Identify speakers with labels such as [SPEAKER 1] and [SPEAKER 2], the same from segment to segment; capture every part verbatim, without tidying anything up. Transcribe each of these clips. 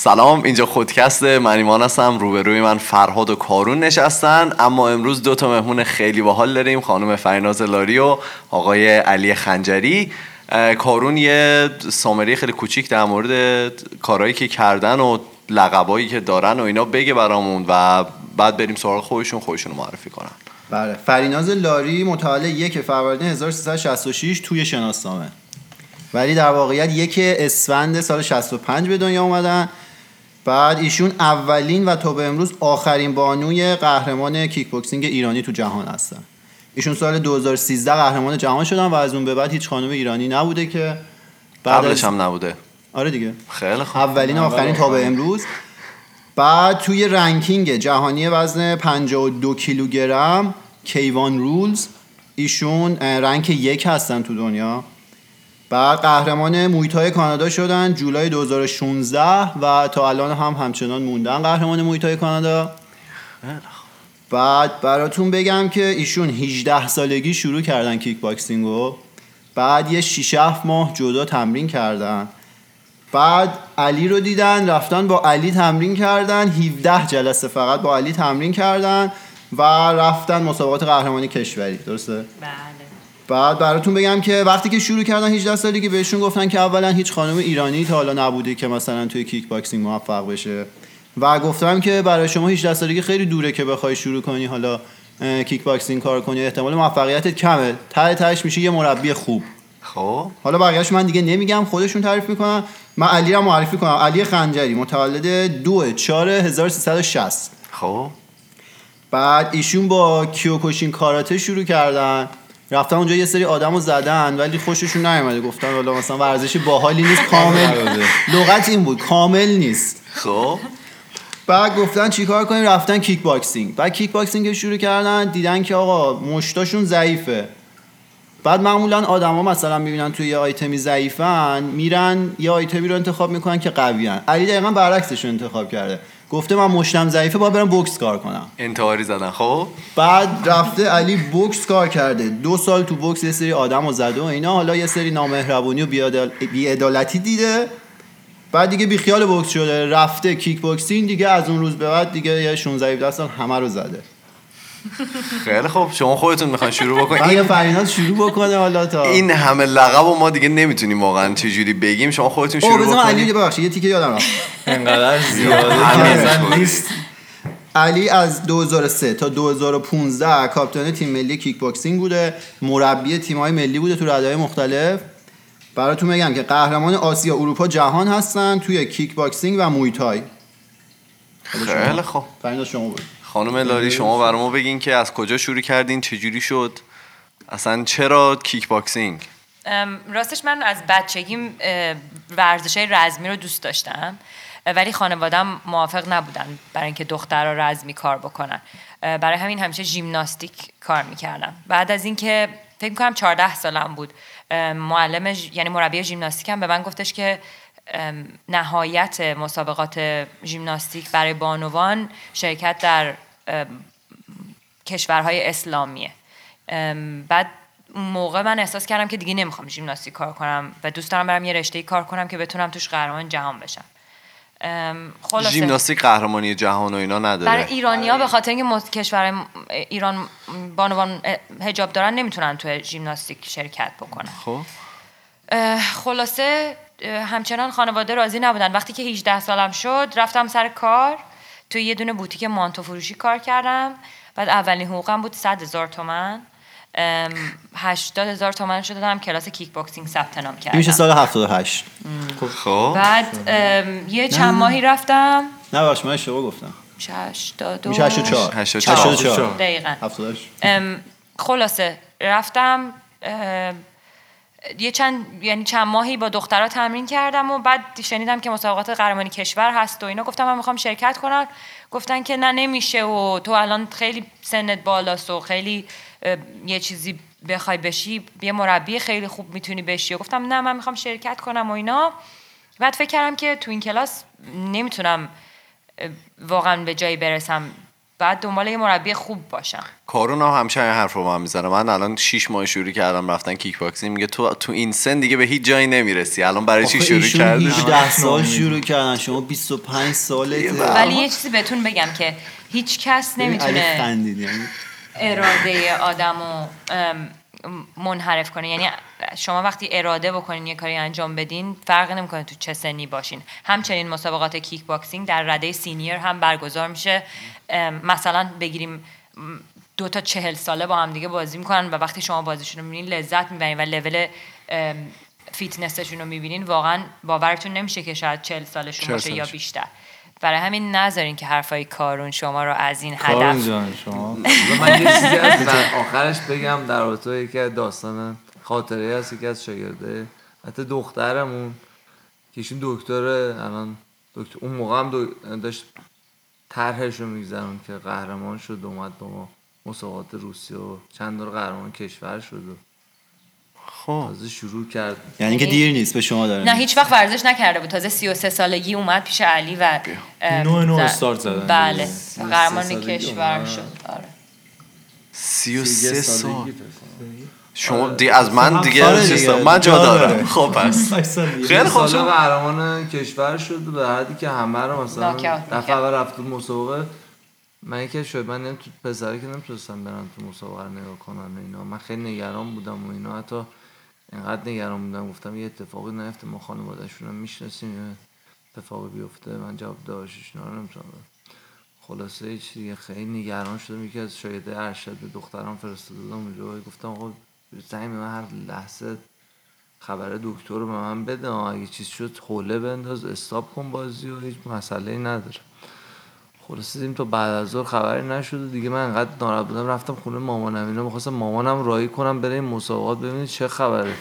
[SPEAKER 1] سلام، اینجا خودکست، من ایمان هستم. روبروی من فرهاد و کارون نشستن، اما امروز دو تا مهمون خیلی باحال داریم، خانم فریناز لاری و آقای علی خنجری. کارون یه سامری خیلی کوچیک در مورد کارهایی که کردن و لقبایی که دارن و اینا بگه برامون و بعد بریم سراغ خودشون خودشون رو معرفی کنن.
[SPEAKER 2] بله، فریناز لاری متولد یک فروردین هزار و سیصد و شصت و شش توی شناسنامه، ولی در واقعیت یک اسفند سال شصت و پنج به دنیا اومدن. بعد ایشون اولین و تا به امروز آخرین بانوی قهرمان کیک بوکسینگ ایرانی تو جهان هستن. ایشون سال دو هزار و سیزده قهرمان جهان شدن و از اون به بعد هیچ خانم ایرانی نبوده که
[SPEAKER 1] قبلش هم نبوده.
[SPEAKER 2] آره دیگه،
[SPEAKER 1] خیلی خوب،
[SPEAKER 2] اولین و آخرین تا به امروز. بعد توی رنکینگ جهانی وزن پنجاه و دو کیلوگرم کیوان رولز ایشون رنک یک هستن تو دنیا. بعد قهرمان مویتای کانادا شدن جولای دو هزار و شانزده و تا الان هم همچنان موندن قهرمان مویتای کانادا. بعد براتون بگم که ایشون هجده سالگی شروع کردن کیک باکسینگو، بعد یه شش هفت ماه جدا تمرین کردن، بعد علی رو دیدن رفتن با علی تمرین کردن، هفده جلسه فقط با علی تمرین کردن و رفتن مسابقات قهرمانی کشوری. درسته؟
[SPEAKER 3] بله.
[SPEAKER 2] بعد براتون بگم که وقتی که شروع کردن هجده سالگی بهشون گفتن که اولا هیچ خانم ایرانی تا حالا نبوده که مثلا توی کیک باکسینگ موفق بشه و گفتم که برای شما هجده سالگی خیلی دوره که بخوای شروع کنی حالا کیک باکسینگ کار کنی، احتمال موفقیتت کمه، ته تهش میشه یه مربی خوب.
[SPEAKER 1] خب
[SPEAKER 2] حالا بقیه‌اش من دیگه نمیگم، خودشون تعریف میکنن. من علی رو معرفی کنم. علی خنجری متولد دو چهار هزار و سیصد و شصت.
[SPEAKER 1] خب
[SPEAKER 2] بعد ایشون با کیوکوشین کاراته شروع کردن، رفتن اونجا یه سری آدمو زدن ولی خوششون نیومده، گفتن والا مثلا ورزشی باحالی نیست، کامل لغت این بود کامل نیست.
[SPEAKER 1] خب
[SPEAKER 2] بعد گفتن چیکار کنیم، رفتن کیک باکسینگ. بعد کیک باکسینگ شروع کردن، دیدن که آقا مشتاشون ضعیفه. بعد معمولا آدما مثلا میبینن توی یه آیتمی ضعیفن، میرن یه آیتمی رو انتخاب میکنن که قویان. علی دقیقاً برعکسش رو انتخاب کرده، گفته من مشتم ضعیفه باید برم بوکس کار کنم.
[SPEAKER 1] انتحاری زدن. خب
[SPEAKER 2] بعد رفته علی بوکس کار کرده، دو سال تو بوکس یه سری آدمو زده و اینا، حالا یه سری نامهربونی و بی‌عدالتی دیده، بعد دیگه بی خیال بوکس شده، رفته کیک باکسینگ دیگه. از اون روز به بعد دیگه یه شانزده هفده سال همه رو زده.
[SPEAKER 1] خیلی خوب، شما خودتون میخواین شروع بکنید؟
[SPEAKER 2] این فریناز شروع بکنه حالا تا
[SPEAKER 1] این همه لقب و ما دیگه نمیتونیم واقعا چجوری بگیم، شما خودتون شروع بکنید.
[SPEAKER 2] بزن علی ببخشید یه تیکه یادم رفت.
[SPEAKER 4] انقدر زیاده
[SPEAKER 2] نیست. علی از دو هزار و سه تا دو هزار و پانزده کاپیتان تیم ملی کیک باکسینگ بوده، مربی تیم‌های ملی بوده تو رده‌های مختلف. براتون بگم که قهرمان آسیا، اروپا، جهان هستن توی کیک باکسینگ و موی تای.
[SPEAKER 1] خیلی خوب،
[SPEAKER 2] فریناز شما بود.
[SPEAKER 1] خانم لاری شما برامو بگین که از کجا شروع کردین، چجوری شد، اصلا چرا کیک باکسینگ؟
[SPEAKER 3] راستش من از بچگیم ورزش‌های رزمی رو دوست داشتم، ولی خانواده‌ام موافق نبودن برای اینکه دخترها رزمی کار بکنن، برای همین همیشه ژیمناستیک کار میکردم. بعد از اینکه فکر می‌کنم چهارده سالم بود، معلم یعنی مربی ژیمناستیکم به من گفتش که نهایت مسابقات ژیمناستیک برای بانوان شرکت در کشورهای اسلامیه. بعد اون موقع من احساس کردم که دیگه نمیخوام ژیمناستیک کار کنم و دوست دارم برم یه رشته‌ای کار کنم که بتونم توش قهرمان جهان بشم.
[SPEAKER 1] ژیمناستیک قهرمانی جهان و اینا نداره
[SPEAKER 3] برای ایرانی‌ها، به خاطر اینکه کشور ایران بانوان حجاب دارن نمیتونن تو ژیمناستیک شرکت بکنن.
[SPEAKER 1] خب
[SPEAKER 3] خلاصه همچنان خانواده راضی نبودن. وقتی که هجده سالم شد رفتم سر کار، توی یه دونه بوتیک مانتو فروشی کار کردم. بعد اولین حقوقم بود صد هزار تومان، هشتاد هزار تومان شد دادم کلاس کیک باکسینگ ثبت نام کردم.
[SPEAKER 2] میشه سال هفتاد و هشت.
[SPEAKER 1] خب
[SPEAKER 3] بعد یه چند ماهی رفتم.
[SPEAKER 2] نه باش من اشتباه گفتم.
[SPEAKER 3] هشتاد و
[SPEAKER 2] میشه هشتاد و چهار.
[SPEAKER 1] هشتاد و چهار
[SPEAKER 3] دقیقاً.
[SPEAKER 2] هفتاد و هشت.
[SPEAKER 3] خلاصه رفتم یه چند یعنی چند ماهی با دخترها تمرین کردم و بعد شنیدم که مسابقات قهرمانی کشور هست و اینا، گفتم من میخوام شرکت کنم. گفتن که نه نمیشه و تو الان خیلی سنت بالاست و خیلی یه چیزی بخوای بشی یه مربی خیلی خوب میتونی بشی. و گفتم نه من میخوام شرکت کنم و اینا. بعد فکر کردم که تو این کلاس نمیتونم واقعا به جایی برسم بعد دنبال یه مربی خوب باشم.
[SPEAKER 1] کارون هم همیشه این حرف رو با هم میزنه. من الان شش ماه شروع کردم رفتن کیک باکسینگ، میگه تو تو این سن دیگه به هیچ جایی نمیرسی، الان برای چی شروع کردی؟
[SPEAKER 2] هجده سال شروع کردن، شما بیست و پنج سالته.
[SPEAKER 3] ولی یه چیزی بهتون بگم که هیچ کس نمیتونه اراده آدمو منحرف کنه. یعنی شما وقتی اراده بکنین یه کاری انجام بدین فرق نمیکنه تو چه سنی باشین. همچنین مسابقات کیک باکسینگ در رده سینیر هم برگزار میشه. مثلا بگیریم دو تا چهل ساله با هم دیگه بازی میکنن و وقتی شما بازیشون رو میبینین لذت میبرین و لول فیتنسشون رو میبینین، واقعا باورتون نمیشه که شاید چهل سالشون باشه یا بیشتر. برای همین نذارین که حرفای کارون شما رو از این هدف.
[SPEAKER 4] کارون جان شما من یه چیزی از آخرش بگم در رابطه که داستان خاطره هست که از شاگرده حتی دخترمون که ایشون دکتره، الان دکتر اون موقع هم داشت طرحش رو میگذرون که قهرمان شد، اومد با ما مسابقات روسیه و چند دور قهرمان کشور شد و
[SPEAKER 1] خب
[SPEAKER 4] تازه شروع کرد.
[SPEAKER 2] یعنی که دیر نیست به شما داره.
[SPEAKER 3] نه هیچ وقت ورزش نکرده بود، تازه سی و سه سالگی اومد پیش علی و
[SPEAKER 4] نوع نوع استارت زدن.
[SPEAKER 3] بله قهرمان کشور شد. آره
[SPEAKER 1] سی و سه سال. شما دی از من دیگه چیزا من جا دارم. خب پس خیلی خوب
[SPEAKER 4] شد قهرمان کشور شد به حدی که همه رو مثلا دفعه اول رفت تو مسابقه. من که شاید من نمی تو پسری که نمیتونستم برم تو مسابقه نگاه کنم اینا، من خیلی نگران بودم و اینا، حتی اینقدر نگران بودم گفتم یه اتفاقی نیفته ما خانواده‌شون رو میشناسیم یه اتفاقی بیفته من جواب داشتش اینا رو نمیتونم. خلاصه یه چیزی خیلی نگران شدم. یکی از شاگرده ارشد دخترام فرستاده بودم اونجا، گفتم آقا زنگ به من هر لحظه خبر دکتر رو به من بده، اگه چیز شد حوله بنداز استاپ کن بازی و هیچ مسئله‌ای نداره. خلاصه دیدیم تا بعد از ظهر خبری نشد دیگه. من انقدر ناراحت بودم رفتم خونه مامانم، اینا می‌خواستم مامانم راهی کنم بره این مسابقات ببینید چه خبره.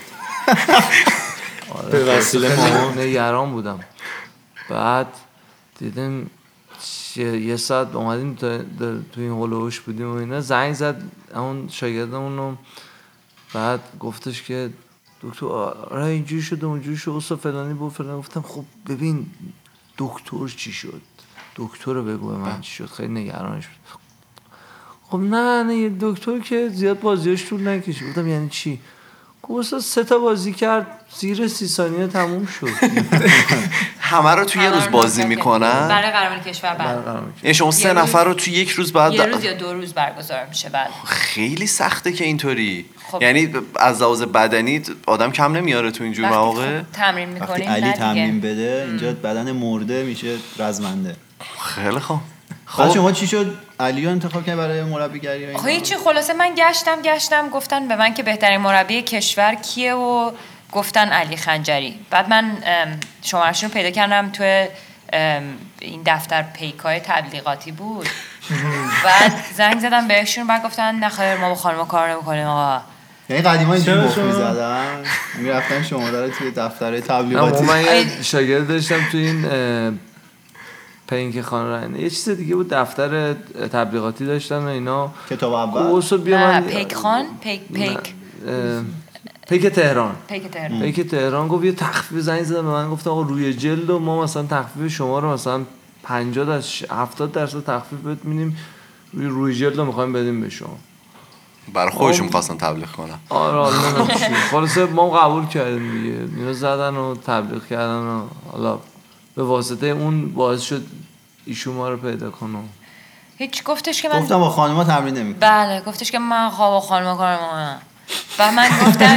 [SPEAKER 2] به وسیله مامان
[SPEAKER 4] نگران بودم. بعد دیدیم یه ساعت اومدیم تو تو این هولوش بودیم و اینا، زنگ زد اون شاگردمون رو، بعد گفتش که دکتر آره اینجوری شده اونجوری شد استاد فلانی بود فلان. گفتم خب ببین دکتر چی شد، دکتر رو بگو به من چی شد. خیلی نگرانش بود. خب نه نه یه دکتر که زیاد بازیاش طول نکشید. گفتم یعنی چی؟ گفت سه تا بازی کرد زیر سی ثانیه تموم شد.
[SPEAKER 1] همه رو توی یه روز بازی میکنن
[SPEAKER 3] برای قهرمانی کشور. بعد
[SPEAKER 1] یعنی شما سه نفر رو توی یک روز بعد
[SPEAKER 3] یه روز یا دو روز برگزار میشه. بعد
[SPEAKER 1] خیلی سخته که اینطوری خب. یعنی از لحاظ بدنی آدم کم نمیاره تو اینجور مواقع.
[SPEAKER 3] تمرین میکنین
[SPEAKER 2] علی تمرین بده اینجا بدن مرده میشه رزمنده.
[SPEAKER 1] خیلی خوب.
[SPEAKER 2] خب شما چی شد علی رو انتخاب کردین برای مربیگری؟
[SPEAKER 3] خب هیچی، خلاصه من گشتم گشتم گفتن به من که بهترین مربی کشور کیه و گفتن علی خنجری. بعد من شماره‌شون رو پیدا کردم تو این دفتر پیکای تبلیغاتی بود. بعد زنگ زدم بهشون، بعد گفتن نه خیر ما با خانم کار نمی‌کنیم آقا.
[SPEAKER 2] یعنی قدیما اینجوری مخ می‌زدن می‌رفتن شماره رو توی دفتر تبلیغاتی.
[SPEAKER 4] من یه شاگرد داشتم تو این پینک خانه یه چیز دیگه بود، دفتر تبلیغاتی داشتن و اینا.
[SPEAKER 2] کتاب اول
[SPEAKER 3] نه پیک خان پیک پیک
[SPEAKER 4] پیک تهران
[SPEAKER 3] پیک تهران
[SPEAKER 4] پیک تهران گفت یه تخفیف زنگ زدن به من، گفت آقا روی جلد و ما مثلا تخفیف شما رو مثلا پنجاه تا هفتاد درصد تخفیف بهت میدیم، روی روی جلد رو می‌خوایم بدیم به شما.
[SPEAKER 1] برای خودشون خواستن تبلیغ کنن.
[SPEAKER 4] آره آره خلاصه ما قبول کردیم دیگه. اینا زدن و تبلیغ کردن و حالا به واسطه اون باعث شد ایشون ما رو پیدا کنه.
[SPEAKER 3] هیچ گفتش که من
[SPEAKER 2] گفتم با خانم‌ها تمرین نمی‌کنم.
[SPEAKER 3] بله گفتش که من خواب با خانم‌ها کار نمی‌کنم. و من گفتم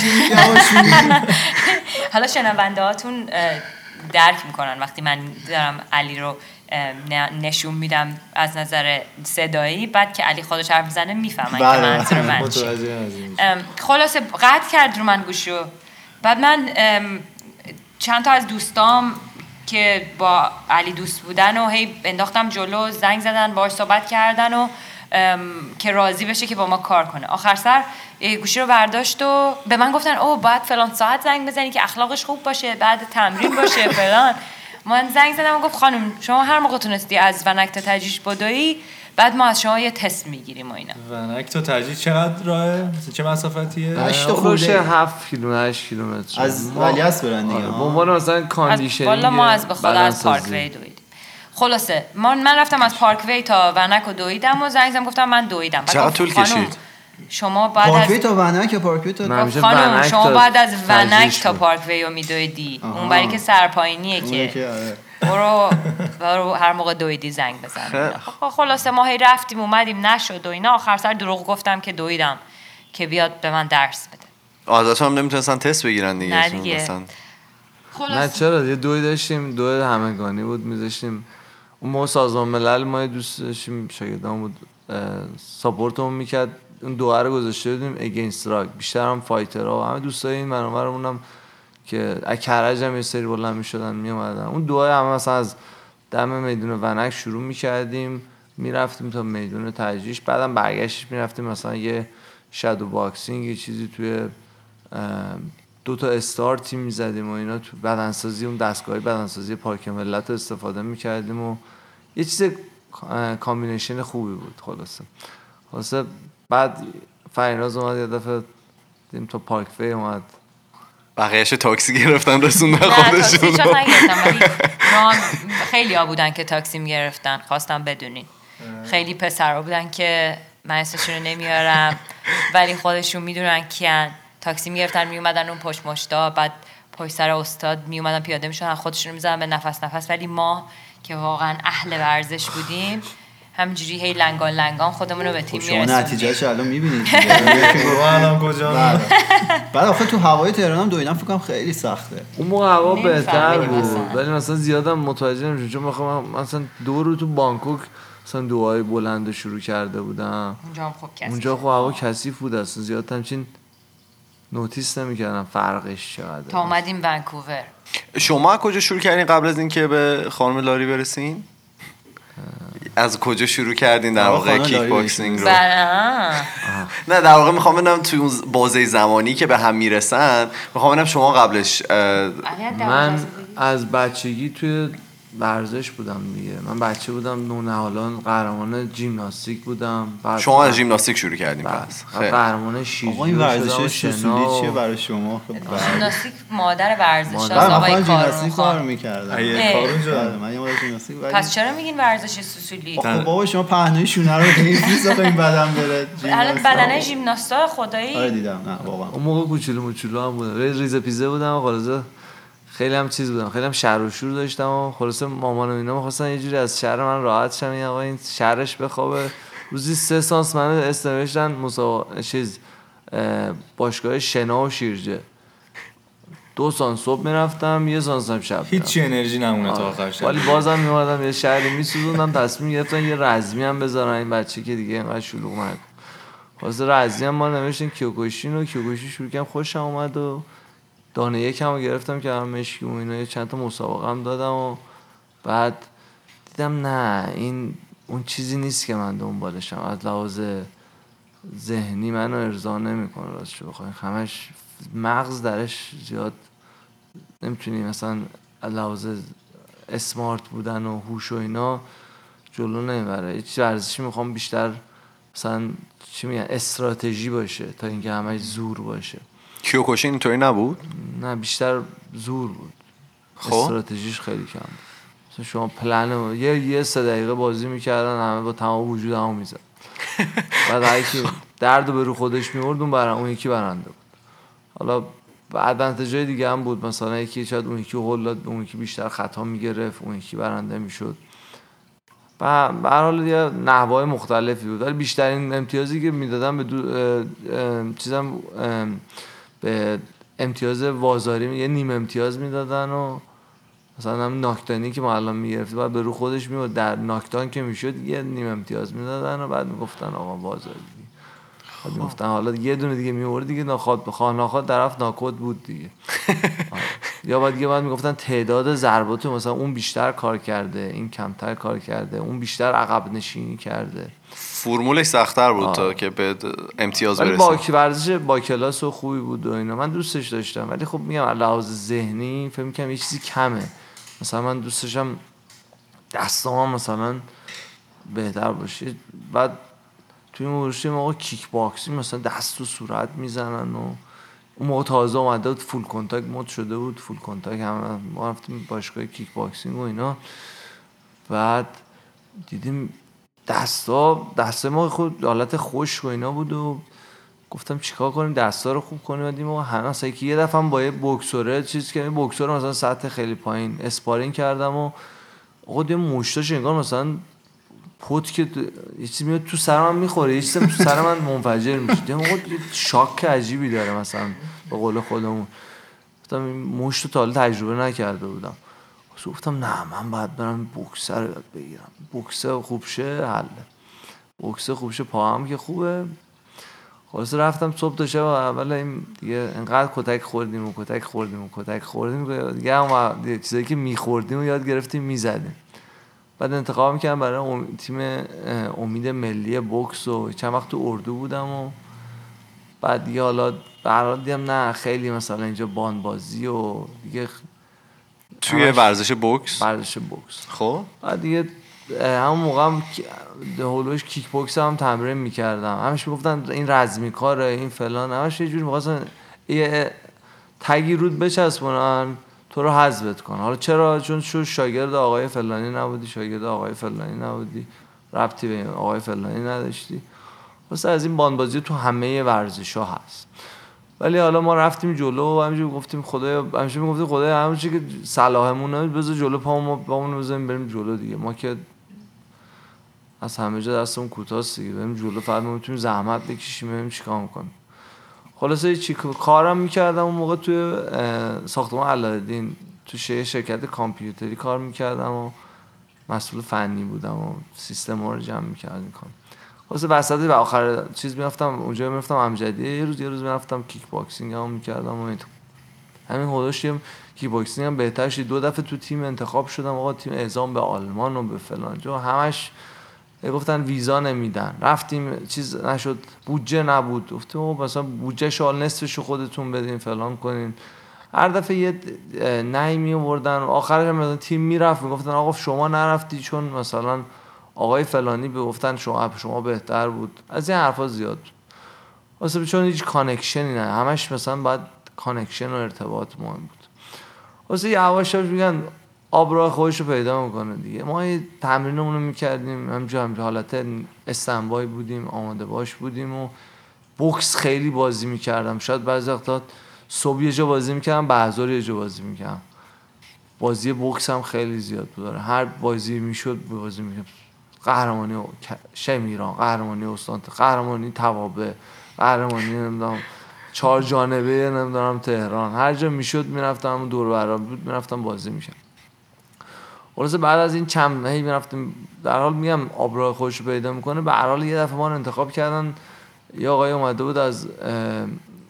[SPEAKER 3] حالا شنونده هاتون درک میکنن وقتی من دارم علی رو نشون میدم از نظر صدایی، بعد که علی خودش حرف میزنه میفهمن که منظور من چیه. خلاصه قطع کرد رو من گوشو. بعد من چند تا از دوستام که با علی دوست بودن و هی انداختم جلو، زنگ زدن باهاش صحبت کردن و که راضی بشه که با ما کار کنه. آخر سر گوشی رو برداشت و به من گفتن اوه باید فلان ساعت زنگ بزنی که اخلاقش خوب باشه بعد تمرین باشه فلان. من زنگ زدم و گفت خانم شما هر موقع تونستی از ونک تا تجریش بدوی بعد ما از شما یه تست میگیریم و اینا.
[SPEAKER 5] ونک تا تجریش چقدر راهه؟ چه مسافتیه؟
[SPEAKER 4] هشت خورده هفت کیلومتر هشت کیلومتر
[SPEAKER 2] از ولیعصر برن دیگه.
[SPEAKER 4] به عنوان مثلا کاندیشنینگ
[SPEAKER 3] والا ما از به خدا از پارک وی دویدیم. خلاصه من من رفتم از پارکوی تا ونک و دویدم و زنگ زدم گفتم من دویدم.
[SPEAKER 1] چقدر طول کشید؟
[SPEAKER 3] شما بعد
[SPEAKER 2] پارکوی
[SPEAKER 3] از
[SPEAKER 2] تا ونک یا پارکوی تا
[SPEAKER 3] خانم شما بعد از ونک تا پارکوی رو میدویدی، اون برای که سرپاینیه که برو برو هر موقع دویدی زنگ بزن. خلاصه ما هی رفتیم اومدیم نشد و اینا، آخر سر دروغ گفتم که دویدم که بیاد به من درس بده.
[SPEAKER 1] عادتا هم نمیتونستن تست بگیرن دیگه.
[SPEAKER 3] نه دیگه.
[SPEAKER 4] نه چرا یه دوی داشتیم، دوی همگانی بود میذاشتیم. اون موقع سازمان ملل ما دوست داشتیم شاگردان بود ساپورتمون میکرد، اون دوه رو گذاشته بودیم اگینست راک، بیشتر هم فایترها و همه دوستای این برنامه‌مون هم که از کرج هم یه سری بلند میشدن میومدن. اون دوهای هم مثلا از دم میدون ونک شروع میکردیم میرفتیم تا میدون تجریش، بعدم برگشتیم میرفتیم مثلا یه شادو باکسینگ یه چیزی توی دو تا استارتی میزدیم و اینا تو بدنسازی، اون دستگاه بدنسازی پارک ملت رو استفاده میکردیم و یه چیز کامبینیشن خوبی بود. خلاصه خلاصه بعد فریناز اومد یه دفعه دیدیم تا پارک فی اومد،
[SPEAKER 1] بقیهش تاکسی گرفتن رسوندن
[SPEAKER 3] خودشون. نه
[SPEAKER 1] خودشون.
[SPEAKER 3] تاکسی چون نگرفتم ولی رام خیلی ها بودن که تاکسی میگرفتن، خواستم بدونین خیلی پسرها بودن که من اسمشون رو نمیارم ولی خودشون میدونن کیان، تاکسی میگرفتن میومدن اون پشت مشتا، بعد پشت سر استاد میومدن پیاده میشدن خودشون رو میزدن به نفس نفس، ولی ما که واقعا اهل ورزش بودیم همینجوری هی لنگان لنگان خودمون رو به تیم میرسوندیم.
[SPEAKER 2] شما نتیجهش الان میبینید دیگه.
[SPEAKER 5] الان کجا؟
[SPEAKER 2] بعد آخه تو هوای تهران هم دویدن فکر کنم خیلی سخته.
[SPEAKER 4] اون موقع هوا بهتر بود ولی مثلا زیادم متوجه نمیشم، چون مثلا مثلا دو رو تو بانکوک مثلا دوهای بلند شروع کرده بودم،
[SPEAKER 3] اونجا هم خوب کثیف
[SPEAKER 4] اونجا خب هوا کثیف بود اصلا زیاد همچین نوتیس نمی‌کردم فرقش چقدر.
[SPEAKER 3] تا اومدیم ونکوور.
[SPEAKER 1] شما از کجا شروع کردین قبل از اینکه به خانم لاری برسین؟ از کجا شروع کردین در واقع کیک باکسینگ رو؟ نه در واقع میخوام ببینم توی اون بازه زمانی که به هم میرسن، میخوام ببینم شما قبلش.
[SPEAKER 4] من از بچگی توی ورزش بودم دیگه، من بچه بودم نونهالان قهرمان ژیمناستیک بودم.
[SPEAKER 1] شما از ژیمناستیک شروع کردیم پس؟
[SPEAKER 4] قهرمان شیرجو.
[SPEAKER 2] آقا این ورزش سوسولی چیه برای شما؟
[SPEAKER 3] ژیمناستیک مادر ورزش است.
[SPEAKER 2] آقای ژیمناستیک کار می‌کردن.
[SPEAKER 5] اگه کارون شده
[SPEAKER 2] من یه مدت ژیمناستیک.
[SPEAKER 3] پس چرا میگین ورزش سوسولی؟
[SPEAKER 2] خب بابا شما پهنای شونه رو حیف آقا این بدن بره.
[SPEAKER 3] الان بدنه ژیمناستا خدایی.
[SPEAKER 2] آره دیدم. نه واقعا.
[SPEAKER 4] اون موقع کوچولو موچولو هم بودم. ریز پیزه بودم و خلاصه خیلی هم چیز بودم، خیلی هم شر و شور داشتم و خلاصه مامان و اینا می‌خواستن یه جوری از شر من راحت شم، این آقا این شرش بخوابه. روزی سه سانس من استنوشتن مسابقه چیز باشگاه شنا و شیرجه، دو سانس صبح میرفتم یه سانس هم شب.
[SPEAKER 5] هیچ انرژی نمونه تا آخر شب،
[SPEAKER 4] ولی بازم میومدم یه شهری میسوزوندم. تصمیم گرفتن یه رزمی هم بذارن این بچه که دیگه اینقدر شلوغ نکنه. واسه رزمی هم ما نوشتیم کیوکوشین و کیوکوشی شروع کردم خوشم اومد و دانه یکم رو گرفتم که هم مشکی و اینا، چند تا مسابقه هم دادم و بعد دیدم نه این اون چیزی نیست که من دنبالشم، از لحاظ ذهنی منو ارضا نمیکنه راستش بخوام، همش مغز درش زیاد نمیتونی مثلا از لحاظ اسمارت بودن و هوش و اینا جلو نمیبره. یه چیز ورزشی میخوام بیشتر مثلا چی میگن استراتژی باشه تا اینکه همش زور باشه.
[SPEAKER 1] کیوکوشین اینطوری نبود؟
[SPEAKER 4] نه بیشتر زور بود.
[SPEAKER 1] خب
[SPEAKER 4] استراتژیش خیلی کم بود. مثلا شما پلن یه یه سه دقیقه بازی میکردن همه با تمام وجود همو میزد. بعد هر کی درد به رو خودش میورد اون برن اون یکی برنده بود. حالا ادوانتاژهای دیگه هم بود، مثلا یکی شاید اون یکی هول داد اون یکی بیشتر خطا میگرفت اون یکی برنده میشد. و به هر حال یه نحوهای مختلفی بود، ولی بیشترین امتیازی که میدادن به دو چیزام به امتیاز وازاری یه نیم امتیاز میدادن و مثلا هم ناکدانی که ما الان میگرفت بعد به رو خودش میورد در ناکدان که میشد یه نیم امتیاز میدادن و بعد میگفتن آقا وازاری. بعد میگفتن حالا یه دونه دیگه میورد دیگه ناخواد بخواه ناخواد طرف ناکود بود دیگه. یا بعد دیگه بعد میگفتن تعداد ضربات مثلا اون بیشتر کار کرده این کمتر کار کرده اون بیشتر عقب نشینی کرده.
[SPEAKER 1] فرمولش سخت‌تر بود آه. تا که به امتیاز برسه.
[SPEAKER 4] ولی با ورزش با کلاس و خوبی بود و اینا من دوستش داشتم، ولی خب میگم از لحاظ ذهنی فکر می‌کنم یه چیزی کمه. مثلا من دوست داشتم دستام مثلا بهتر باشه. بعد توی مورشی موقع کیک باکسینگ مثلا دست و صورت میزنن و اون موقع تازه اومده بود فول کنتاکت مود شده بود، فول کنتاکت هم ما رفتیم باشگاه کیک باکسینگ و اینا بعد دیدیم دستا دسته ما خود حالت خشک و اینا بود و گفتم چیکار کنیم دستا رو خوب کنیم. بعدیم و همه مثلا که یه دفعه با یه بوکسوره چیز که بوکسور مثلا سطح خیلی پایین اسپارینگ کردم و آقا دیگه مشتاش انگار مثلا پوت که یه چیزی میاد تو سر من میخوره، یه چیزی تو سر من منفجر میشه. دیدم آقا شاک عجیبی داره مثلا به قول خودمون. گفتم مشت رو تا حالا تجربه نکرده بودم. گفتم نه من باید برم بوکس رو یاد بگیرم. بوکس خوب شه حله. بوکس خوب شه پاهم که خوبه. خلاص رفتم صبح تا شب اول این دیگه انقدر کتک خوردیم و کتک خوردیم و کتک خوردیم دیگه هم چیزایی که میخوردیم و یاد گرفتیم میزدیم. بعد انتخاب میکردم برای تیم امید ملی بوکس و چند وقت تو اردو بودم و بعد دیگه حالا برحال دیدم نه خیلی مثلا اینجا باندبازی و دیگه
[SPEAKER 1] توی ورزش بوکس
[SPEAKER 4] ورزش بوکس
[SPEAKER 1] خب بعد
[SPEAKER 4] دیگه همون موقع هم هولوش کیک بوکس هم تمرین میکردم. همش میگفتن این رزمی کاره این فلان، همش یه جوری می‌خواستن یه تگی رود بچسبونن تو رو حذفت کن. حالا چرا؟ چون شو شاگرد آقای فلانی نبودی، شاگرد آقای فلانی نبودی، ربطی به آقای فلانی نداشتی. واسه از این باندبازی تو همه ورزش‌ها هست. ولی حالا ما رفتیم جلو و همینجوری گفتیم خدایا، همیشه میگفتیم خدایا همون چیزی که صلاحمونه بذار جلو پامون پامون بزنیم بریم جلو دیگه. ما که از همه جا دستمون کوتاست دیگه، بریم جلو فقط ما میتونیم زحمت بکشیم ببینیم چیکار می‌کنیم. خلاصه چی کارم می‌کردم اون موقع توی ساختمان علایالدین تو شرکت کامپیوتری کار می‌کردم و مسئول فنی بودم و سیستم‌ها رو جمع می‌کردم. واسه وسط و آخر چیز میرفتم اونجا، میرفتم امجدیه یه روز یه روز میرفتم کیک باکسینگ هم میکردم و همین حداشیم کیک باکسینگ هم بهتر شد. دو دفعه تو تیم انتخاب شدم آقا، تیم اعزام به آلمان و به فلان جا، همش گفتن ویزا نمیدن. رفتیم چیز نشد، بودجه نبود، گفتم مثلا بودجه شال نصفشو خودتون بدین فلان کنین. هر دفعه یه نهی می آوردن، آخرش مثلا تیم میرفت میگفتن آقا شما نرفتی چون مثلا آقای فلانی به گفتن شما شما بهتر بود. از این حرفا زیاد بود. واسه چون هیچ کانکشنی نه، همش مثلا باید کانکشن و ارتباط مهم بود. واسه یواش یواش میگن آب راه خودش رو پیدا میکنه دیگه. ما تمرینمون رو میکردیم همینجا همینجا حالت استنبای بودیم، آماده باش بودیم و بوکس خیلی بازی میکردم. شاید بعضی وقتا صبح یه جا بازی میکردم بعد ظهر یه جا بازی میکردم. بازی بوکس هم خیلی زیاد بود. هر بازی میشد بازی میکردم. قهرمانی شمیران، قهرمانی استان، قهرمانی توابع، قهرمانی نمیدونم چهار جانبه نمیدونم تهران، هر جا میشد میرفتم دور و بر بود میرفتم بازی میشم. خلاص بعد از این چند ماهی میرفتیم، در حال میگم آبراه خودش رو پیدا میکنه. به هر حال یه دفعه ما رو انتخاب کردن، یه آقای اومده بود از اه اه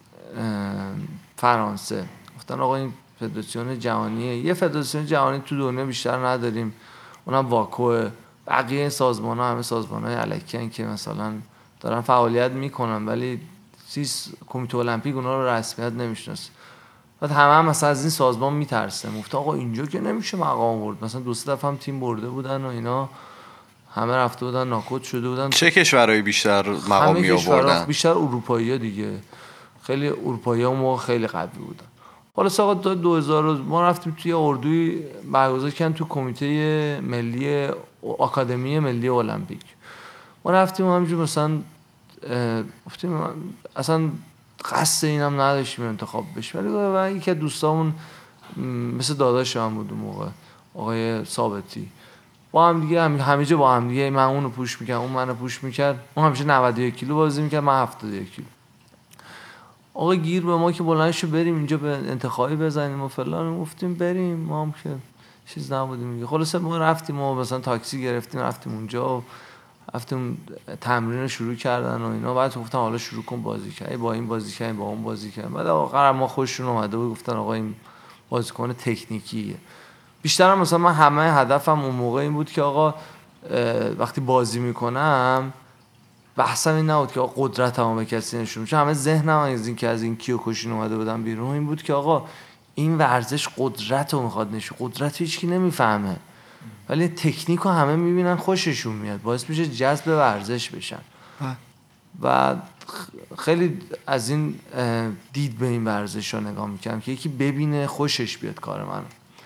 [SPEAKER 4] فرانسه، گفتن آقا این فدراسیون جهانیه، یه فدراسیون جهانی تو دنیا بیشتر نداریم، اونم واکوه. بقیه این سازمان ها همه سازمان های الکیان که مثلا دارن فعالیت میکنن ولی چیز کمیته المپیک اونا رو رسمیت نمیشناسه. بعد همه هم مثلا از این سازمان میترسه، گفت آقا اینجا که نمیشه مقام برد. مثلا دو سه دفعه هم تیم برده بودن و اینا، همه رفته بودن ناکوت شده بودن.
[SPEAKER 1] چه کشورهای بیشتر مقام می آوردن؟
[SPEAKER 4] بیشتر اروپایی‌ها دیگه، خیلی اروپایی‌ها اون موقع خیلی قوی بودن. حالا ساعت دو هزار ما رفتیم توی اردوی برگزار کردن تو کمیته ملی آکادمی ملی المپیک. ما رفتیم همینجور مثلا گفتیم اصلا قصد اینم نداشتیم انتخاب بشه، ولی و یکی از دوستامون مثل داداش من بود اون موقع، آقای ثابتی، با هم دیگه هم همیشه با هم دیگه، من اونو پوش میکردم اون منو پوش میکرد. اون همیشه نود و یک کیلو بازی میکرد، من هفتاد و یک کیلو. آقا گیر به ما که بلند شو بریم اینجا به انتخابی بزنیم و فلان، گفتیم بریم. ما هم که چیز نبودیم میگه. خلاص ما رفتیم و مثلا تاکسی گرفتیم رفتیم اونجا و رفتیم تمرین شروع کردن و اینا. بعد گفتن حالا شروع کن بازی کردن، با این بازی کردن با اون بازی کردن. بعد آخر ما خوششون اومده بود، گفتن آقا این بازیکن تکنیکیه. بیشتر مثلا من همه هدفم اون موقع این بود که آقا وقتی بازی میکنم بحثم این نبود که آقا قدرتمو به کسی نشون بدم. همه ذهنم از این که از این کیوکوشین اومده بودم بیرون این بود که آقا این ورزش قدرتو میخواد نشون، قدرت هیچ کی نمیفهمه ولی تکنیکو همه میبینن خوششون میاد، باعث میشه جذب ورزش بشن. و خیلی از این دید به این ورزش ها نگاه میکنم که یکی ببینه خوشش بیاد کار منو.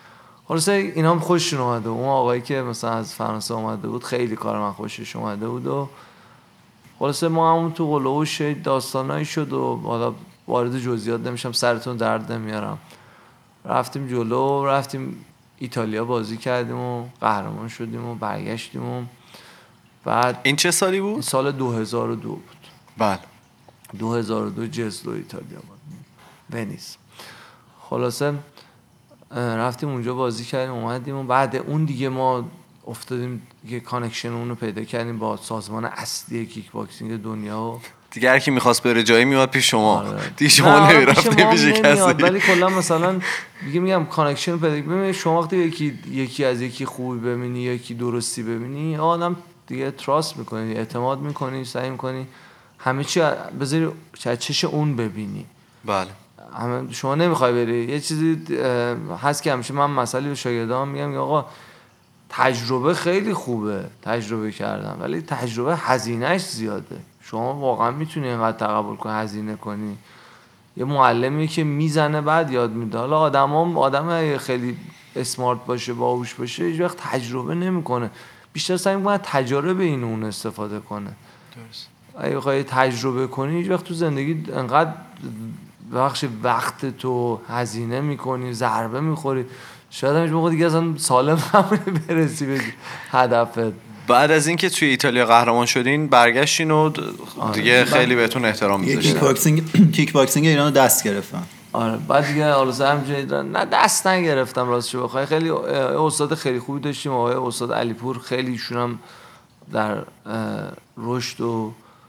[SPEAKER 4] خلاصه اینا هم خوششون اومده. اون آقایی که مثلا از فرانسه اومده بود خیلی کار من خوشش اومده بود و خلاصه ما همون تو قلوش داستانایی شد و حالا وارد جزئیات نمیشم، سرتون درد نمیارم. رفتیم جلو، رفتیم ایتالیا بازی کردیم و قهرمان شدیم و برگشتیم و بعد
[SPEAKER 1] این چه سالی بود؟
[SPEAKER 4] سال دو هزار و دو بود.
[SPEAKER 1] بله
[SPEAKER 4] دو هزار و دو جزلو ایتالیا بود، ونیز. خلاصه رفتیم اونجا بازی کردیم اومدیم و بعد اون دیگه ما افتادیم که کانکشن اونو پیدا کردیم با سازمان اصلی کیک باکسینگ دنیا و
[SPEAKER 1] دیگه هر کی می‌خواست بره جایی میاد پیش شما.
[SPEAKER 4] آره.
[SPEAKER 1] دیگه شما نمی‌رفتید پیش کسی.
[SPEAKER 4] ولی کلا مثلا میگم میگم کانکشن پیدا ببین شما وقتی یکی یکی از یکی خوبی ببینی یکی درستی ببینی آدم دیگه تراست می‌کنی، اعتماد می‌کنی، سعی می‌کنی همه چی بذاری چش اون ببینی.
[SPEAKER 1] بله.
[SPEAKER 4] همه شما نمیخوای بری یه چیزی هست که همیشه من مسئله به شاگردام میگم آقا تجربه خیلی خوبه تجربه کردن ولی تجربه هزینهش زیاده. شما واقعا میتونی اینقدر تقبل کنی هزینه کنی؟ یه معلمی که میزنه بعد یاد میده. حالا آدمام آدم خیلی اسمارت باشه باهوش باشه هیچ وقت تجربه نمیکنه، بیشتر سعی میکنه تجارب این اون استفاده کنه.
[SPEAKER 1] درست.
[SPEAKER 4] اگه بخوای تجربه کنی هیچ وقت تو زندگی انقدر بخش وقت تو هزینه میکنی ضربه میخوری شاید همیشه موقع دیگه اصلا سالم همونی برسی به هدفت.
[SPEAKER 1] بعد از اینکه توی ایتالیا قهرمان شدین برگشتین و دیگه خیلی بهتون احترام میذاشتن.
[SPEAKER 2] کیک باکسینگ کیک باکسینگ ایرانو دست گرفتن.
[SPEAKER 4] آره بعد دیگه حالا همینجوری نه دست نگرفتم راستش بخوای. خیلی استاد خیلی خوبی داشتیم آقای استاد علیپور، خیلی ایشون هم در رشد و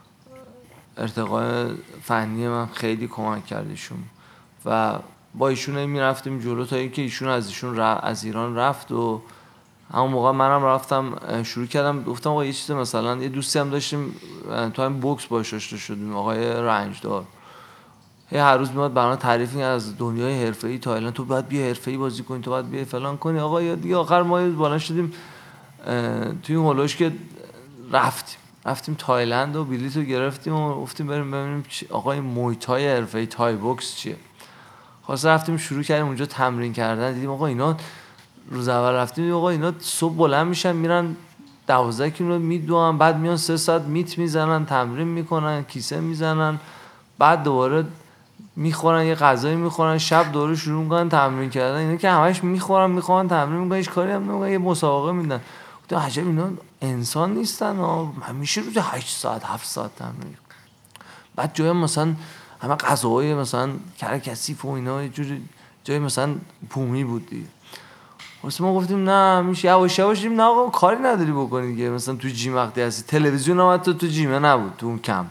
[SPEAKER 4] ارتقاء فنی من خیلی کمک کردیشون و با ایشون میرفتیم جلو تا اینکه ایشون از ایشون از ایران رفت و همون موقع منم رفتم شروع کردم گفتم آقا یه چیز مثلا یه دوستی هم داشتیم تو همین بوکس باهاش آشنا شدیم آقای رنجدار. هی هر روز میاد برام تعریف از دنیای حرفه‌ای تایلند تو باید بیا حرفه‌ای بازی کنی تو باید بیا فلان کنی. آقا یا دیگه آخر ما بالا شدیم توی این هولوش که رفتیم رفتیم تایلند و بلیطو گرفتیم و گفتیم بریم ببینیم آقا این موی تای حرفه‌ای تای بوکس چیه. خلاص رفتیم شروع کردیم اونجا تمرین کردن. دیدیم آقا اینا روز اول رفتیم آقا اینا صبح بلند میشن میرن دوازده کیلومتر میدوئن بعد میان سه ساعت میت میزنن تمرین میکنن کیسه میزنن بعد دوباره میخورن یه غذایی میخورن شب دوباره شروع میکنن تمرین کردن. اینا که همش میخورن میخورن تمرین میکنن هیچ کاری هم نمیکنن یه مسابقه میدن. گفتم عجب اینا انسان نیستن ها همیشه روز هشت ساعت هفت ساعت تمرین. بعد جای مثلا همه غذاهای مثلا کرکسیف و اینا یه جوری جای مثلا بومی بود دیگه. واسه ما گفتیم نه میشه یواش یواش نه آقا کاری نداری بکنی دیگه. مثلا تو جیم وقتی هستی تلویزیون هم حتی تو جیمه نبود تو اون کمپ.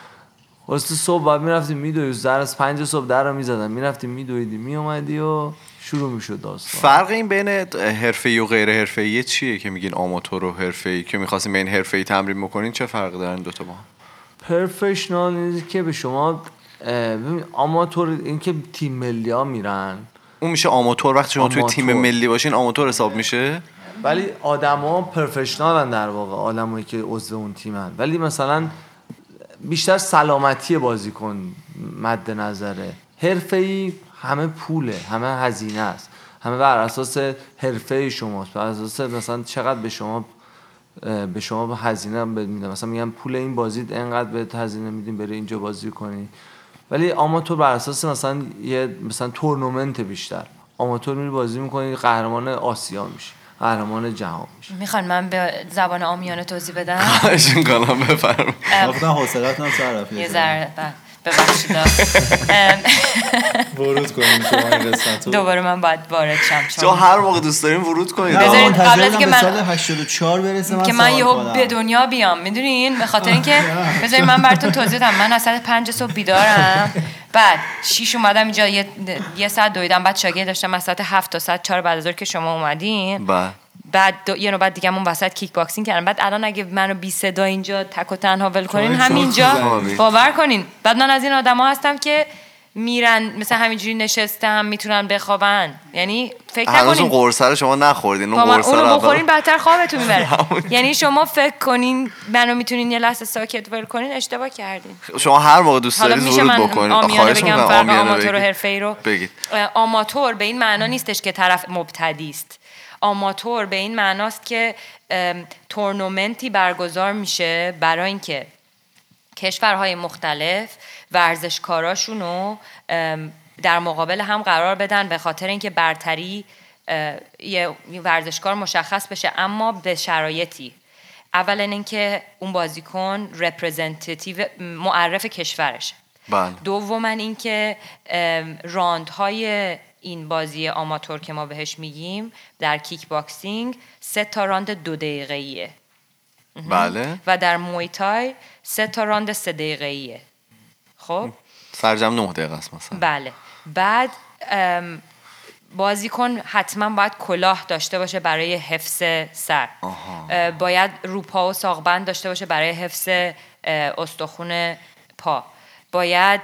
[SPEAKER 4] واسه صبح بعد میرفتیم میدویدیم در از پنج صبح در رو میزدن میرفتیم میدویدیم میومدی و شروع میشد داستان.
[SPEAKER 1] فرق این بین حرفه‌ای و غیر حرفه‌ای چیه که میگین آماتور و حرفه‌ای که می‌خواستین بین حرفه‌ای تمرین بکنین چه فرقی دارن دو تا با هم؟
[SPEAKER 4] پروفشنال اینه که به شما ببین آماتور این که تیم ملی ها میرن
[SPEAKER 1] اون میشه آماتور. وقتی شما
[SPEAKER 4] آماتور.
[SPEAKER 1] توی تیم ملی باشین آماتور حساب میشه.
[SPEAKER 4] ولی آدما پروفشنالن در واقع آدمایی که عضو اون تیمن ولی مثلا بیشتر سلامتی بازیکن مد نظره. حرفه‌ای همه پوله همه هزینه است همه بر اساس حرفه شماست بر اساس مثلا چقدر به شما به شما هزینه میدن. مثلا میگم پول این بازی اینقدر بهت هزینه میدیم بری اینجا بازی کنی. ولی آماتور بر اساس مثلا یه مثلا تورنمنت بیشتر آماتور میری بازی میکنی قهرمان آسیا میشی قهرمان جهان میشه.
[SPEAKER 3] میخوان من به زبان عامیانه توضیح بدم؟
[SPEAKER 1] خواهش می‌کنم بفرمایید.
[SPEAKER 2] گفتم حوصله‌تون سر رفت
[SPEAKER 3] یه ذره ببخشید
[SPEAKER 5] ورود کنیم تو این قسمت
[SPEAKER 3] دوباره من باید وارد شم.
[SPEAKER 1] تو هر موقع دوست دارین ورود کنید.
[SPEAKER 3] بذارید قبل از اینکه من
[SPEAKER 2] سال هشتاد و چهار برسه من
[SPEAKER 3] که من یهو به دنیا بیام میدونین به خاطر اینکه بذارید من براتون توضیح بدم. من از ساعت پنج صبح بیدارم بعد شیش اومدم اینجا یه, یه ساعت دویدم بعد شاگرد داشتم از ساعت هفت تا ساعت چهار بعد از ظهر که شما اومدین
[SPEAKER 1] بعد
[SPEAKER 3] بعد دو... یه نوبت دیگه اون وسط کیک باکسینگ کردم. بعد الان اگه منو بی صدا اینجا تک و تنها ول کنین همینجا باور کنین. بعد من از این آدما هستم که میرن مثلا همینجوری نشسته هم میتونن بخوابن. یعنی فکر
[SPEAKER 1] نکنین
[SPEAKER 3] هنوز
[SPEAKER 1] اون قرصه رو شما نخوردین، اون قرصه
[SPEAKER 3] رو
[SPEAKER 1] رو
[SPEAKER 3] بخورین بدتر خوابتون میبره. یعنی شما فکر کنین منو میتونین یه لحظه ساکت ول کنین، اشتباه کردین.
[SPEAKER 1] شما هر موقع دوست دارید ورود بکنید.
[SPEAKER 3] آمیانه بگم فرق آماتور و حرفه‌ای رو
[SPEAKER 1] بگید.
[SPEAKER 3] آماتور به این معنا نیستش که طرف مبتدی است. آماتور به این معناست که تورنمنتی برگزار میشه برای اینکه کشورهای مختلف ورزشکاراشون رو در مقابل هم قرار بدن، به خاطر اینکه برتری یه ورزشکار مشخص بشه، اما به شرایطی. اولا اینکه اون بازیکن رپرزنتیتیو معرف کشورشه.
[SPEAKER 1] بله.
[SPEAKER 3] دوما اینکه راندهای این بازی آماتور که ما بهش میگیم در کیک باکسینگ سه تا راند دو دقیقه‌ایه.
[SPEAKER 1] بله.
[SPEAKER 3] و در مویتای سه تا راند سه دقیقه‌ایه. خب
[SPEAKER 1] سرجم نه دقیقه است مثلا.
[SPEAKER 3] بله. بعد بازیکن حتما باید کلاه داشته باشه برای حفظ سر.
[SPEAKER 1] آها.
[SPEAKER 3] باید روپا و ساقبند داشته باشه برای حفظ استخوان پا. باید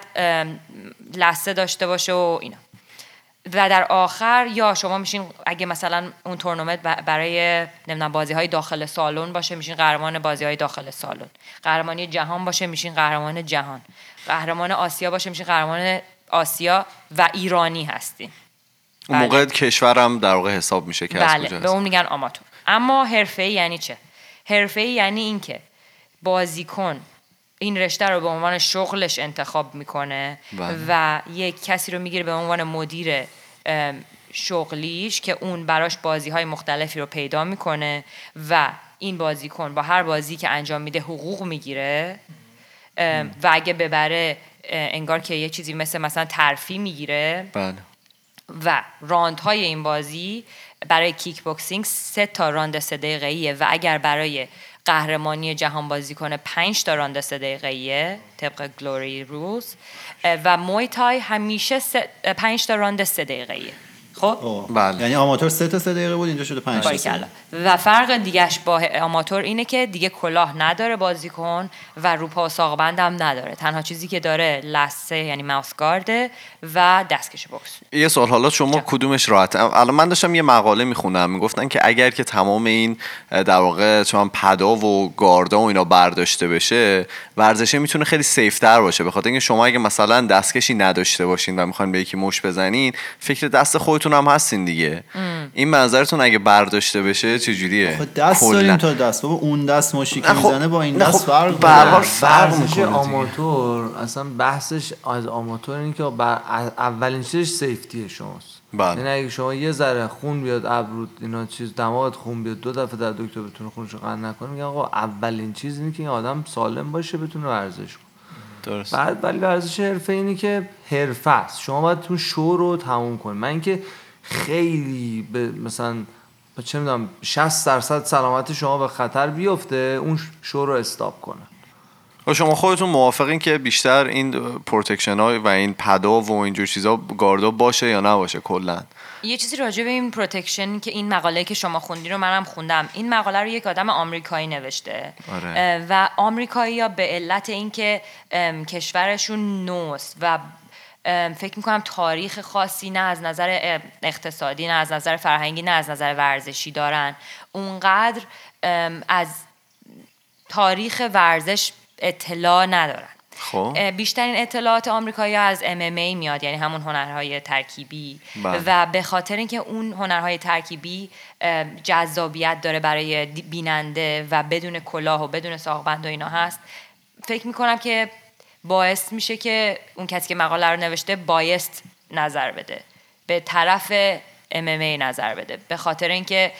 [SPEAKER 3] لثه داشته باشه و اینا. و در آخر یا شما میشین، اگه مثلا اون تورنمنت برای نمیدونم بازی‌های داخل سالن باشه، میشین قهرمان بازی‌های داخل سالن. قهرمانی جهان باشه، میشین قهرمان جهان. قهرمان آسیا باشه، میشین قهرمان آسیا و ایرانی هستین.
[SPEAKER 1] اون موقع کشورم در واقع حساب میشه که از
[SPEAKER 3] بله.
[SPEAKER 1] کجاست.
[SPEAKER 3] به اون میگن آماتور. اما حرفه‌ای یعنی چه؟ حرفه‌ای یعنی این که بازیکن این رشته رو به عنوان شغلش انتخاب میکنه
[SPEAKER 1] بله.
[SPEAKER 3] و یک کسی رو میگیره به عنوان مدیر شغلیش که اون براش بازی‌های مختلفی رو پیدا میکنه و این بازیکن با هر بازی که انجام میده حقوق میگیره و اگه ببره انگار که یه چیزی مثل مثلا ترفیع میگیره.
[SPEAKER 1] بله.
[SPEAKER 3] و راندهای این بازی برای کیک باکسینگ سه تا راند سه دقیقه‌ایه و اگر برای قهرمانی جهان بازی کنه پنج تا راند سه دقیقه‌ایه طبق گلوری رولز و موی تای همیشه پنج تا راند سه دقیقه‌ایه. خب
[SPEAKER 2] بله. یعنی آماتور سه تا سه دقیقه بود، اینجا شده پنج تا سه دقیقه.
[SPEAKER 3] و فرق دیگهش با آماتور اینه که دیگه کلاه نداره بازیکن و روپا و ساقبند هم نداره. تنها چیزی که داره لثه یعنی ماوس گارده و دستکش بوکس.
[SPEAKER 1] یه سوال، حالا شما جا. کدومش راحت؟ الان من داشتم یه مقاله میخونم میگفتن که اگر که تمام این در واقع چون پدا و گاردا و اینا برداشته بشه، ورزشه میتونه خیلی سیف تر باشه، به خاطر اینکه شما اگه مثلا دستکشی نداشته باشین و میخواین به یکی مش بزنین، فکر دست خودتون هم هستین دیگه. ام. این منظرتون اگه برداشته بشه چجوریه؟
[SPEAKER 2] خب دست کلن. داریم تا دست بابا، اون دست مشی که میزنه با این دست فرق
[SPEAKER 1] به هر حال فرق میکنه.
[SPEAKER 4] آماتور اصلا بحثش از آماتور اینه که اولین چیزش سیفتیه شماست.
[SPEAKER 1] بله.
[SPEAKER 4] یعنی اگه شما یه ذره خون بیاد ابرود اینا چیز دماغت خون بیاد دو دفعه در دکتر بتونه خونشو قطع نکنه، میگن آقا اولین چیز اینه که این آدم سالم باشه بتونه ورزش کنه.
[SPEAKER 1] درست.
[SPEAKER 4] بعد ولی ورزش حرفه اینه که حرفه است، شما باید اون شو رو تموم کنید. من که خیلی به مثلا چه میدونم شصت درصد سلامت شما به خطر بیفته اون شو رو استاپ کنه.
[SPEAKER 1] و شما خودتون موافقین که بیشتر این پروتکشن ها و این پدا و اینجور چیزا گاردا باشه یا نباشه کلا؟
[SPEAKER 3] یه چیزی راجع به این پروتکشن که این مقاله که شما خوندین رو منم خوندم. این مقاله رو یک آدم آمریکایی نوشته.
[SPEAKER 1] آره.
[SPEAKER 3] و آمریکایی‌ها به علت اینکه کشورشون نوست و فکر میکنم تاریخ خاصی نه از نظر اقتصادی نه از نظر فرهنگی نه از نظر ورزشی دارن، اونقدر از تاریخ ورزش اطلاع ندارن.
[SPEAKER 1] خب
[SPEAKER 3] بیشترین اطلاعات آمریکایی‌ها از ام ام ای میاد، یعنی همون هنرهای ترکیبی.
[SPEAKER 1] بله.
[SPEAKER 3] و به خاطر اینکه اون هنرهای ترکیبی جذابیت داره برای بیننده و بدون کلاه و بدون ساقبند و اینا هست، فکر میکنم که باعث میشه که اون کسی که مقاله رو نوشته بایست نظر بده، به طرف ام ام ای نظر بده، به خاطر اینکه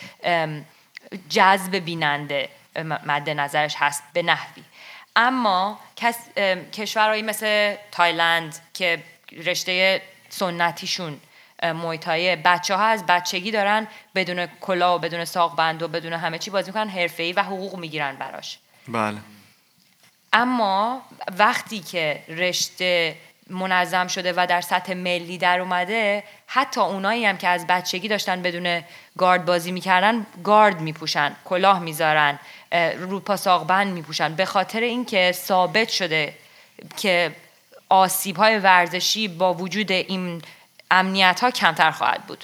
[SPEAKER 3] جذب بیننده مد نظرش هست به نحوی. اما کس، کشورهایی مثل تایلند که رشته سنتیشون مویتای، بچه ها از بچگی دارن بدون کلاه و بدون ساقبند و بدون همه چی بازی میکنن حرفه‌ای و حقوق میگیرن براش.
[SPEAKER 1] بله.
[SPEAKER 3] اما وقتی که رشته منظم شده و در سطح ملی در اومده، حتی اونایی هم که از بچگی داشتن بدون گارد بازی میکردن گارد میپوشن، کلاه میذارن، روپا ساقبند میپوشن، به خاطر اینکه ثابت شده که آسیب‌های ورزشی با وجود این امنیت‌ها کمتر خواهد بود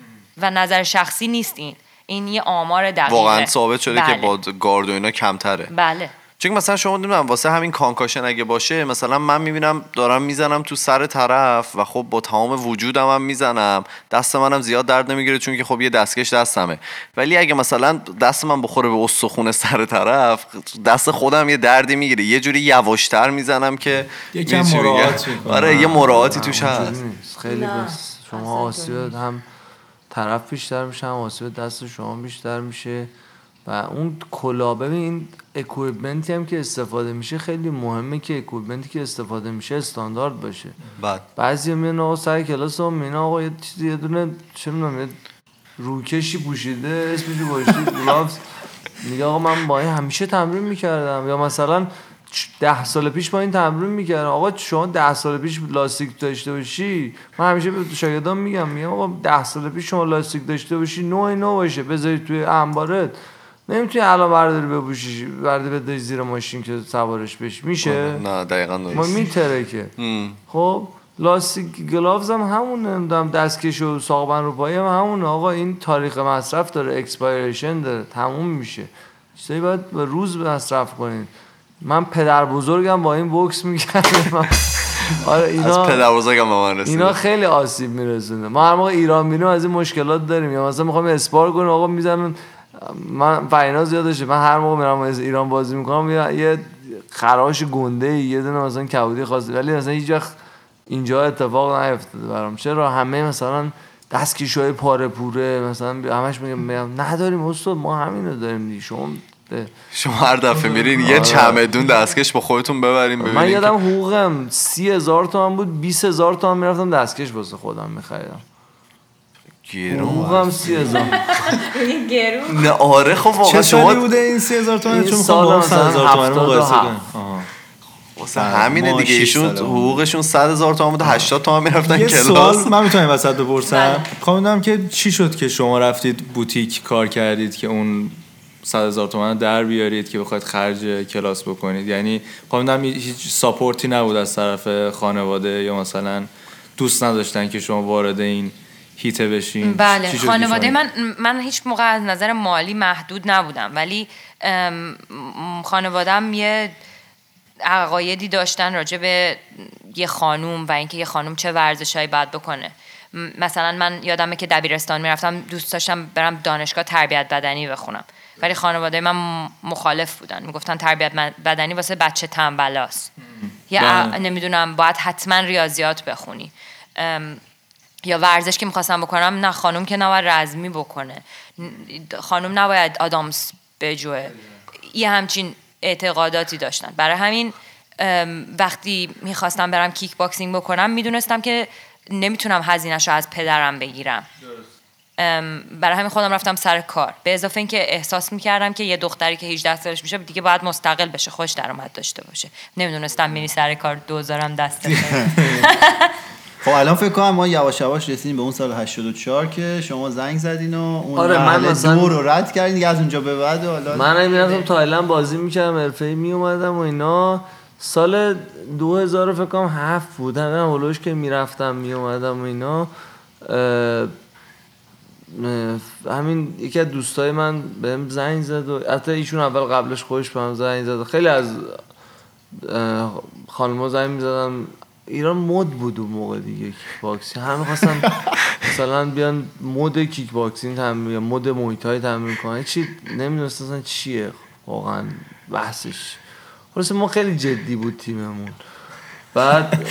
[SPEAKER 3] و نظر شخصی نیست. این این یه آمار دقیقه
[SPEAKER 1] واقعا ثابت شده
[SPEAKER 3] بله.
[SPEAKER 1] که با گارد و اینا کمتره.
[SPEAKER 3] بله.
[SPEAKER 1] چون مثلا شما نمیدونم واسه همین کانکاشن اگه باشه، مثلا من میبینم دارم میزنم تو سر طرف و خب با تمام وجودم هم میزنم، دست منم زیاد درد نمیگیره چون که خب یه دستکش دستمه، ولی اگه مثلا دست من بخوره به استخوان سر طرف، دست خودم یه دردی میگیره، یه جوری یواشتر میزنم که
[SPEAKER 5] یکم مراعات میکنم.
[SPEAKER 1] آره یه مراعاتی توش هست.
[SPEAKER 4] خیلی بس شما آسیب هم طرف بیشتر میشه، هم آسیب دست شما بیشتر میشه و اون کلا. ببین این اکویپمنتی هم که استفاده میشه خیلی مهمه که اکویپمنتی که استفاده میشه استاندارد باشه.
[SPEAKER 1] بعد
[SPEAKER 4] بعضی میان آقا سر کلاس هم میان آقا یه چیزی یه دونه چه میدونم یه روکشی پوشیده اسمش گوشید گلافز، میگه آقا من با این همیشه تمرین میکردم، یا مثلا ده سال پیش با این تمرین میکردم. آقا شما ده سال پیش لاستیک داشته باشی، من همیشه به شاگردان میگم میگم آقا ده سال پیش شما لاستیک داشته باشی نوع نو باشه بذاری توی انبارت، نمیتونی الان برداری بپوشی برداری بذاری زیر ماشین که سوارش بشی، میشه؟
[SPEAKER 1] نه دقیقاً درست.
[SPEAKER 4] ما میترکه. خب لاستیک گلاوز هم همونه، نمیدونم دستکش و ساقبند رو پایی هم همونه. آقا این تاریخ مصرف داره، اکسپایریشن داره، تموم میشه، چیزایی باید به روز مصرف کنین. من پدر بزرگم با این بوکس میکردم. آره اینا
[SPEAKER 1] از پدر بزرگم به من رسید.
[SPEAKER 4] اینا خیلی آسیب میرسونه. ما هر موقع ایران میریم از این مشکلات داریم، یا مثلا میخوام اسپار کنم آقا میزنن، من فیناز یادشه من هر موقع میرم از ایران بازی میکنم یه خراش گنده یه دونه مثلا کبودی خواسته، ولی مثلا هیچ وقت اینجا اتفاق نیفتاده برام. چرا همه مثلا دستکشای پاره پوره مثلا همش میگم میگم نداریم استاد، ما همینو داریم دیگه. شما
[SPEAKER 1] شما هر دفعه میرین یه چمدون دستکش با خودتون ببرین ببینین.
[SPEAKER 4] من یادم حقوقم سی هزار تومان بود، بیست هزار تومان میرفتم دستکش واسه خودم میخریدم.
[SPEAKER 1] گرون
[SPEAKER 4] حقوقم سی هزار.
[SPEAKER 3] گرون.
[SPEAKER 1] نه آره خب واقعا
[SPEAKER 5] چه
[SPEAKER 1] شما
[SPEAKER 5] سالی بوده این سی هزار تومان؟ چون
[SPEAKER 4] سال
[SPEAKER 5] میخوام با صد هزار تومان مقایسه کنم.
[SPEAKER 1] واسه همینه دیگه ایشون حقوقشون صد هزار تومان بود، هشتاد تومان میرفتن
[SPEAKER 5] یه
[SPEAKER 1] کلاس.
[SPEAKER 5] سوال من میتونم این وسط بپرسم؟ میخوام بدونم که چی شد که شما رفتید بوتیک کار کردید که اون صد هزار تومان در بیارید که بخواید خرج کلاس بکنید؟ یعنی میخوام بدونم هیچ ساپورتی نبود از طرف خانواده یا مثلا دوست نداشتن که شما وارد این هیته بشین؟
[SPEAKER 3] بله خانواده من من هیچ موقع از نظر مالی محدود نبودم، ولی خانواده‌ام یه عقایدی داشتن راجع به یه خانوم و اینکه یه خانوم چه ورزشایی باید بکنه. مثلا من یادمه که دبیرستان میرفتم دوست داشتم برم دانشگاه تربیت بدنی بخونم، ولی خانواده من مخالف بودن، میگفتن تربیت بدنی واسه بچه تنبلاست، یا نمیدونم باید حتما ریاضیات بخونی، یا ورزش که میخواستم بکنم نه خانوم که نباید رزمی بکنه، خانوم نباید آدامس بجوه. یه همچین اعتقاداتی داشتن. برای همین وقتی میخواستم برم کیک باکسینگ بکنم میدونستم که نمیتونم هزینه‌شو از پدرم بگیرم. برای همین خودم رفتم سر کار، به اضافه اینکه احساس میکردم که یه دختری که هجده سالش میشه دیگه باید مستقل بشه، خوش درآمد داشته باشه. نمیدونستم میری سر کار دوزارم دست
[SPEAKER 2] خب الان فکر کنم ما یواش یواش رسیدیم به اون سال هشتاد و چهار که شما زنگ زدین و اون
[SPEAKER 4] آره من مثلا
[SPEAKER 2] دور رو رد کردین دیگه، از اونجا به بعد حالا
[SPEAKER 4] من میرفتم تایلند بازی میکردم، حرفه‌ای میومدم و اینا. سال دو هزار فکر کنم هفت بود همین اولش که میرفتم میومدم و اینا. همین یکی از دوستای من بهم زنگ زد و حتی ایشون اول قبلش خودش بهم زنگ زد. خیلی از خانم‌ها زنگ می‌زدن. ایران مد بود اون موقع دیگه کیک باکسینگ، همه خواستن مثلا بیان مد کیک باکسینگ تمرین یا مد موی تای تمرین کنن، چی نمی‌دونستن چیه واقعا بحثش. خلاص ما خیلی جدی بود تیممون. بعد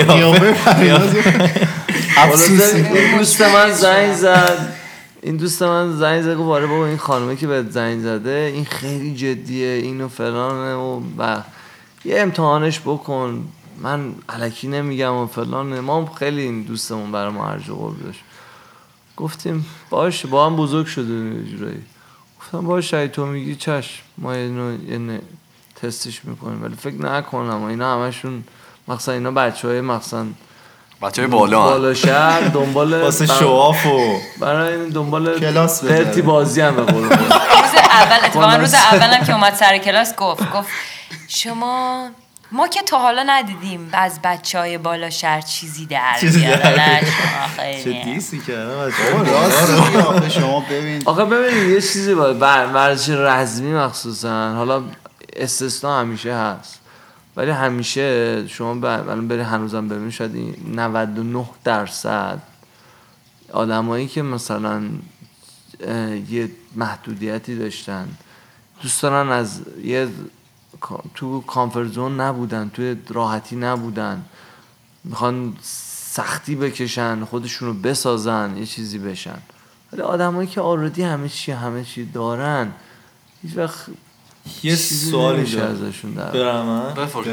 [SPEAKER 4] این دوست من زنگ زد این دوست من زنگ زد گفت آره بابا این خانومه که بهت زنگ زده این خیلی جدیه اینو فلانه و, و یه امتحانش بکن، من الکی نمیگم و فلانه. ما خیلی این دوستمون برای ما هرج و قرب داشت. گفتیم باشه، با هم بزرگ شدیم یه جورایی. گفتم باشه اگه تو میگی چشم ما اینو یه تستش میکنیم، ولی فکر نکنم اینا همشون مخصوصا اینا بچهای مخصوصا
[SPEAKER 1] بچهای بالا
[SPEAKER 4] بالا شهر دنبال
[SPEAKER 5] واسه شواف و
[SPEAKER 4] برای دنبال
[SPEAKER 2] کلاس
[SPEAKER 4] پرتی بازی هم به قول
[SPEAKER 3] روز اول اتفاقا روز اولم که اومد سر کلاس گفت گفت شما ما که تا حالا ندیدیم از بچهای بالا شهر چیزی در بیارن.
[SPEAKER 5] چه دیسی کردم
[SPEAKER 2] راست شما ببین.
[SPEAKER 4] آخه ببینید یه چیزی باید ورزش رزمی مخصوصا، حالا استثناء همیشه هست ولی همیشه شما الان بری هنوزم ببین شاید نود و نه درصد آدمایی که مثلا یه محدودیتی داشتن دوست دارن از یه تو کامفورت زون نبودن، تو راحتی نبودن، میخوان سختی بکشن، خودشونو بسازن، یه چیزی بشن. ولی آدمایی که آردی همه چی همه چی دارن هیچ وقت
[SPEAKER 5] یه سوالی
[SPEAKER 4] میشه ازشون در
[SPEAKER 5] برم.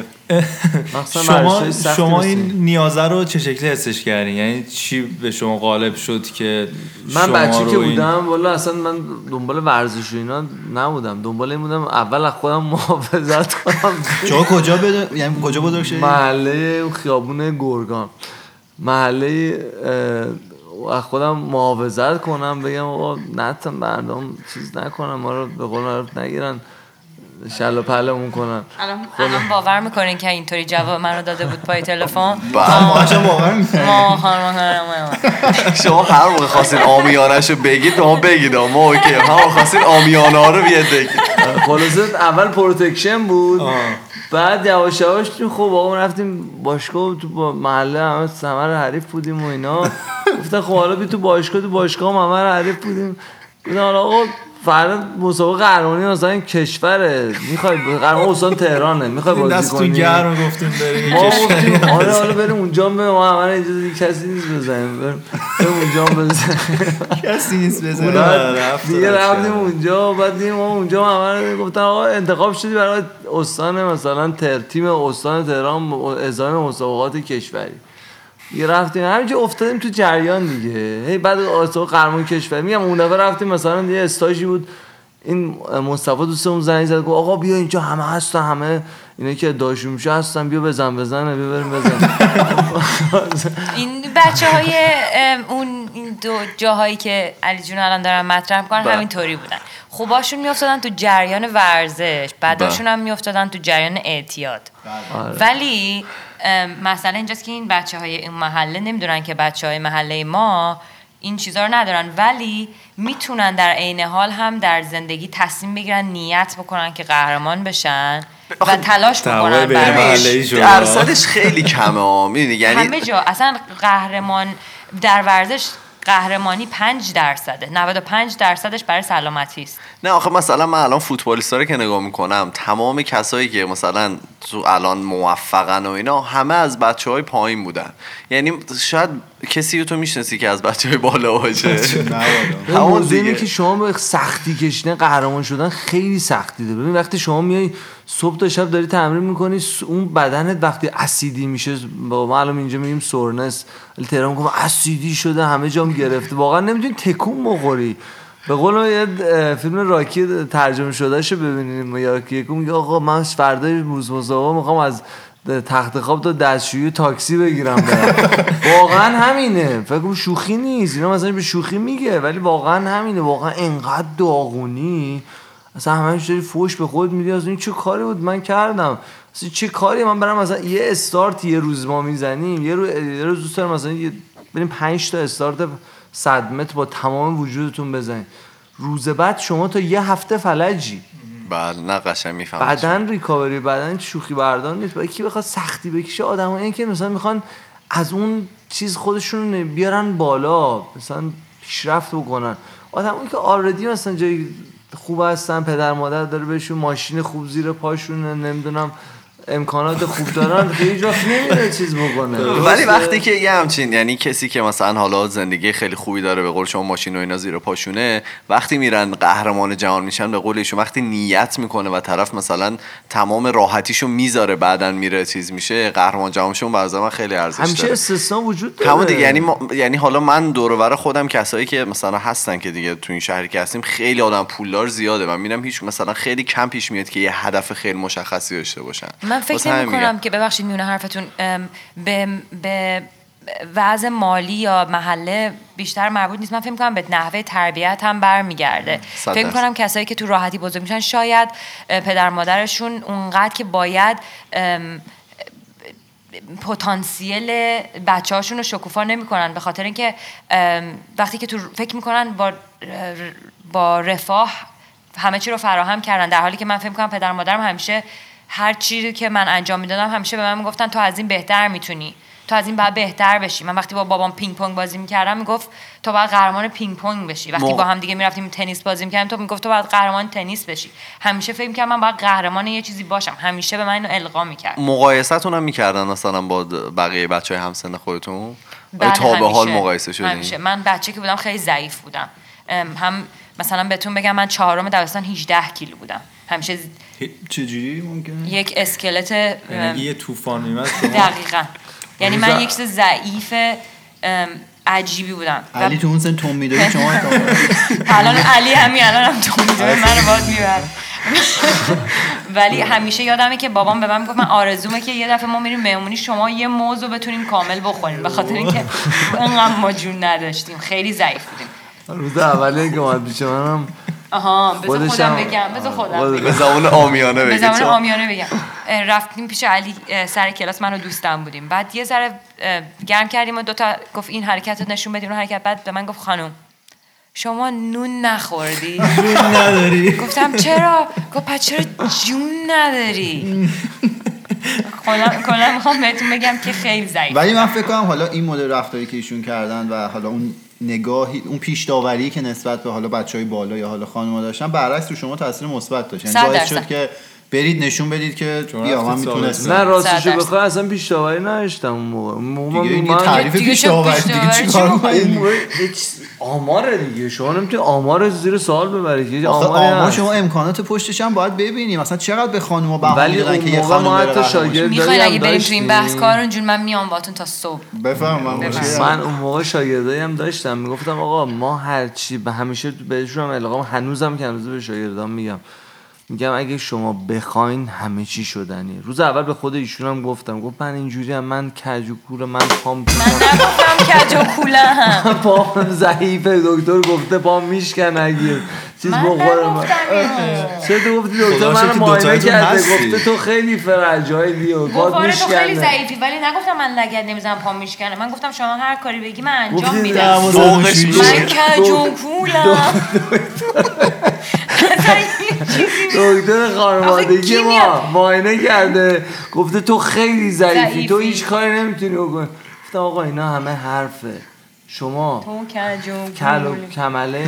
[SPEAKER 4] شما
[SPEAKER 5] شما این نیازه رو چه شکلی حسش کردین؟ یعنی چی به شما غالب شد که
[SPEAKER 4] من بچه که بودم والا اصلا من دنبال ورزش و اینا نبودم، دنبال این بودم اول از خودم محافظت کنم.
[SPEAKER 2] شما کجا بده یعنی کجا بزرگ شدید؟
[SPEAKER 4] محله خیابون گرگان، محله از خودم محافظت کنم، بگم آقا نتم مردم چیز نکنم، ما رو به قول معروف نگیرن شل و پلمون کنن.
[SPEAKER 3] الان باور میکنین که اینطوری جواب منو داده بود پای تلفن؟
[SPEAKER 2] ما چه باور میکنیم؟
[SPEAKER 1] شما هر موقع خواستین آمیانه‌شو بگید ما بگید ما اوکی، ما خواستین آمیانه ها رو بیاد بگید.
[SPEAKER 4] خلاصه اول پروتکشن بود آه. بعد یواش یواش تو خب آقا رفتیم باشگاه تو با محله همه ثمر حریف بودیم و اینا. گفتن خب حالا بی تو باشگاه تو باشگاه هم همه حریف بودیم. گفتن حالا آقا فردا مسابقه قهرمانی مثلا این کشوره، میخوای قهرمان استان تهرانه، میخوای بازی کنی؟
[SPEAKER 5] دست تو گرم گفتیم بریم
[SPEAKER 4] ما گفتیم آره حالا بریم اونجا، به ما همه اجازه کسی نیست بزنیم، بریم اونجا بزنیم
[SPEAKER 2] کسی نیست بزنیم.
[SPEAKER 4] دیگه رفتیم اونجا، بعد دیگه ما اونجا همه گفتن آقا انتخاب شدی برای استان مثلا تر تیم استان تهران اعزام مسابقات کشوری. یه رفتیم همینجا افتادیم تو جریان دیگه. هی بعد مسابقه قهرمان کشور میگم اون دفعه رفتیم مثلا یه استاژی بود، این مصطفی دوستمون زنگ زد گفت آقا بیا اینجا همه هستن، همه اینا که ادعاشون میشه هستن، بیا بزن بزن بیا بریم بزن.
[SPEAKER 3] این بچهای اون این دو جاهایی که علی جون الان دارن مطرح میکنن همینطوری بودن. خوباشون میافتادن تو جریان ورزش، بعداشون هم میافتادن تو جریان اعتیاد. ولی مثلا اینجاست که این بچهای این محله نمیدونن که بچهای محله ما این چیزا رو ندارن، ولی میتونن در عین حال هم در زندگی تصمیم بگیرن، نیت بکنن که قهرمان بشن و تلاش بکنن
[SPEAKER 1] برای درصدش خیلی کمه ها، میدونی یعنی
[SPEAKER 3] همه جا اصلا قهرمان در ورزش قهرمانی پنج درصده، نود و پنج درصدش برای سلامتی است.
[SPEAKER 1] نه آخه مثلا من الان فوتبالیستا رو که نگاه میکنم تمام کسایی که مثلا تو الان موفقن و اینا همه از بچهای پایین بودن، یعنی شاید کسی رو تو میشناسی که از بچهای بالا باشه.
[SPEAKER 4] همون دیگه که شما به سختی کشیدن قهرمان شدن خیلی سختی داره. ببین وقتی شما میای صبح تا شب داری تمرین میکنی، اون بدنت وقتی اسیدی میشه، با ما الان اینجا میگیم سورنس، تهران میگم اسیدی شده همه جام گرفته، واقعا نمیتونی تکون بخوری. به قول یه فیلم راکی ترجمه شده شو ببینیم، یا یکو میگه آقا من فردای روز مسابقه میخوام از تخت خواب تا دستشویی تاکسی بگیرم برم. واقعا همینه، فکر کنم شوخی نیست اینا، مثلا به شوخی میگه ولی واقعا همینه. واقعا انقدر داغونی اصلا همش داری فوش به خود میدی، از این چه کاری بود من کردم، اصلا چه کاری من برم مثلا یه استارت یه روز ما میزنیم، یه روز یه روز دوست دارم مثلا بریم پنج تا استارت صد متر با تمام وجودتون بزنید، روز بعد شما تا یه هفته فلجی.
[SPEAKER 1] بله نه قشنگ میفهمم.
[SPEAKER 4] بدن ریکاوری، بدن شوخی بردار نیست. با کی بخواد سختی بکشه آدمایی که مثلا میخوان از اون چیز خودشون بیارن بالا، مثلا پیشرفت بکنن. آدمایی که آردی مثلا جای خوب هستن، پدر مادر داره بهشون ماشین خوب زیر پاشونه، نمیدونم امکانات خوب دارن، خیلی جا نمیره چیز بکنه.
[SPEAKER 1] ولی وقتی که یه همچین یعنی کسی که مثلا حالا زندگی خیلی خوبی داره، به قول شما ماشین و اینا زیر پاشونه، وقتی میرن قهرمان جهان میشن، به قول ایشون وقتی نیت میکنه و طرف مثلا تمام راحتیشو میذاره بعدن میره چیز میشه قهرمان جهانشون، برای من خیلی ارزش داره.
[SPEAKER 4] همیشه استثنا وجود داره.
[SPEAKER 1] همون دیگه، یعنی ما... یعنی حالا من دور و بر خودم کسایی که مثلا هستن که دیگه تو این شهری که هستیم خیلی آدم پولدار زیاده، من میبینم هیچ مثلا خیلی کم پیش میاد که یه هدف خیلی مشخصی داشته باشن.
[SPEAKER 3] من فکر نمی‌کنم که ببخشید میونه حرفتون به به وضع مالی یا محله بیشتر مربوط نیست. من فکر می‌کنم به نحوه تربیت هم برمیگرده. فکر می‌کنم کسایی که تو راحتی بزرگ میشن شاید پدر مادرشون اونقدر که باید پتانسیل بچه‌هاشون رو شکوفا نمی‌کنن، به خاطر اینکه وقتی که تو فکر می‌کنن با با رفاه همه چی رو فراهم کردن، در حالی که من فکر می‌کنم پدر مادرم همیشه هر چیزی که من انجام میدادم همیشه به من میگفتن تو از این بهتر میتونی، تو از این باید بهتر بشی. من وقتی با بابام پینگ پونگ بازی میکردم میگفت تو باید قهرمان پینگ پونگ بشی. وقتی م... با هم دیگه میرفتیم تنیس بازی میکردیم تو میگفت تو باید قهرمان تنیس بشی. همیشه فکر میکردم من باید قهرمان یه چیزی باشم، همیشه به من اینو القا میکرد.
[SPEAKER 1] مقایسه‌تون هم میکردن مثلا با بقیه بچهای همسن خودتون؟ آیا تا به حال مقایسه شدین؟
[SPEAKER 3] همیشه. من بچه که بودم خیلی ضعیف بودم. هم مثلا بهتون بگم من چهارم دبستان هجده کیلو بودم. همیشه
[SPEAKER 2] چجوری ممکنه؟
[SPEAKER 3] یک اسکلت
[SPEAKER 5] یعنی یه طوفان میاد.
[SPEAKER 3] دقیقاً. یعنی من یک چیز ضعیف عجیبی بودم.
[SPEAKER 2] علی تو اون سن توم میدوی شما
[SPEAKER 3] الان علی همین الان هم توم میدوی منو باید میبره. ولی همیشه یادمه که بابام به من میگفت من آرزومه که یه دفعه ما میریم مهمونی شما یه موزو بتونیم کامل بخوریم، به خاطر اینکه انقدر ما جون نداشتیم، خیلی ضعیف بودیم.
[SPEAKER 4] روز اولی که اومد پیش منم
[SPEAKER 3] آها بذار خودم بگم بذار خودم
[SPEAKER 1] به زبان عامیانه بگم
[SPEAKER 3] به زبان عامیانه بگم رفتیم پیش علی سر کلاس، من و دوستم بودیم، بعد یه ذره گرم کردیم و دوتا گفت این حرکت رو نشون بدیم اون حرکت، بعد به من گفت خانم شما نون نخوردی؟
[SPEAKER 2] جون نداری؟
[SPEAKER 3] گفتم چرا؟ گفت پس چرا جون نداری؟ کلا میخوام بهتون بگم که خیلی ضعیف.
[SPEAKER 2] ولی من فکر کنم حالا این مدل رفتاری که ایشون کردن و حالا اون نگاهی اون پیش داوری که نسبت به حالا بچهای بالا یا حالا خانم‌ها داشتن برعکس تو شما تاثیر مثبت داشت، یعنی باعث شد که برید نشون بدید که بیا من میتونستم.
[SPEAKER 4] نه راستش بخوای اصلا پیش داوری نداشتم اون موقع.
[SPEAKER 2] دیگه این تعریف پیش داوری دیگه چیکار
[SPEAKER 4] کنید؟ آمار دیگه شما نمیتونی آمار زیر سوال ببرید. یه
[SPEAKER 2] آماری آمار شما امکانات پشتش هم باید ببینیم مثلا چقدر به خانم‌ها بها میدن که یه خانم بره
[SPEAKER 4] شاگرد.
[SPEAKER 3] میخواین اگه بریم تو این بحث کارون جون من میام باهاتون تا صبح.
[SPEAKER 2] بفهمم
[SPEAKER 4] من اون موقع شاگردایی هم داشتم میگفتم آقا ما هر چی به همیشه بهشون هم القام هنوزم که هنوز به شاگردام میگم میگم اگه شما بخواین همه چی شدنی. روز اول به خود ایشون هم گفتم گفت من اینجوری هم من کج و کوله من پام
[SPEAKER 3] من نگفتم کج و کوله هم
[SPEAKER 4] پام ضعیفه دکتر گفته پام میشکن اگه چیز بخوره من چه تو گفتی دکتر من معاینه کرده گفته تو خیلی فرجایلی و باد میشکنه
[SPEAKER 3] تو خیلی ضعیفی ولی نگفتم من لگد نمیزنم پام میشکنه. من گفتم شما هر کاری بگی من انجام میدم. من کج و کولم
[SPEAKER 4] دکتر خانوادگی ما معاینه کرده گفته تو خیلی ضعیفی تو هیچ کاری نمیتونی بکنی. گفتم آقا اینا همه حرفه شما
[SPEAKER 3] تو کجون
[SPEAKER 4] کلو کمله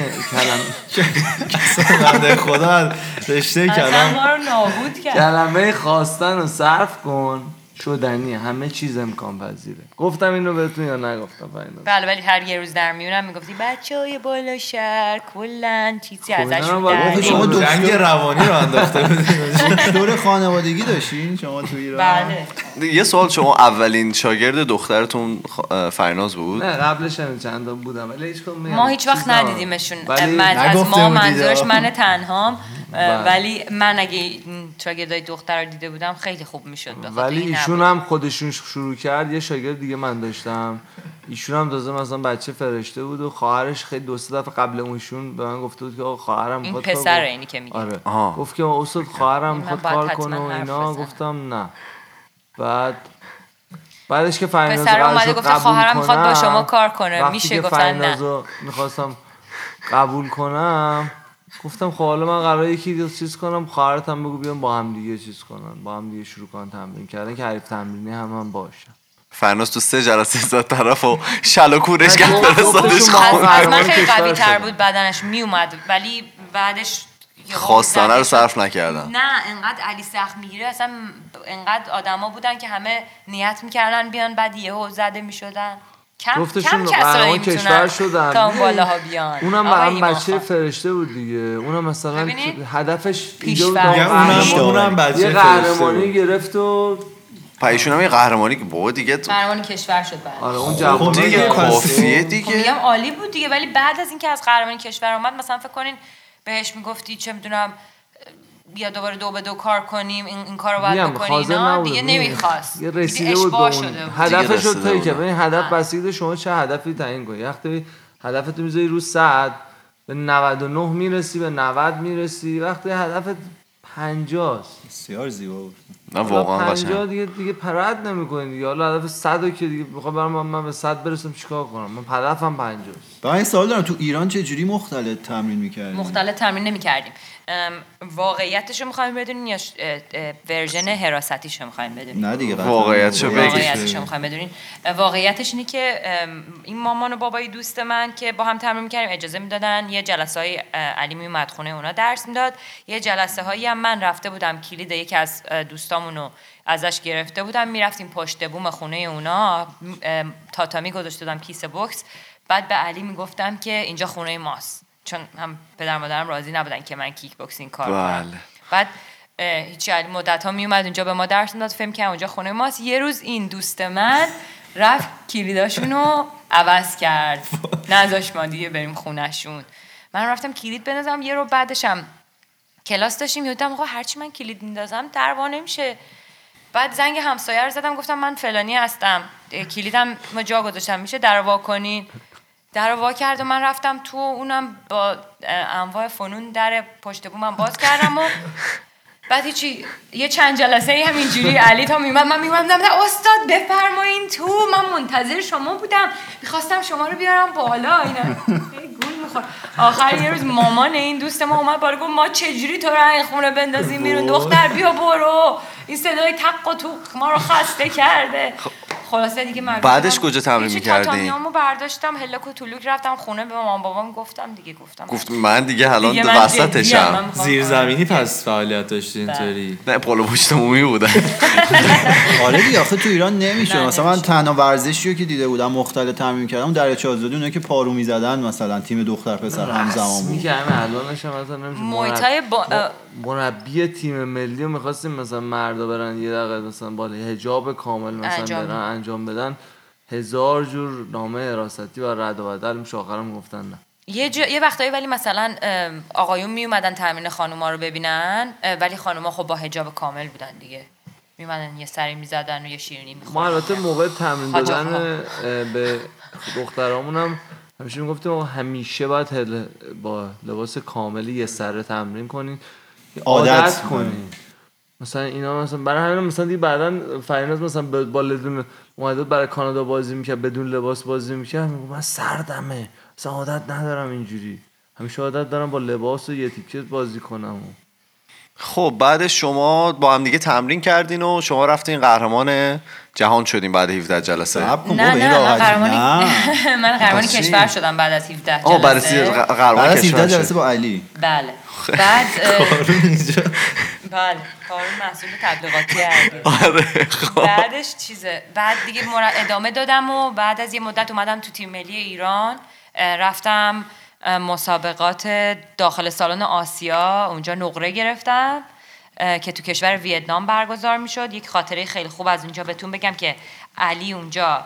[SPEAKER 5] کلمه خدا رشته کلمه
[SPEAKER 3] رو نابود کرد.
[SPEAKER 4] کلمه خواستن رو صرف کن شدنی همه چیز امکان پذیره. گفتم اینو بهتون یا نگفتم؟
[SPEAKER 3] بله ولی هر یه روز در میونم میگفتی بچهای بالا شهر کلا چیزی ازشون در
[SPEAKER 2] شما
[SPEAKER 5] رنگ روانی رو انداخته بودید.
[SPEAKER 2] دور خانوادگی داشتین شما تو ایران؟
[SPEAKER 3] بله.
[SPEAKER 1] یه سوال شما اولین شاگرد دخترتون فرناز بود؟
[SPEAKER 4] نه قبلش هم چند تا بودم ولی هیچ کدوم
[SPEAKER 3] ما هیچ وقت ندیدیمشون. از ما منظورش من تنهام ولی من اگه شاگردای دختر رو دیده بودم خیلی خوب میشد.
[SPEAKER 4] ولی ایشون هم خودشون شروع کرد. یه شاگرد دیگه من داشتم ایشون هم تازه مثلا بچه فرشته بود و خواهرش خیلی دو سه دفعه قبل اونشون به من گفته بود که آقا خواهرم
[SPEAKER 3] میخواد این پسر اینی که میگه
[SPEAKER 4] آره گفت که استاد خواهرم میخواد کار کنه و اینا. گفتم نه. بعد بعدش که فایناز
[SPEAKER 3] پسر اومده گفت خواهرم میخواد با شما کار کنه میشه؟ گفتن نه.
[SPEAKER 4] میخواستم قبول کنم گفتم خب حالا من قراره یکی چیز کنم خواهرت هم بگو بیام با هم دیگه چیز کنن با هم دیگه شروع کنن تمرین کردن که حریف تمرینی هم هم باشم.
[SPEAKER 1] فرناز تو سه جلسه زد طرف و شل و کورش کرد فرستادش
[SPEAKER 3] خونه. از من خیلی قوی تر بود بدنش میومد ولی بعدش
[SPEAKER 1] خواستانه رو صرف نکردن.
[SPEAKER 3] نه انقدر علی سخت میگیره اصلا انقدر آدما بودن که همه نیت میکردن بیان بعد یهو زده میشدن. کم کم کسایی
[SPEAKER 4] کشور شدن
[SPEAKER 3] تا اون بالاها بیان.
[SPEAKER 4] اونم برام بچه فرشته بود دیگه. اونم مثلا هدفش
[SPEAKER 3] پیش‌فرض
[SPEAKER 5] اونم اونم بچه
[SPEAKER 4] یه قهرمانی گرفت و
[SPEAKER 1] پایشون هم یه قهرمانی که بابا دیگه
[SPEAKER 3] قهرمانی کشور شد بعد.
[SPEAKER 4] آره اون جواب
[SPEAKER 1] دیگه کافیه دیگه.
[SPEAKER 3] میگم عالی بود دیگه ولی بعد از اینکه از قهرمانی کشور اومد مثلا فکر کنین بهش میگفتی چه میدونم بیا دوباره دو به دو کار کنیم این, این کارو باید بکنیم اینا دیگه نمیخواست
[SPEAKER 4] یه رسیده بود به اون هدفش رو طی کرد. ببین هدف بسیده شما چه هدفی تعیین کنی. وقتی هدفتو میذاری رو صد به نود و نه میرسی به نود میرسی. وقتی هدفت پنجاه است
[SPEAKER 2] بسیار زیبا بود.
[SPEAKER 1] نه واقعا
[SPEAKER 4] پنجاه دیگه دیگه پرد نمی‌کنی دیگه. حالا هدف صد که دیگه میخوام برام من به صد برسم چیکار کنم؟ من هدفم پنجاه است.
[SPEAKER 2] با این سوال دارم تو ایران چه جوری مختلط تمرین می‌کردیم؟
[SPEAKER 3] مختلط تمرین نمی‌کردیم. واقعیتش رو می‌خوایم بدونین یا ورژن حراستیش رو می‌خوایم بدونین؟
[SPEAKER 2] نه دیگه
[SPEAKER 1] واقعیتش رو بگید.
[SPEAKER 3] واقعیتش رو می‌خوایم بدونین. واقعیتش اینه که این مامان و بابای دوست من که با هم تمرین می‌کردیم اجازه میدادن یه جلسه‌های علی میومد خونه اونا درس میداد. یه جلسه‌هایی هم من رفته بودم کلید یکی از دوستامونو ازش گرفته بودم میرفتیم پشت بوم خونه اونا تاتامی گذاشته بودم کیسه بوکس. بعد به علی میگفتم که اینجا خونه ماست چون هم پدر مادرم راضی نبودن که من کیک بوکسینگ کار کنم. بعد هیچ علی مدت ها میومد اونجا به ما درس میداد فهم که اونجا خونه ماست. یه روز این دوست من رفت کلیداشونو عوض کرد نذاش ما دیگه بریم خونهشون. من رفتم کلید بندازم. یه رو بعدشم کلاس داشتیم یادم آقا هرچی من کلید میندازم در وا نمیشه. بعد زنگ همسایه رو زدم گفتم من فلانی هستم کلیدم ما جا گذاشتم میشه در وا کنین. در وا کرد و من رفتم تو اونم با انواع فنون در پشت بومم باز کردم و بعد هیچی یه چند جلسه ای همینجوری علی تا میومد من میومدم استاد بفرمایین تو من منتظر شما بودم میخواستم شما رو بیارم بالا اینا گول میخور. آخر یه روز مامان این دوست ما اومد بالا گفت ما چجوری تو رو این خونه بندازیم بیرون دختر بیا برو این صدای تق و توق ما رو خسته کرده. خلاصه دیگه من
[SPEAKER 1] بعدش کجا تمرین می‌کردین؟
[SPEAKER 3] تاتامیامو برداشتم هلک و تلوک رفتم خونه به مامان بابام گفتم دیگه گفتم
[SPEAKER 1] گفت من دیگه الان وسطشم.
[SPEAKER 5] زیرزمینی پس فعالیت داشتی اینطوری؟
[SPEAKER 1] نه پلو پشت مومی بودن.
[SPEAKER 2] آره دیگه آخه تو ایران نمیشه. مثلا من تنها ورزشی رو که دیده بودم مختلط تمرین می‌کردم دریاچه آزادی اونایی که پارو می‌زدن مثلا تیم دختر پسر همزمان بود.
[SPEAKER 4] میگم الانش مثلا نمیشه
[SPEAKER 3] محیطای
[SPEAKER 4] مربی تیم ملی رو می‌خواستیم مثلا مردا برن یه دقیقه مثلا با حجاب کامل مثلا برن انجام بدن هزار جور نامه حراستی و رد و بدل میشه آخرام گفتن نه.
[SPEAKER 3] یه ج... یه وقتایی ولی مثلا آقایون می اومدن تمرین خانوما رو ببینن ولی خانوما خب با حجاب کامل بودن دیگه می اومدن یه سری میزدن و یه شیرینی میخوردن.
[SPEAKER 4] ما البته موقع تمرین دادن به دخترامون هم همیشه میگفتیم همیشه باید با لباس کاملی یه سره تمرین کنین عادت کنین. مثلا اینا مثلا برای همین مثلا دیگه بعدن فریناز مثلا با بدون اومده برای کانادا بازی میکرد بدون لباس بازی میکرد میگم من سردمه مثلا عادت ندارم اینجوری همیشه عادت دارم با لباس و یه تیکت بازی کنم.
[SPEAKER 1] خب بعد شما با هم دیگه تمرین کردین و شما رفتین قهرمان جهان شدین بعد هفده جلسه.
[SPEAKER 3] نه نه من قهرمان من قهرمان کشور شدم بعد از هفده جلسه.
[SPEAKER 1] آه بعد از قهرمان کشور
[SPEAKER 2] جلسه با علی.
[SPEAKER 3] بله. بعد بله کارون مسئول تبلیغاتی علی.
[SPEAKER 1] آره
[SPEAKER 3] بعدش چیزه بعد دیگه ادامه دادم و بعد از یه مدت اومدم تو تیم ملی ایران رفتم مسابقات داخل سالن آسیا اونجا نقره گرفتم که تو کشور ویتنام برگزار میشد. یک خاطره خیلی خوب از اونجا بهتون بگم که علی اونجا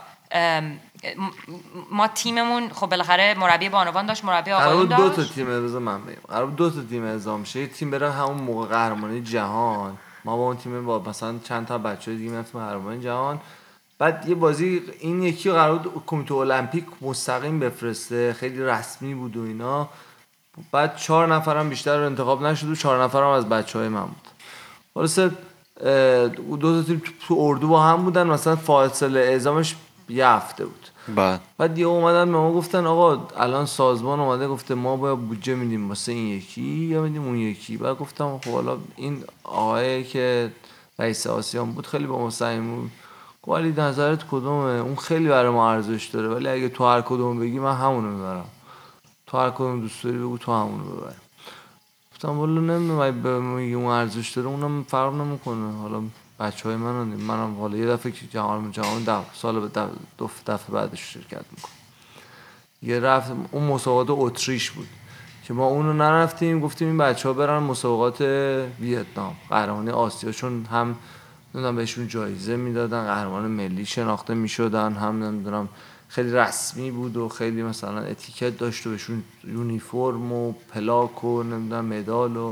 [SPEAKER 3] ما تیممون خب بالاخره مربی بانوان داشت مربی آقایون داشت.
[SPEAKER 4] دو تا تیم روز من بگم قرار دو تا تیم اعزام شه. تیم بره همون موقع قهرمانی جهان ما با اون تیم با مثلا چند تا بچه‌ای دیگه میرفتیم قهرمانی جهان. بعد یه بازی این یکی قرار بود کمیته المپیک مستقیم بفرسته خیلی رسمی بود و اینا. بعد چهار نفرم بیشتر رو انتخاب نشد و چهار نفرم از بچهای من بود. خلاص دو تا تیم تو اردو با هم بودن مثلا فاصله اعزامش یه هفته بود.
[SPEAKER 1] بعد
[SPEAKER 4] بعد یه اومدن به ما گفتن آقا الان سازمان اومده گفته ما باید بودجه میدیم واسه این یکی یا میدیم اون یکی. بعد گفتم خب حالا این آقایی که رئیس آسیان بود خیلی با ما صمیمی بود. ولی نظرت کدومه؟ اون خیلی برای ما ارزش داره ولی اگه تو هر کدوم بگی من همونو میبرم. تو هر کدوم دوست داری بگو تو همونو ببر. گفتم والا نمیدونم به میگه اون ارزش داره اونم فرق نمیکنه. حالا بچهای منم منم حالا یه دفعه که جهان جهان ده سال به دو دفعه بعدش شرکت میکنم. یه رفت اون مسابقات اتریش بود که ما اونو نرفتیم گفتیم این بچه‌ها برن مسابقات ویتنام قهرمانی آسیا چون هم نمیدونم بهشون جایزه میدادن قهرمان ملی شناخته میشدن هم نمیدونم خیلی رسمی بود و خیلی مثلا اتیکت داشت و بهشون یونیفرم و پلاک و نمیدونم مدال و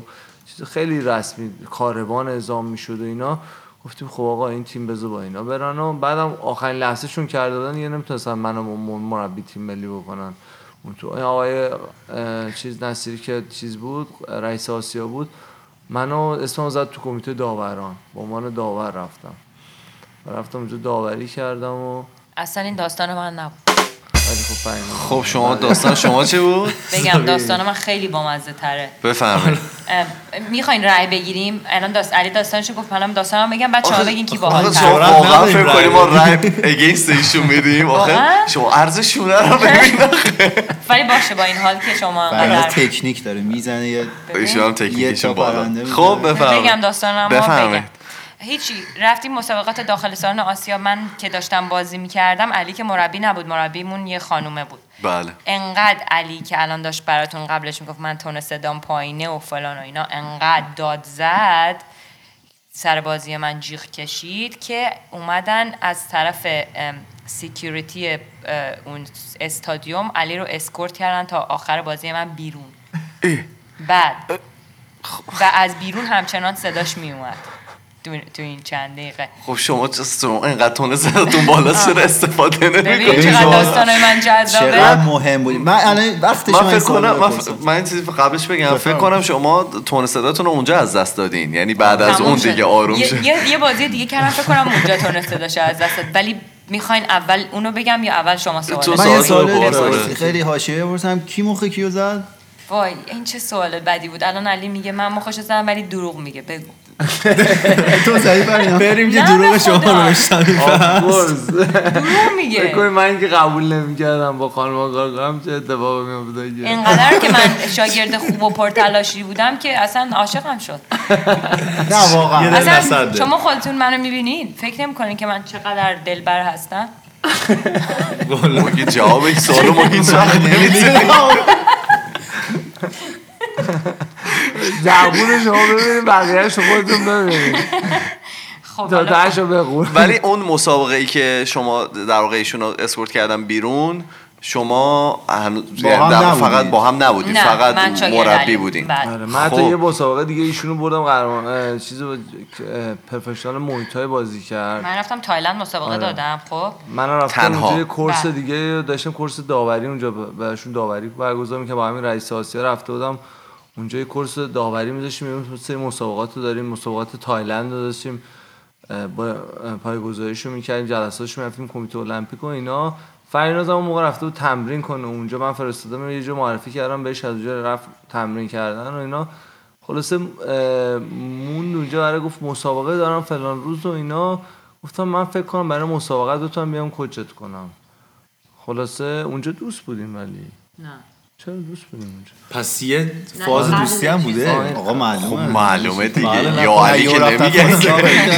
[SPEAKER 4] چیز خیلی رسمی کاروان اعزام میشد و اینا. گفتیم خب آقا این تیم بذار با اینا برن و بعدم آخرین لحظه شون کرده بودن یه نمیتونستن منو مربی تیم ملی بکنن. اون تو آقای چیز نصیری که چیز بود رئیس آسیا بود منو اسمم زد تو کمیته داوران با عنوان داور رفتم رفتم اونجا داوری کردم و
[SPEAKER 3] اصلا این داستان من نبود.
[SPEAKER 4] خب
[SPEAKER 1] خب شما داستان شما چه بود؟
[SPEAKER 3] بگم داستان من خیلی بامزه تره.
[SPEAKER 1] بفرمایید.
[SPEAKER 3] میخواین رأی بگیریم؟ الان داست علی داستانشو گفت، منم داستانم بگم بچه‌ها بگین کی باحال تره.
[SPEAKER 1] شما واقعا فکر کنید ما رأی اگینست ایشون میدیم؟ آخه شما ارزشونه رو ببین آخه.
[SPEAKER 3] ولی باشه با این حال که شما
[SPEAKER 2] برای تکنیک داره میزنه یه
[SPEAKER 1] ایشون هم تکنیکشون بالا. خب بفرمایید.
[SPEAKER 3] بگم داستانم بگم. هیچی، رفتیم مسابقات داخل سالن آسیا. من که داشتم بازی میکردم، علی که مربی نبود، مربیمون یه خانومه بود.
[SPEAKER 1] بله.
[SPEAKER 3] انقدر علی که الان داشت براتون قبلش میگفت من تون صدام پایینه و فلان و اینا، انقدر داد زد سر بازی من جیغ کشید که اومدن از طرف سیکیوریتی اون استادیوم علی رو اسکورت کردن تا آخر بازی من بیرون. بعد و از بیرون همچنان صداش میومد تو این چند دقیقه.
[SPEAKER 1] خب شما شما اینقدر تون صداتون بالا چرا استفاده نمی‌کنید؟
[SPEAKER 3] ببین چقدر داستانای من جذابه،
[SPEAKER 2] چقدر مهم بود. من الان وقتش
[SPEAKER 1] من فکر کنم من, ف... من این چیزی قبلش بگم فکر کنم شما تون صداتون رو اونجا از دست دادین، یعنی بعد از اون دیگه آروم شد.
[SPEAKER 3] یه یه بازی دیگه کردم فکر کنم اونجا تون صداشو از دست داد. ولی میخواین اول اونو بگم یا اول شما سوال؟
[SPEAKER 2] من یه سوال خیلی حاشیه بپرسم، کی مخ کیو زد؟
[SPEAKER 3] وای این چه سوال بدی بود. الان علی میگه من مخشو زدم ولی دروغ میگه. بگو
[SPEAKER 2] تو صحیح بریم
[SPEAKER 5] بریم که دروغ شما رو بشنویم.
[SPEAKER 3] دروغ میگه.
[SPEAKER 4] فکر کنم من اینکه قبول نمی‌کردم با خانم آقا چه اتفاقی میافتاد.
[SPEAKER 3] اینقدر که من شاگرد خوب و پرتلاشی بودم که اصلا عاشقم شد.
[SPEAKER 2] نه واقعا
[SPEAKER 3] اصلا شما خودتون منو میبینین فکر نمی‌کنین که من چقدر دلبر هستم؟
[SPEAKER 1] مگه جواب این سوالو ما هیچ وقت نمی‌دونیم.
[SPEAKER 4] زبون شما ببینید بقیه شما خودتون ببینید.
[SPEAKER 3] خب
[SPEAKER 4] تا تاشو بخور.
[SPEAKER 1] ولی اون مسابقه ای که شما در واقع ایشون رو اسکورت کردن بیرون، شما فقط با هم نبودید، فقط مربی بودین.
[SPEAKER 4] آره من حتی یه مسابقه دیگه ایشونو بردم قهرمان چیزو پروفشنال محیطای بازی کرد.
[SPEAKER 3] من رفتم تایلند مسابقه آره. دادم. خب
[SPEAKER 4] من رفتم اونجا کورس دیگه داشتم، کورس داوری اونجا بهشون داوری برگزار می‌کردم. با همین رئیس آسیا رفته بودم اونجا یه کورس داوری می‌ذاشتیم، می‌رفتیم سری مسابقات رو داریم، مسابقات تایلند رو داشتیم، با پایه‌گذاریشو می‌کردیم، جلساتشو می‌رفتیم کمیته المپیک و اینا. فریناز اون موقع رفته بود تمرین کنه اونجا، من فرستادم یه جا معرفی کردم بهش، از اونجا رفت تمرین کردن و اینا. خلاصه موند اونجا برای گفت مسابقه دارم فلان روز و اینا. گفتم من فکر کنم برای مسابقه بتونم بیام کوچت کنم. خلاصه اونجا دوست بودیم. ولی
[SPEAKER 3] نه
[SPEAKER 4] چرا دوست بودیم اونجا؟
[SPEAKER 5] پس یه فاز دوستی هم بوده.
[SPEAKER 2] آقا معلومه.
[SPEAKER 1] خب معلومه دیگه. یا علی که نمیگه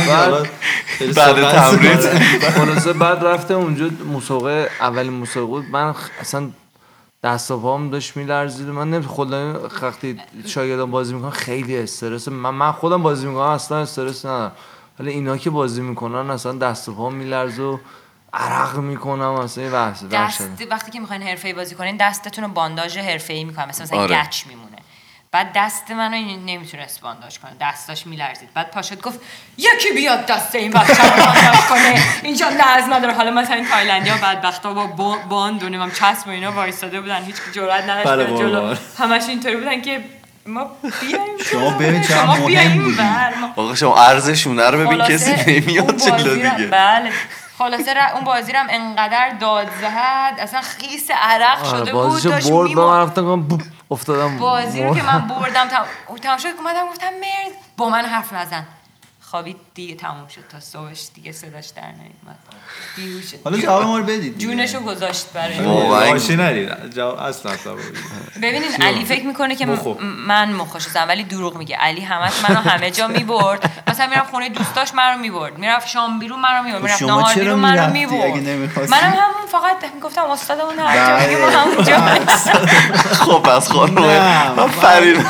[SPEAKER 4] بعد تمرین. خلاصه بعد رفته اونجا مسابقه، اولین مسابقه من اصلا دست و پام داشت میلرزید. من نمی خودم وقتی شاگردان بازی میکنن خیلی استرس، من من خودم بازی میکنم اصلا استرس ندارم، ولی اینا که بازی میکنن اصلا دست و پام میلرزه و عرق میکنم اصلا. این وحش
[SPEAKER 3] دست وقتی که میخواین حرفه‌ای بازی کنین دستتون رو بانداژ حرفه‌ای میکنن، مثلا مثلا
[SPEAKER 1] آره.
[SPEAKER 3] گچ میمونه. بعد دست منو نمیتونست بانداژ کنه، دستاش میلرزید. بعد پاشد گفت یکی بیاد دست این بچه‌و بانداژ کنه، اینجا لازم نداره. حالا مثلا این تایلندی‌ها بدبختا با باند و نمیدونم چسب و اینا وایساده بودن، هیچ جرئت نداشت بره جلو، همش اینطوری بودن که ما بیایم
[SPEAKER 2] شما ببین چقدر مهم بود.
[SPEAKER 1] آقا شما ارزشونه رو ببین کسی نمیاد جلو دیگه.
[SPEAKER 3] بله خلاصه اون بازی رو هم انقدر داد زد اصلا خیس عرق شده بود، داشت
[SPEAKER 4] برد میمون. من رفتم افتادم
[SPEAKER 3] بازی رو که من بردم تمام شد، اومدم گفتم مرد با من حرف نزن. خوابید دیگه، تموم شد تا صبحش دیگه صداش در نمیومد، بیهوش شد.
[SPEAKER 2] حالا جواب ما رو بدید.
[SPEAKER 3] جونشو گذاشت برای
[SPEAKER 5] واقعا چی نرید جواب اصلا.
[SPEAKER 3] ببینید علی فکر میکنه که من مخشوزم ولی دروغ میگه. علی همش منو همه جا میبرد، مثلا میرفت خونه دوستاش منو میبرد، میرفت شام بیرون منو میبرد، میرفت نهار بیرون منو میبرد. منم همون فقط میگفتم استادمون هر جا میگه ما همونجا.
[SPEAKER 1] خب بس خانم من فرین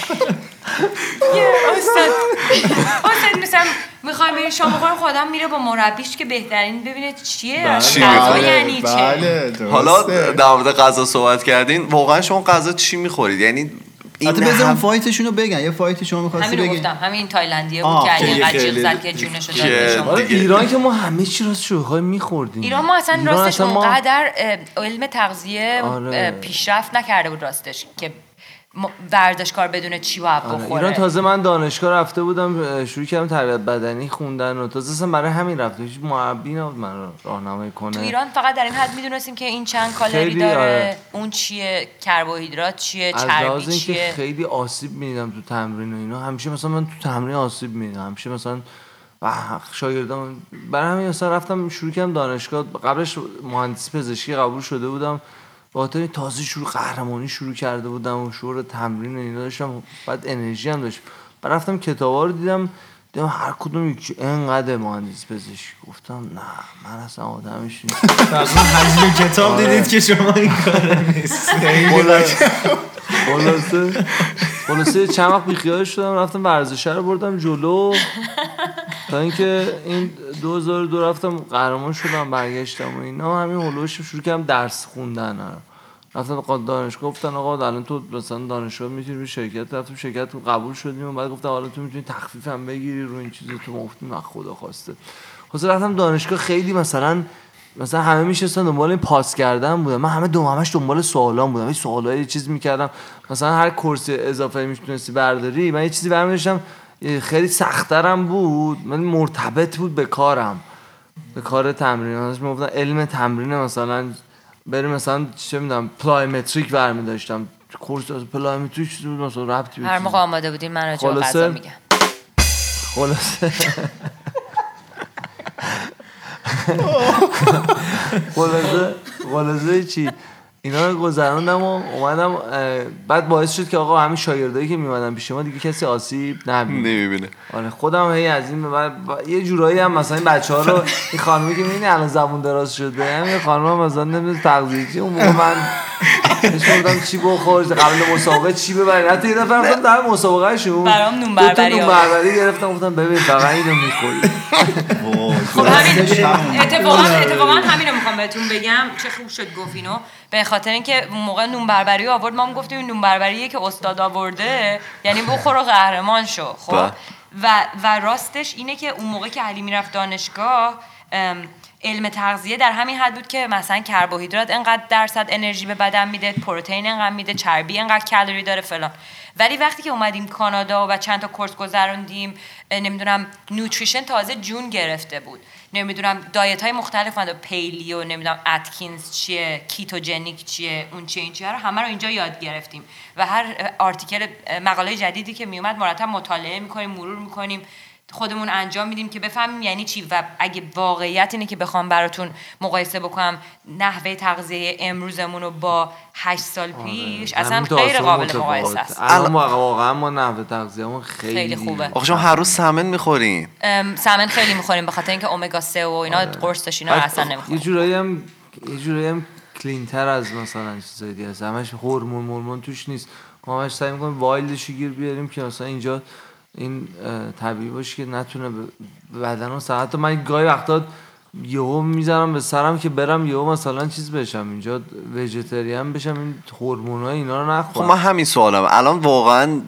[SPEAKER 3] یه استاد استاد مثلا میخوایم بریم شام بخوریم، خودم میره با مربیش که بهترین ببینه چیه غذا یعنی چه.
[SPEAKER 1] حالا در مورد غذا صحبت کردین، واقعا شما غذا چی میخورید؟ یعنی
[SPEAKER 2] حتی بذارم فایتشون رو بگن. یه فایت شما می‌خواستی بگین؟
[SPEAKER 3] همین گفتم، همین تایلندیه بود که اینقدر جیغ زد که جونش رو داد به شما.
[SPEAKER 4] ایران که ما همه چی راست شوخای می‌خوردیم.
[SPEAKER 3] ایران ما اصلا راستش اونقدر علم تغذیه پیشرفت نکرده بود راستش که ورزشکار بدون چی باید بخوره.
[SPEAKER 4] ایران تازه من دانشگاه رفته بودم شروع کردم تربیت بدنی خوندن و تازه اصلا برای همین رفتم، هیچ مربی نبود من راهنمایی کنه.
[SPEAKER 3] تو ایران فقط در این حد میدونستیم که این چند کالری داره، آره. اون چیه، کربوهیدرات چیه، چربی چیه.
[SPEAKER 4] خیلی آسیب میدیدم تو تمرین و اینا، همیشه مثلا من تو تمرین آسیب میدیدم، همیشه مثلا شاگردام. برای همین مثلا رفتم شروع کردم دانشگاه. قبلش مهندسی پزشکی قبول شده بودم، خاطر تازه شروع قهرمانی شروع کرده بودم و شروع تمرین اینا داشتم، بعد انرژی هم داشت. بعد رفتم کتابا رو دیدم دیدم هر کدوم یکی اینقدر مهندس پزشکی. گفتم نه من اصلا آدمش نیستم.
[SPEAKER 5] اصلا حجم کتاب دیدید که شما این کار نیست.
[SPEAKER 4] خلاصه خلاصه چند وقت بیخیال شدم، رفتم ورزش رو بردم جلو تا اینکه این دو هزار و دو رفتم قهرمان شدم، برگشتم و اینا. همین هولوش شروع کردم درس خوندن. رفتم دانشگاه، گفتن آقا الان تو مثلا دانشگاه میتونی به شرکت، رفتم شرکت قبول شدیم و بعد گفتن حالا تو میتونی تخفیف هم بگیری رو این چیزا، تو مفتی من خدا خواسته. خلاص رفتم دانشگاه. خیلی مثلا مثلا همه میشستن دنبال این پاس کردن بودن، من همه دوم همش دنبال سوالام بودم. این سوالای چیز میکردم، مثلا هر کورس اضافه میتونستی برداری، من یه چیزی برمی‌داشتم خیلی سخت‌ترم بود، من مرتبط بود به کارم، به کار تمرین. مثلا میگفتن علم تمرین، مثلا بریم مثلا چه میدونم پلایمتریک برمی داشتم، کورس پلایمتریک چیزی بود مثلا ربطی
[SPEAKER 3] هر موقع آماده بودین من راجع به غذا میگم.
[SPEAKER 4] خلاصه خلاصه خلاصه چی اینا رو گذروندم و اومدم. بعد باعث شد که آقا همین شاگردایی که میومدن پیش ما دیگه کسی آسیب
[SPEAKER 1] نمیبینه.
[SPEAKER 4] آره خودم هی از این بعد یه جورایی هم مثلا این بچه‌ها رو این خانومی که میبینی الان زبون دراز شده، همین خانم مثلا نمیدونه تغذیه چی، اون موقع من نشوندم چی بخور قبل مسابقه چی ببرین. حتی یه دفعه رفتم در مسابقه شون
[SPEAKER 3] برام نون بربری
[SPEAKER 4] نون بربری گرفتم، گفتم ببین فقط اینو میخوری.
[SPEAKER 3] خب همین اتفاقا اتفاقا همین رو میخوام بهتون بگم. چه خوب شد گفتینو، به خاطر اینکه اون موقع نون بربری آورد، ما هم گفتیم این نون بربریه که استاد آورده یعنی بخور و قهرمان شو. خب و و راستش اینه که اون موقع که علی میرفت دانشگاه علم تغذیه در همین حد بود که مثلا کربوهیدرات اینقدر درصد انرژی به بدن میده، پروتئین اینقدر میده، چربی اینقدر کالری داره فلان. ولی وقتی که اومدیم کانادا و چند تا کورس گذروندیم، نمیدونم نوتریشن تازه جون گرفته بود، نمیدونم دایت های مختلف اومد، پیلیو، نمیدونم اتکینز چیه، کیتوژنیک چیه، اون چیه این چیه رو همه رو اینجا یاد گرفتیم و هر آرتیکل مقاله جدیدی که میومد مرتب مطالعه میکنیم، مرور میکنیم، خودمون انجام میدیم که بفهمیم یعنی چی. و اگه واقعیت اینه که بخوام براتون مقایسه بکنم نحوه تغذیه امروزمون رو با هشت سال پیش، آره. اصلا غیر قابل مقایسه است.
[SPEAKER 4] الان واقعا ما نحوه تغذیه‌مون خیلی,
[SPEAKER 3] خیلی خوبه.
[SPEAKER 1] آخه شما هر روز سمن میخورین؟
[SPEAKER 3] سمن خیلی میخوریم به خاطر اینکه امگا سه و اینا، آره. قرص داشت اینا اصلا نمیخوریم.
[SPEAKER 4] یه جورایی هم یه جورایی هم کلینتر از مثلا چیزای دیگه است، همش هورمون هورمون توش نیست. ما همش سعی می‌کنیم وایلدش گیر بیاریم که مثلا اینجا این طبیعی باشه که نتونه بدنم ساعت. من گاهی وقتا یهو میذارم به سرم که برم یهو مثلا چیز بشم، اینجا ویژیتریان بشم، این هورمونای اینا رو نخورم.
[SPEAKER 1] خب من همین سوالم الان، واقعا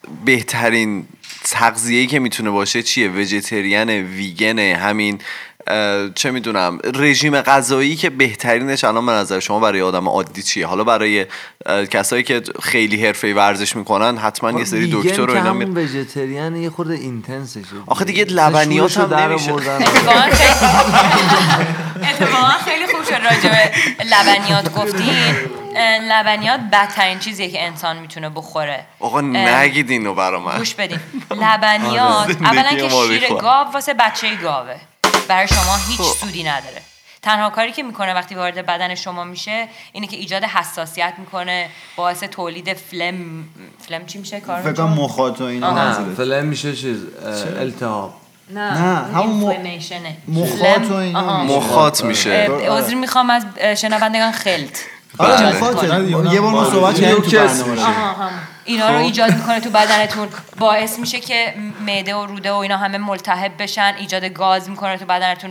[SPEAKER 1] بهترین تغذیه‌ای که میتونه باشه چیه؟ ویژیتریان، ویگن، همین چه میدونم رژیم غذایی که بهترینش الان به نظر شما برای آدم عادی چیه؟ حالا برای کسایی که خیلی حرفه‌ای ورزش میکنن حتما یه سری دکتر و اینا
[SPEAKER 4] میرن. ویژیتریان یه خورده اینتنسه.
[SPEAKER 1] آخه دیگه لبنیات هم نمیشه.
[SPEAKER 3] اتفاقا خیلی خوب شد راجع به لبنیات گفتین. لبنیات بدترین چیزیه که انسان میتونه بخوره.
[SPEAKER 1] آقا نگید اینو برا من.
[SPEAKER 3] گوش بدین. لبنیات اولا که شیر گاو واسه بچه گاوه، برای شما هیچ سودی نداره. تنها کاری که میکنه وقتی وارد بدن شما میشه اینه که ایجاد حساسیت میکنه، باعث تولید فلم فلم چی میشه کار؟
[SPEAKER 2] فکر کنم مخاط و اینا.
[SPEAKER 4] نه فلم میشه چیز التهاب.
[SPEAKER 3] نه نه همون اینفلمیشنه.
[SPEAKER 2] مخاط و اینا
[SPEAKER 1] مخاط میشه.
[SPEAKER 3] عذر میخوام از شنوندگان خلط.
[SPEAKER 2] آره مخاط. یه بار ما صحبت کردیم تو برنامه.
[SPEAKER 3] اینا رو ایجاد میکنه تو بدنتون، باعث میشه که معده و روده و اینا همه ملتهب بشن، ایجاد گاز میکنه تو بدنتون،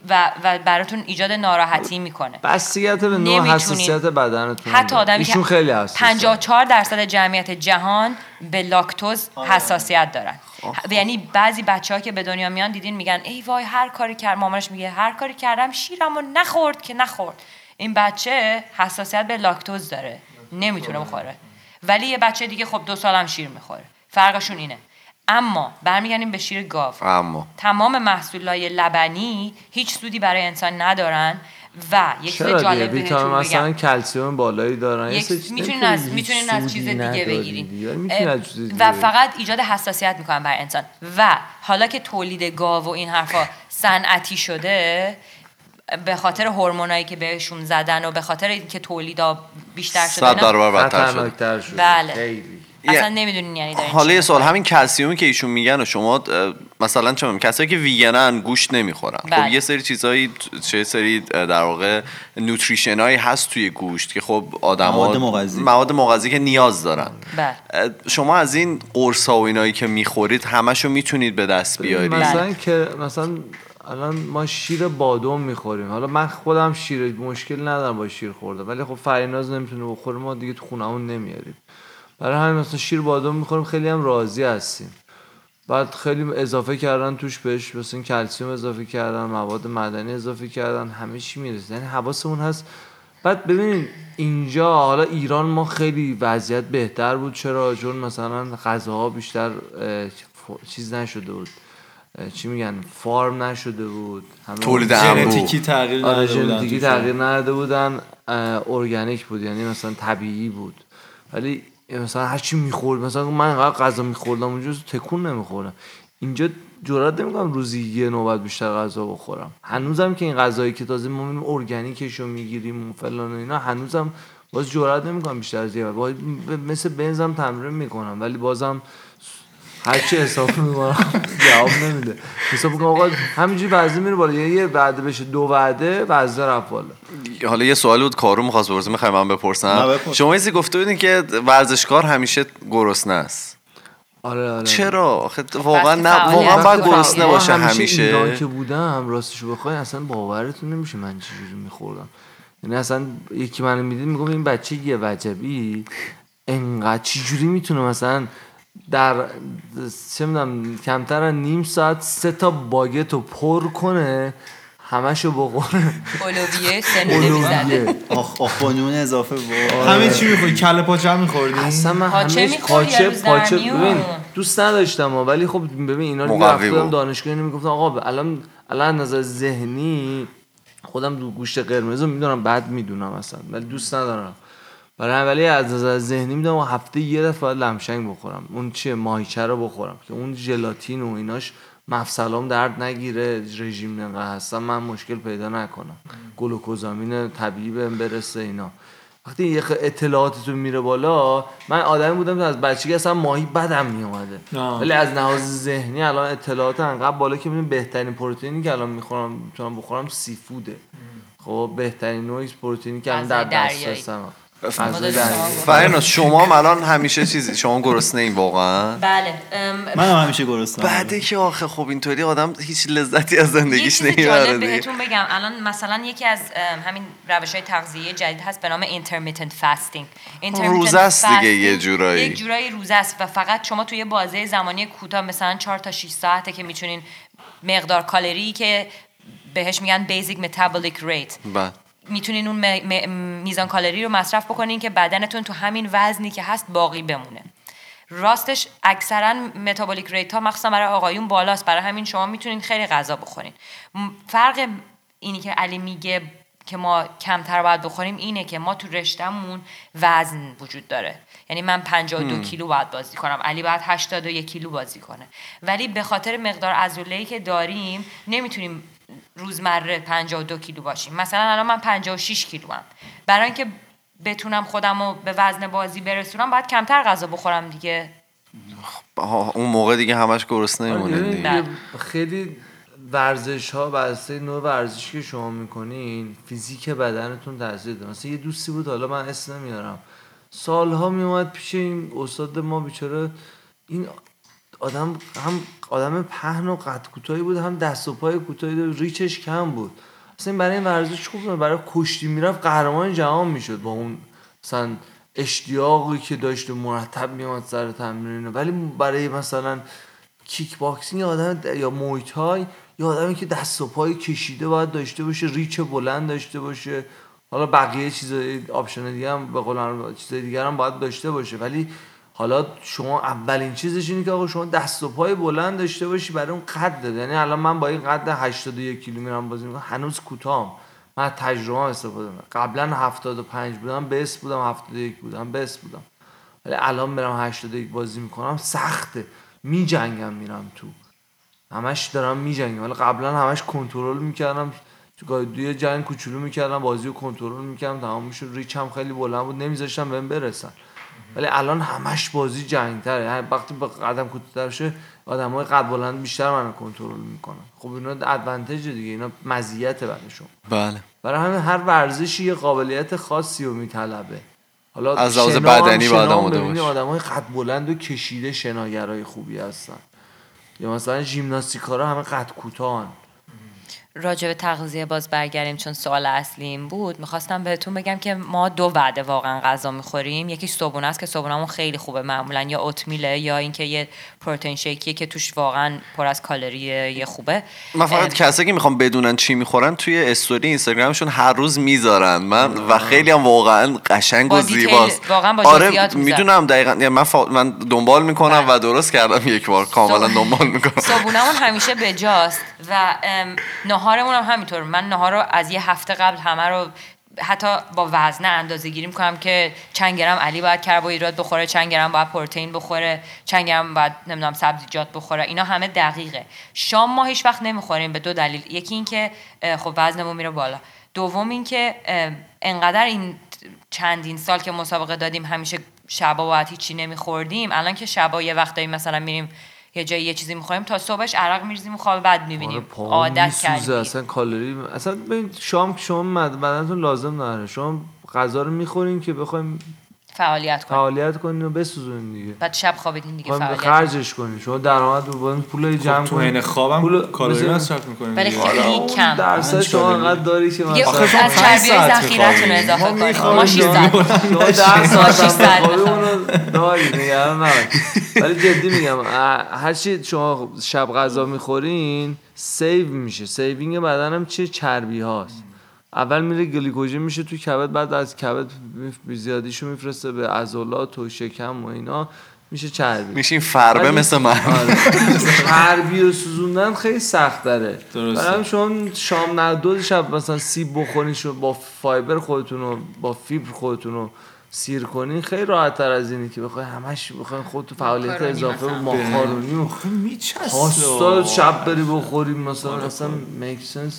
[SPEAKER 3] و و براتون ایجاد ناراحتی میکنه.
[SPEAKER 4] بستگیت به نوع حساسیت بدنتون.
[SPEAKER 3] حتی آدمی
[SPEAKER 4] ایشون خیلی حساسه.
[SPEAKER 3] پنجاه و چهار درصد جمعیت جهان به لاکتوز حساسیت دارن. یعنی بعضی بچه‌ها که به دنیا میان دیدین میگن ای وای هر کاری کردم، مامانش میگه هر کاری کردم شیرمو نخورد که نخورد. این بچه حساسیت به لاکتوز داره، نمیتونه بخوره. ولی یه بچه دیگه خب دو سالم شیر میخوره. فرقشون اینه. اما برمیگردیم به شیر گاو.
[SPEAKER 1] اما
[SPEAKER 3] تمام محصولات لبنی هیچ سودی برای انسان ندارن و یک چیز جالب بهتون بگم،
[SPEAKER 4] مثلا کلسیم بالایی دارن،
[SPEAKER 3] میتونین از میتونین از چیز دیگه بگیرین و فقط ایجاد حساسیت میکنن برای انسان. و حالا که تولید گاو و این حرفا صنعتی شده به خاطر هورمونایی که بهشون زدن و به خاطر اینکه تولیدا بیشتر شده،
[SPEAKER 1] صد برابر بدتر شده.
[SPEAKER 3] بله. اصلا نمیدونین یعنی دارین.
[SPEAKER 1] حالا یه سوال، همین کلسیومی که ایشون میگن و شما مثلا چه میگم کسایی که ویگنن گوشت نمیخورن،
[SPEAKER 3] بله.
[SPEAKER 1] خب یه سری چیزایی چه سری در واقع نوتریشنایی هست توی گوشت که خب آدما
[SPEAKER 2] مواد مغذی
[SPEAKER 1] مواد مغذی که نیاز دارن.
[SPEAKER 3] بله.
[SPEAKER 1] شما از این قرصا و اینایی که میخورید همشو میتونید به دست بیارید؟
[SPEAKER 4] مثلا که مثلا الان ما شیر بادام میخوریم، حالا من خودم شیر مشکل ندارم با شیر خوردم، ولی خب فریناز نمیتونه بخوره، ما دیگه تو خونمون نمیاریم، برای همین مثلا شیر بادام میخوریم، خیلی هم راضی هستیم. بعد خیلی اضافه کردن توش، بهش مثلا کلسیم اضافه کردن، مواد معدنی اضافه کردن، همه چی میرسه، یعنی حواسمون هست. بعد ببینید اینجا حالا ایران ما خیلی وضعیت بهتر بود. چرا؟ چون مثلا غذاها بیشتر چیز نشده بود، چی میگن، فارم نشده بود،
[SPEAKER 1] تولید
[SPEAKER 5] ژنتیکی تغییر
[SPEAKER 4] آره
[SPEAKER 5] نداده بودن،
[SPEAKER 4] ژنتیکی تغییر نداده بودن، ارگانیک بود، یعنی مثلا طبیعی بود. ولی مثلا هر چی میخورد، مثلا من انقدر غذا میخوردم اونجا تکون نمیخورم، اینجا جرئت نمیکنم روزی یه نوبت بیشتر غذا بخورم. هنوزم که این غذایی که تازه ما میبینیم ارگانیکشو میگیریم و فلان و اینا، هنوزم باز جرئت نمیکنم بیشتر از یه باز مثل بنزم تمرین میکنم، ولی بازم هر چی حساب میکنم جواب نمیده. حساب میکنم آقا همینجوری وزن میره بالا، یه وعده بشه دو وعده وزن رفت بالا.
[SPEAKER 1] حالا یه سوالی بود کارو می‌خواست بپرسه، می‌خوام من بپرسم. شما چیزی گفته بودین که ورزشکار همیشه گرسنه است.
[SPEAKER 4] آره آره.
[SPEAKER 1] چرا؟ آخه واقعا نه، واقعا باید گرسنه باشه همیشه.
[SPEAKER 4] ایران که بودم راستش بخواید اصلا باورتون نمیشه من چجوری می‌خوردم. یعنی اصلا یکی منو میدید میگم این بچه یه وجبی انقدر چجوری میتونه مثلا در چه میدونم کمتر از نیم ساعت سه تا باگت رو پر کنه همشو بخوره.
[SPEAKER 3] اولویه سنونه میزده.
[SPEAKER 2] آخ آخ بانون اضافه بود.
[SPEAKER 5] همه چی میخوری؟ کله پاچه هم میخوردی؟
[SPEAKER 4] اصلا من همه پاچه پاچه ببین دوست نداشتم، ولی خب ببین اینا رو رفتم دانشگاه اینو میگفتن آقا الان الان نظر ذهنی خودم دو گوشت قرمزو میدونم، بعد میدونم اصلا ولی دوست ندارم، برای ولی از نظر ذهنی میدونم هفته یه دفعه باید لمشنگ بخورم. اون چیه؟ ماهیچه رو بخورم که اون ژلاتین و ایناش مفصلام درد نگیره، رژیم نگاه هستم من مشکل پیدا نکنم، گلوکوزامین طبیعی بهم برسه اینا. وقتی یه اطلاعاتتون میره بالا، من آدمی بودم که از بچگی اصلا ماهی بدم میومده، ولی از لحاظ ذهنی الان اطلاعات انقدر بالا که میبینم بهترین پروتئینی که الان میخورم میتونم بخورم سی فوده. خب بهترین نوع پروتئینی که الان در دسترسم.
[SPEAKER 1] فریناز شما الان همیشه چیزی شما گرسنه این واقعا؟
[SPEAKER 3] بله
[SPEAKER 2] من هم همیشه گرسنه‌ام.
[SPEAKER 1] بعده که آخه خب اینطوری آدم هیچ لذتی از زندگیش نمیبره.
[SPEAKER 3] یه چیز جالب بهتون بگم، الان مثلا یکی از همین روش‌های تغذیه جدید هست به نام intermittent fasting.
[SPEAKER 1] روزه است دیگه، یه جورایی
[SPEAKER 3] یک جورایی روزه است و فقط شما توی بازه زمانی کوتاه مثلا چهار تا شش ساعته که میتونین مقدار کالری که بهش میگن basic metabolic rate
[SPEAKER 1] بله
[SPEAKER 3] میتونین اون م- م- میزان کالری رو مصرف بکنین که بدنتون تو همین وزنی که هست باقی بمونه. راستش اکثرا متابولیک ریت ها مخصوصا برای آقایون بالاست، برای همین شما میتونین خیلی غذا بخورین. فرق اینی که علی میگه که ما کمتر باید بخوریم اینه که ما تو رشته‌مون وزن وجود داره، یعنی من پنجاه و دو کیلو باید بازی کنم، علی باید هشتاد و یک کیلو بازی کنه، ولی به خاطر مقدار عضله‌ای که داریم نمیتونیم روزمره پنجاه و دو کیلو باشیم. مثلا الان من پنجاه و شش کیلو ام، برای اینکه بتونم خودم رو به وزن بازی برسونم باید کمتر غذا بخورم دیگه.
[SPEAKER 1] اون موقع دیگه همش گرسنه میمونید دیگه.
[SPEAKER 4] خیلی ورزش ها واسه نوع ورزشی که شما میکنین فیزیک بدنتون تاثیر داره. مثلا یه دوستی بود، حالا من اسم نمیارم، سالها میومد پیش این استاد ما بیچاره، این آدم هم آدم پهن و قد کوتاهی بود، هم دست و پای کوتاهی داشت، ریچش کم بود. اصلا برای این ورزش خوب بود، برای کشتی میرفت قهرمان جهان میشد با اون مثلا اشتیاقی که داشت و مرتب میومد سر تمرین. ولی برای مثلا کیک باکسینگ آدم یا موی تای یا آدمی که دست و پای کشیده باید داشته باشه، ریچ بلند داشته باشه. حالا بقیه چیزای آپشن دیگه هم به قول چیزای دیگه هم باید داشته باشه، ولی حالا شما اولین چیزش اینه که آقا شما دست و پای بلند داشته باشی برای اون قد. یعنی الان من با این قد هشتاد و یک کیلو میرم بازی میکنم، هنوز کوتاهم. من تجربه استفاده میکنم. قبلا هفتاد و پنج بودم بس بودم، هفتاد و یک بودم بس بودم، ولی الان میرم هشتاد و یک بازی میکنم سخته، میجنگم میرم تو، همش دارم میجنگم. ولی قبلا همش کنترل میکردم، تو یه جنگ کوچولو میکردم بازی رو کنترل میکردم تمام میشد، ریچ هم خیلی بلند بود نمیذاشتم بهم برسن. ولی الان همش بازی جنگ‌تره، یعنی وقتی با قدم کوتاه‌تر شه آدمای قد بلند بیشتر منو کنترل میکنن. خب اینا ادوانتج دیگه، اینا مزیت براشون.
[SPEAKER 1] بله.
[SPEAKER 4] برای همین هر ورزشی یه قابلیت خاصی رو میطلبه. حالا
[SPEAKER 1] از لحاظ بدنی باید
[SPEAKER 4] آماده باشه. آدمای قد بلند و کشیده شناگرای خوبی هستن، یا مثلا ژیمناستیکارا همه قد کوتاهن.
[SPEAKER 3] راجع به تغذیه باز برگردیم چون سوال اصلی این بود. میخواستم بهتون بگم که ما دو وعده واقعا غذا میخوریم. یکی صبحونه است که صبحونه‌مون خیلی خوبه، معمولا یا اوتمیله یا اینکه یه پروتئین شیکیه که توش واقعا پر از کالریه، یه خوبه.
[SPEAKER 1] من فقط کسایی که میخوام بدونن چی میخورن توی استوری اینستاگرامشون هر روز میذارن من و خیلی هم واقعا قشنگ و زیباست.
[SPEAKER 3] واقعا با
[SPEAKER 1] آره میدونم دقیقاً، یعنی من فا... من دنبال میکنم و درست کردم یک بار کاملا دنبال میکنم.
[SPEAKER 3] صبحونه‌مون همیشه بجاست و ناهارمون هم همینطور. من ناهار رو از یه هفته قبل همه رو حتی با وزنه اندازه گیری میکنم که چند گرم علی باید کربوهیدرات بخوره، چند گرم باید پروتئین بخوره، چند گرم باید نمیدونم سبزیجات بخوره. اینا همه دقیقه. شام ما هیچ وقت نمیخوریم به دو دلیل. یکی این که خب وزنمون میره بالا، دوم این که انقدر این چندین سال که مسابقه دادیم همیشه شبا باید هیچی نمیخوردیم. الان که شبا یه وقتایی مثلا میریم یه جایی یه چیزی می‌خوریم تا صبحش عرق می‌ریزیم و خواب بعد می‌بینیم. عادت کردیم.
[SPEAKER 4] اصلا کالری اصلا ببین شام شما بدنتون لازم نداره. شما غذا رو می‌خورین که بخوایم
[SPEAKER 3] فعالیت کنین.
[SPEAKER 4] فعالیت کنین و بسوزونین دیگه.
[SPEAKER 3] بعد شب خوابیدین دیگه
[SPEAKER 4] فعالیت خرجش کنین. شما درآمد رو پول جمع کنین.
[SPEAKER 5] تو عین خوابم کالری مصرف می‌کنین.
[SPEAKER 3] ولی خیلی کم.
[SPEAKER 4] درصد شما انقدر داری که
[SPEAKER 3] مثلا آخه از چربیای ذخیره‌تون اضافه کنین. ما شش ساعت.
[SPEAKER 4] شما ده ساعت خوابمون داری نگران نباشید. ولی جدی میگم هر چی شما شب غذا میخورین سیو میشه. سیوینگ بدنم چه چربی هاست. اول میره گلیکوژن میشه تو کبد، بعد از کبد زیادیشو میفرسته به عضلات و شکم و اینا میشه چربی.
[SPEAKER 1] میشین فربه مثل من.
[SPEAKER 4] چربی رو سوزوندن خیلی سخت داره. برای شما شام نه دو شب مثلا سیب بخورین، شو با فایبر خودتون رو با فیبر خودتون رو سیر کنین، خیلی راحت تر از اینی که بخوای همش بخواین خودتون فعالیت اضافه و ماکارونی و پاستا شب بری بخوریم مثلا اصلا میک سنس.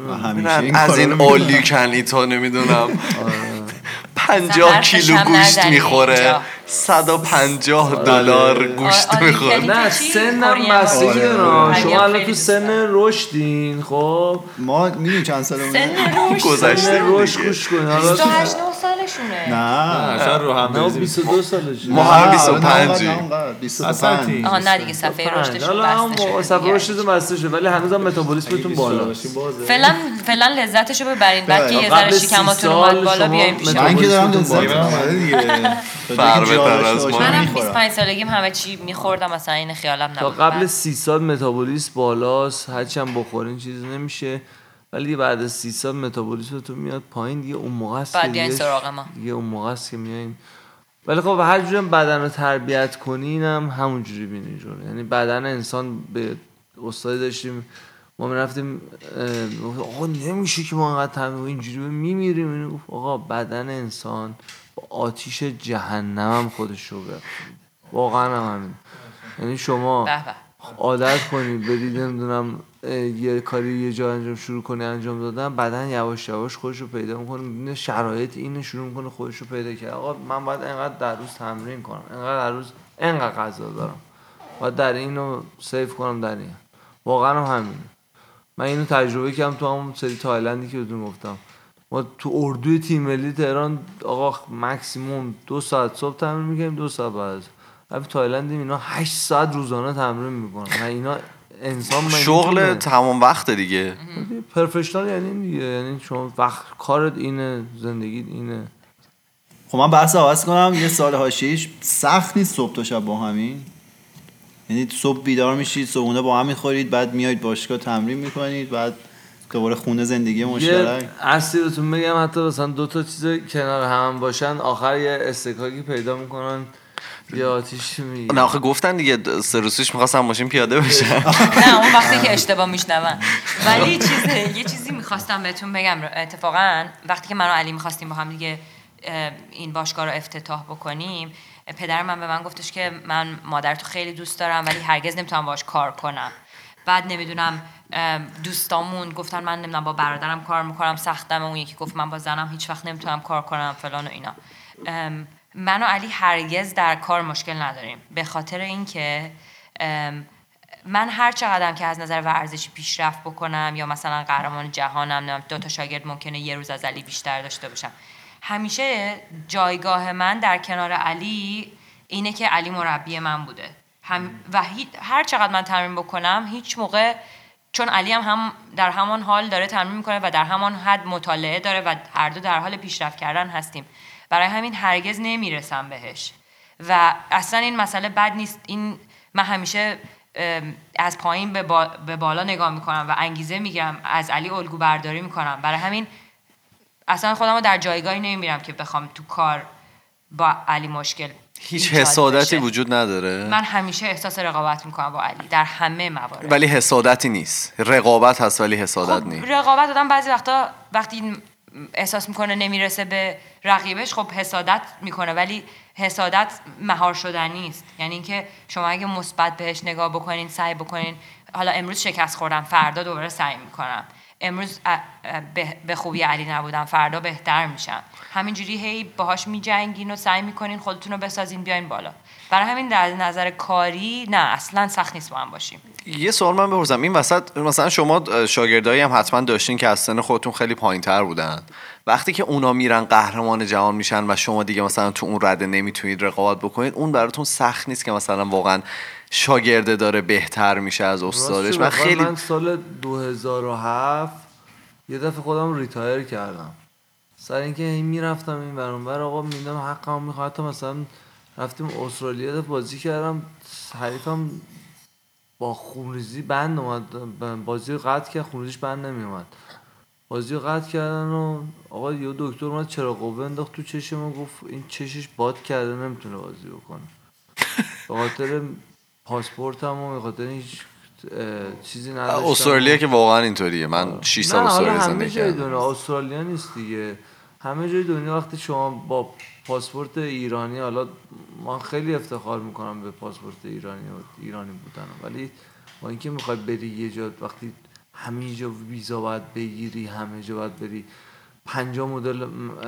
[SPEAKER 1] از این اولی کنی تو نمیدونم پنجاه کیلو گوشت میخوره، صد و پنجاه دلار گوشت میخوره.
[SPEAKER 4] نه سنم بستگی داره. شما الان تو سن رشدین. خب
[SPEAKER 2] ما میدونی چند سالمونه؟
[SPEAKER 3] سن رشد
[SPEAKER 1] گذشته
[SPEAKER 4] رشد گوش کنین.
[SPEAKER 3] بیست و هشت سالشونه.
[SPEAKER 2] نه
[SPEAKER 5] اصلا رو هم
[SPEAKER 4] نه بیست و دو سالشه.
[SPEAKER 1] ما هم بیست و پنج.
[SPEAKER 2] بیست و پنج.
[SPEAKER 3] آها نه دیگه صفحه رشدشون بسته شده.
[SPEAKER 4] صفحه رشدتون بسته شده ولی هنوزم متابولیسمتون بالا.
[SPEAKER 3] فعلا فعلا لذتشو ببرین، بعد که یه ذره شکماتون اومد بالا بیایم پیش.
[SPEAKER 2] من که دارم لذت میبرم دیگه.
[SPEAKER 1] فربه تر از ما.
[SPEAKER 3] منم بیست و پنج سالگیم همه چی میخوردم مثلا این خیالم نبود.
[SPEAKER 4] تا قبل سی سال متابولیسم بالاست، هرچند بخورین چیزی نمیشه، ولی بعد از سی سال متابولیسمتون میاد پایین دیگه. اون موقع است
[SPEAKER 3] بعد بیاین سراغ ما
[SPEAKER 4] دیگه، اون موقع است که میاین. ولی خب هر جوری بدن رو تربیت کنینم همون جوری بینین جور. یعنی بدن انسان به استاد داشتیم ما میرفتیم آقا نمیشه که ما انقدر تمرین اینجوری میمیریم. آقا بدن انسان با آتیش جهنم هم خودش رو گرفته واقعا هم همین. یعنی شما عادت کنید برید نمیدونم یه کاری یه جا انجام شروع کنی انجام دادن، بدن یواش یواش خودش رو پیدا میکنه، میبینه شرایط اینه شروع میکنه خودش رو پیدا کرد. آقا من باید اینقدر در روز تمرین کنم، اینقدر در روز اینقدر غذا دارم، باید در اینو سیف کنم در این. واقعا هم همینه. من اینو تجربه کردم تو همون سری تایلندی که بهتون گفتم. ما تو اردوی تیم ملی تهران آقا ماکسیموم دو ساعت صبح تمرین میکنیم، دو ساعت بعد رفت تایلند اینا هشت ساعت روزانه تمرین میکنن و اینا انسان
[SPEAKER 1] شغل تمام وقت دیگه.
[SPEAKER 4] پروفشنال یعنی دیگه، یعنی شما وقت کارت اینه، زندگیت اینه.
[SPEAKER 2] خب من بحث عوض کنم، یه سال حاشیه‌ایش سخت نیست صبح تا شب با همین؟ یعنی صبح بیدار میشید، صبحونه با هم میخورید، بعد میایید باشگاه تمرین میکنید، بعد دوباره خونه زندگی مشترک.
[SPEAKER 4] اصلی بهتون بگم حتی مثلا دو تا چیز کنار هم باشن آخر یه استکاکی پیدا میکنن یه آتیش میگیرن.
[SPEAKER 1] نه آخه گفتن دیگه سه روزش میخواستم ماشین پیاده بشن.
[SPEAKER 3] نه اون وقتی که اشتباه میشنون. ولی چیزه یه چیزی میخواستم بهتون بگم. اتفاقا وقتی که من و علی میخواستیم با هم دیگه این باشگاه رو افتتاح بکنیم، پدر من به من گفتش که من مادرتو خیلی دوست دارم ولی هرگز نمیتونم باهاش کار کنم. بعد نمیدونم دوستامون گفتن من نمیدونم با برادرم کار میکنم سختم، اون یکی گفت من با زنم هیچ وقت نمیتونم کار کنم فلان و اینا. من و علی هرگز در کار مشکل نداریم به خاطر اینکه من هر چقدرم که از نظر ورزشی پیشرفت بکنم یا مثلا قهرمان جهانم، دو تا شاگرد ممکنه یه روز از علی بیشتر داشته باشم، همیشه جایگاه من در کنار علی اینه که علی مربی من بوده هم و هر چقدر من تمرین بکنم هیچ موقع، چون علی هم, هم در همان حال داره تمرین میکنه و در همان حد مطالعه داره و هر دو در حال پیشرفت کردن هستیم، برای همین هرگز نمیرسم بهش و اصلا این مسئله بد نیست. این من همیشه از پایین به, با به بالا نگاه میکنم و انگیزه میگیرم، از علی الگو برداری میکنم، برای همین اصلا خودم رو در جایگاهی نمیبینم که بخوام تو کار با علی مشکل.
[SPEAKER 1] هیچ حسادتی وجود نداره؟
[SPEAKER 3] من همیشه احساس رقابت میکنم با علی در همه موارد.
[SPEAKER 1] ولی حسادتی نیست، رقابت هست ولی حسادت
[SPEAKER 3] خب
[SPEAKER 1] نیست.
[SPEAKER 3] رقابت آدم بعضی وقتا وقتی احساس میکنه نمیرسه به رقیبش خب حسادت میکنه، ولی حسادت مهار شدنی است. یعنی اینکه شما اگه مثبت بهش نگاه بکنین، سعی بکنین، حالا امروز شکست خوردم فردا دوباره سعی میکنم، امروز به خوبی علی نبودم فردا بهتر میشم، همینجوری هی باهاش میجنگین و سعی میکنین خودتون رو بسازین بیاین بالا. برای همین در نظر کاری نه اصلا سخت نیست با هم باشیم.
[SPEAKER 1] یه سوال من بپرسم، این وسط مثلا شما شاگردایی هم حتما داشتین که از سن خودتون خیلی پایین‌تر بودن، وقتی که اونا میرن قهرمان جهان میشن و شما دیگه مثلا تو اون رده نمیتونید رقابت بکنید، اون براتون سخت نیست که مثلا واقعا شاگرده داره بهتر میشه از استادش؟ من خیلی
[SPEAKER 4] من سال دو هزار و هفت یه دفعه خودم ریتایر کردم سر اینکه این میرفتم این ور اون ور، آقا میدم حقم میخواد. تا مثلا رفتیم استرالیا بازی کردم، حریفم با خونریزی بند اومد، بازی رو قطع کرد، خونریزیش بند نمی اومد، بازی رو قطع کردن و آقا یه دکتر اومد چرا قوه انداخت تو چشم و گفت این چشش باد کرده نمیتونه بازی بکنه. به خاطر پاسپورتم و به خاطر هیچ چیزی نداشتم.
[SPEAKER 1] استرالیا که واقعا اینطوریه، من شش سال استرالیا زندگی کردم.
[SPEAKER 4] همه جای دنیا استرالیا نیست دیگه، همه جای دنیا وقتی شما با پاسپورت ایرانی، حالا من خیلی افتخار میکنم به پاسپورت ایرانی و ایرانی بودنم، ولی با اینکه میخوای بری یه جا وقتی همه جا ویزا باید بگیری، همه جا باید بری پنجاه مدل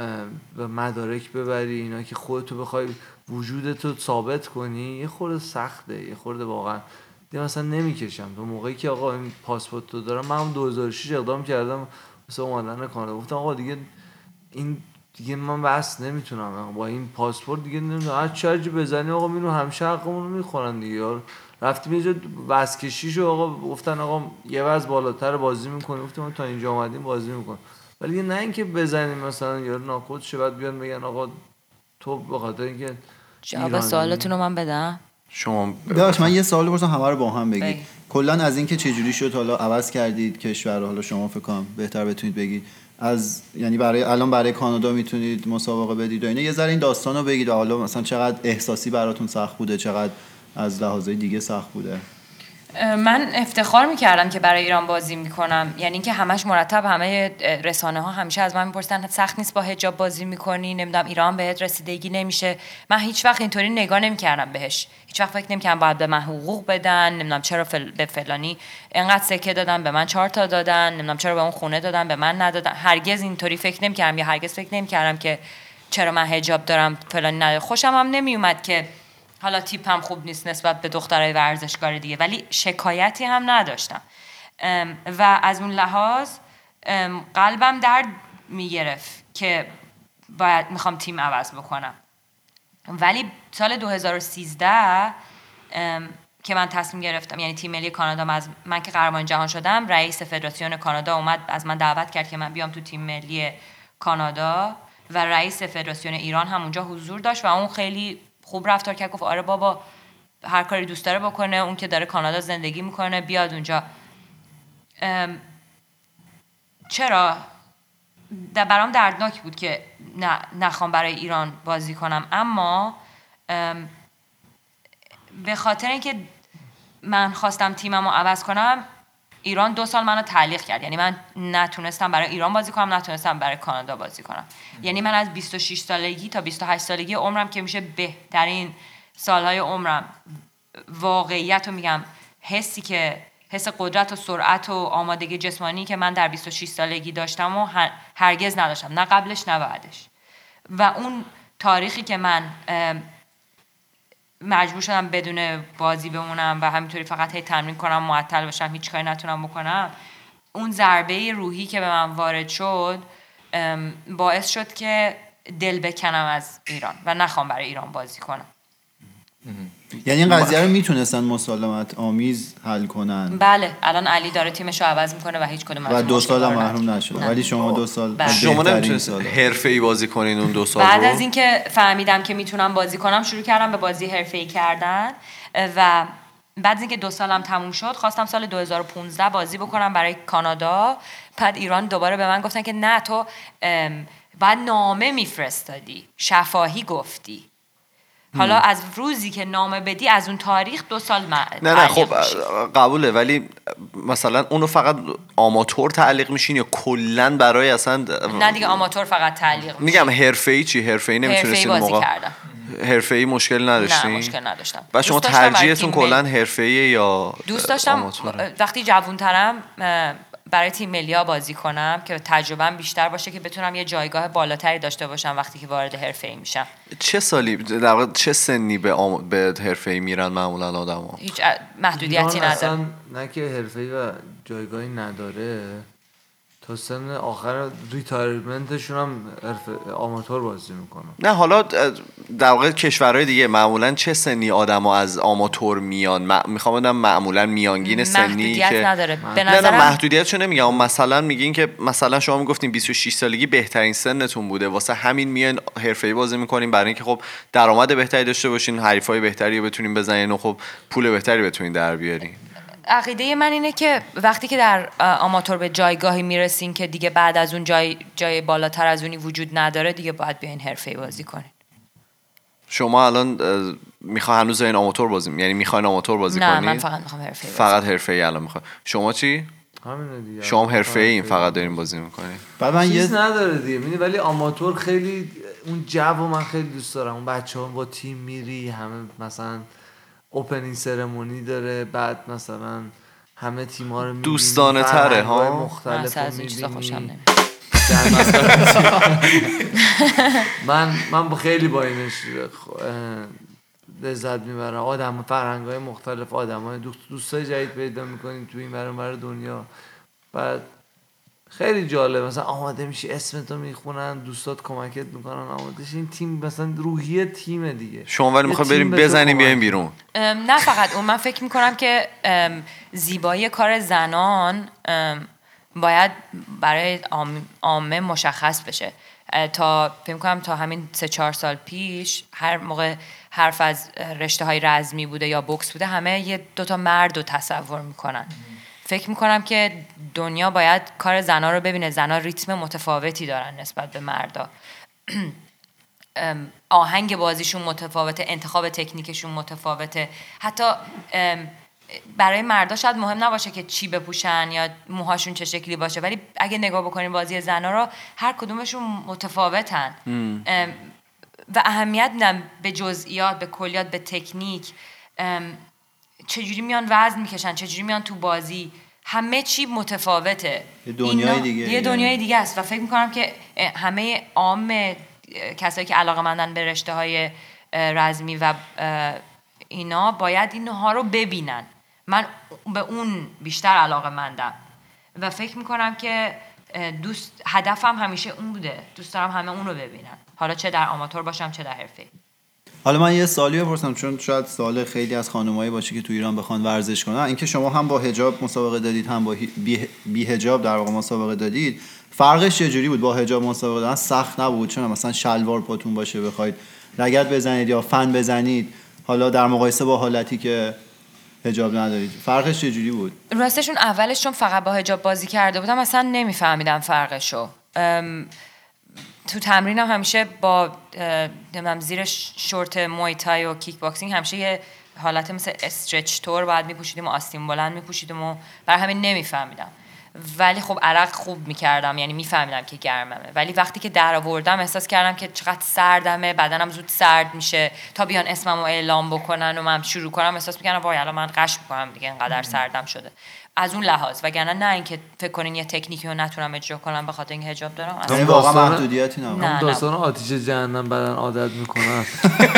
[SPEAKER 4] مدارک ببری، اینا که خودتو بخوای وجودتو ثابت کنی یه خورده سخته، یه خورده واقعا دیگه مثلا نمیکشم. تو موقعی که آقا این پاسپورت رو دارم، من هم دو هزار و شش اقدام کردم مثلا اومدن کانادا، گفتم آقا دیگه این دیگه من بس نمیتونم با این پاسپورت دیگه نمیدونم هر چارجی بزنی آقا میرو همشه حقمون رو میخورن دیگه. رفتیم یه جا وزن کشیشو آقا گفتن آقا یه وزن بالاتر بازی میکنه، گفتم تا اینجا اومدیم بازی میکنه، ولی نه اینکه بزنیم مثلا یارو ناکوت شه بعد بیان بگن آقا تو به خاطر اینکه
[SPEAKER 3] جواب سوالتون رو من بدم.
[SPEAKER 1] شما
[SPEAKER 2] داش من یه سوال بپرسم همه رو با هم بگید. کلا از اینکه چه جوری شد حالا عوض کردید کشور رو، حالا شما فکر کنم بهتر بتونید بگید، از یعنی برای الان برای کانادا میتونید مسابقه بدید و اینا، یه ذره این داستانو بگید و حالا مثلا چقدر احساسی براتون سخت بوده، چقدر از لحاظای دیگه سخت بوده.
[SPEAKER 3] من افتخار میکردم که برای ایران بازی میکنم، یعنی اینکه همش مرتب همه رسانه ها همیشه از من میپرسن سخت نیست با حجاب بازی میکنی، نمیدونم ایران بهت رسیدگی نمیشه. من هیچ وقت اینطوری نگاه نمیکردم بهش، هیچ وقت فکر نمیکردم باید به من حقوق بدن، نمیدونم چرا فل... به فلانی اینقدر سکه دادن به من چهار تا دادن، نمیدونم چرا به اون خونه دادن به من ندادن. هرگز اینطوری فکر نمیکردم یا هرگز فکر نمیکردم که چرا من حجاب دارم فلانی نداره. خوشم هم نمیومد که حالا تیپ هم خوب نیست نسبت به دخترای ورزشکار دیگه، ولی شکایتی هم نداشتم و از اون لحاظ قلبم درد میگرفت که باید میخوام تیم عوض بکنم. ولی سال دو هزار و سیزده که من تصمیم گرفتم، یعنی تیم ملی کانادا، از من که قهرمان جهان شدم، رئیس فدراسیون کانادا اومد از من دعوت کرد که من بیام تو تیم ملی کانادا و رئیس فدراسیون ایران هم اونجا حضور داشت و اون خیلی خوب رفتار کرد، گفت آره بابا هر کاری دوست داره بکنه، اون که داره کانادا زندگی میکنه بیاد اونجا. چرا در برام دردناک بود که نه نخوام برای ایران بازی کنم، اما به خاطر اینکه من خواستم تیممو عوض کنم، ایران دو سال منو تعلیق کرد. یعنی من نتونستم برای ایران بازی کنم، نتونستم برای کانادا بازی کنم. یعنی من از بیست و شش سالگی تا بیست و هشت سالگی عمرم که میشه بهترین سالهای عمرم، واقعیت رو میگم، حسی که حس قدرت و سرعت و آمادگی جسمانی که من در بیست و شش سالگی داشتم و هرگز نداشتم، نه قبلش نه بعدش. و اون تاریخی که من مجبور شدم بدون بازی بمونم و همینطوری فقط هی تمرین کنم، معطل باشم، هیچ کاری نتونم بکنم، اون ضربه روحی که به من وارد شد باعث شد که دل بکنم از ایران و نخوام برای ایران بازی کنم.
[SPEAKER 2] یعنی این قضیه رو میتونستن مسالمت آمیز حل کنن؟
[SPEAKER 3] بله، الان علی داره تیمش رو عوض میکنه و هیچ کدوم
[SPEAKER 2] و دو سال هم محروم نشد. ولی شما دو سال
[SPEAKER 1] شما نمیتونستین حرفه‌ای بازی کنین اون دو سال
[SPEAKER 3] بعد
[SPEAKER 1] رو؟
[SPEAKER 3] از اینکه فهمیدم که میتونم بازی کنم شروع کردم به بازی حرفه‌ای کردن و بعد از اینکه دو سالم تموم شد خواستم سال دو هزار و پانزده بازی بکنم برای کانادا. بعد ایران دوباره به من گفتن که نه، تو بعد نامه میفرستادی، شفاهی گفتی. حالا از روزی که نامه بدی از اون تاریخ دو سال من
[SPEAKER 1] نه نه خب قبوله، ولی مثلا اونو فقط آماتور تعلیق میشین یا کلن برای اصلا؟
[SPEAKER 3] نه دیگه آماتور فقط تعلیق میشین.
[SPEAKER 1] میگم حرفه‌ای چی؟ حرفه‌ای نمیتونستین
[SPEAKER 3] بازی
[SPEAKER 1] موقع
[SPEAKER 3] کردم.
[SPEAKER 1] حرفه‌ای مشکل نداشتین؟
[SPEAKER 3] نه مشکل نداشتم.
[SPEAKER 1] و شما ترجیحتون کلا حرفه‌ایه یا
[SPEAKER 3] دوست داشتم
[SPEAKER 1] آماتوره؟
[SPEAKER 3] وقتی جوان‌ترم برای تیم ملی بازی کنم که تجربه‌ام بیشتر باشه، که بتونم یه جایگاه بالاتری داشته باشم وقتی که وارد حرفه‌ای میشم.
[SPEAKER 1] چه سالی در واقع چه سنی به آم... به حرفه‌ای میرن معمولا آدما؟
[SPEAKER 3] هیچ محدودیتی نداره.
[SPEAKER 4] نه که حرفه‌ای و جایگاهی نداره، تا سن آخر ریتایرمنتشون هم آماتور بازی میکنن.
[SPEAKER 1] نه حالا در واقع کشورهای دیگه معمولا چه سنی آدما از آماتور میان؟ م... میخوام بدم معمولا میانگین سنی
[SPEAKER 3] محدودیت
[SPEAKER 1] که
[SPEAKER 3] نداره.
[SPEAKER 1] به نظرم نه نه محدودیتشو نمیگم، مثلا میگین که مثلا شما میگفتین بیست و شش سالگی بهترین سنتون بوده، واسه همین میان حرفه‌ای بازی میکنین برای اینکه خب درآمد بهتری داشته باشین، حریفای بهتری رو بتونین بزنین و خب پول بهتری بتونین در بیارین.
[SPEAKER 3] عقیده من اینه که وقتی که در آماتور به جایگاهی میرسین که دیگه بعد از اون جای جای بالاتر از اونی وجود نداره، دیگه باید بیاین حرفه‌ای بازی کنین.
[SPEAKER 1] شما الان میخواین هنوز این آماتور بازی، یعنی میخواین آماتور بازی
[SPEAKER 3] نه،
[SPEAKER 1] کنین؟
[SPEAKER 3] نه من فقط میخوام حرفه‌ای بازی.
[SPEAKER 1] فقط حرفه‌ای الان میخوام. شما چی؟
[SPEAKER 4] همینه دیگه.
[SPEAKER 1] شما حرفه‌ای این فقط دارین بازی میکنین؟
[SPEAKER 2] بعد من
[SPEAKER 4] چیز
[SPEAKER 2] یه
[SPEAKER 4] نداره دیگه. میدونی ولی آماتور خیلی اون جو من خیلی دوست دارم. اون بچه‌ها با تیم میری، همه مثلا اوپنینگ سرمونی داره، بعد مثلا همه تیم‌ها رو می‌بینی،
[SPEAKER 1] دوستانه تره ها،
[SPEAKER 4] مختلف رو می‌بینی. من من با خیلی با اینش لذت میبرم. آدم فرهنگ‌های مختلف، آدم‌های دوست دوستای جدید پیدا می‌کنی تو این ور اون ور دنیا. بعد خیلی جالب، مثلا آماده میشی، اسمتو میخونن، دوستات کمکت میکنن آماده شی. این تیم مثلا روحیه تیم دیگه.
[SPEAKER 1] شما ولی میخوای بریم بزنیم بیایم بیرون؟
[SPEAKER 3] نه فقط اون، من فکر میکنم که زیبایی کار زنان باید برای عامه مشخص بشه. تا فکر میکنم تا همین سه چهار سال پیش هر موقع حرف از رشته های رزمی بوده یا بوکس بوده، همه یه دوتا مرد رو تصور میکنن. فکر میکنم که دنیا باید کار زنا رو ببینه. زنا ریتم متفاوتی دارن نسبت به مردا. آهنگ بازیشون متفاوته، انتخاب تکنیکشون متفاوته. حتی برای مردا شاید مهم نباشه که چی بپوشن یا موهاشون چه شکلی باشه، ولی اگه نگاه بکنین بازی زنا رو، هر کدومشون متفاوتن و اهمیت میدن به جزئیات، به کلیات، به تکنیک. چجوری میان وزن میکشن، چجوری میان تو بازی، همه چی متفاوته.
[SPEAKER 2] یه دنیای دیگه
[SPEAKER 3] یه دنیای دیگه است و فکر میکنم که همه عام کسایی که علاقه‌مندن به رشته‌های رزمی و اینا باید اینها رو ببینن. من به اون بیشتر علاقه‌مندم و فکر میکنم که دوست هدفم همیشه اون بوده. دوست دارم همه اون رو ببینن، حالا چه در آماتور باشم چه در حرفه‌ای.
[SPEAKER 2] حالا من یه سوالی بپرسم، چون شاید سوال خیلی از خانمایی باشه که تو ایران بخوان ورزش کنن، اینکه شما هم با حجاب مسابقه دادید هم با بی, بی حجاب در واقع مسابقه دادید، فرقش چجوری بود؟ با حجاب مسابقه دادن سخت نبود چون مثلا شلوار پاتون باشه بخواید لگد بزنید یا فن بزنید، حالا در مقایسه با حالتی که حجاب ندارید فرقش چجوری بود؟
[SPEAKER 3] راستشون اولش چون فقط با حجاب بازی کرده بودم اصلا نمیفهمیدم فرقشو. تو تمرینم همیشه با نمیدونم زیر شورت مویتای و کیک باکسینگ همیشه یه حالت مثل استرچ تور باید میپوشیدیم و آستین بلند میپوشیدیم و برای همین نمیفهمیدم، ولی خب عرق خوب میکردم، یعنی میفهمیدم که گرممه، ولی وقتی که در آوردم احساس کردم که چقدر سردمه، بدنم زود سرد میشه، تا بیان اسممو اعلام بکنن و من شروع کنم احساس میکردم وای الان من قش میکنم دیگه اینقدر سردم شده. از اون لحاظ، وگرنه نه اینکه فکر کنین یه تکنیکی رو نتونم اجرا کنم به خاطر اینکه حجاب دارم،
[SPEAKER 2] اصلا واقعا محدودیتی نداره.
[SPEAKER 4] اون داستان آتش جهنم بدن عادت میکنن.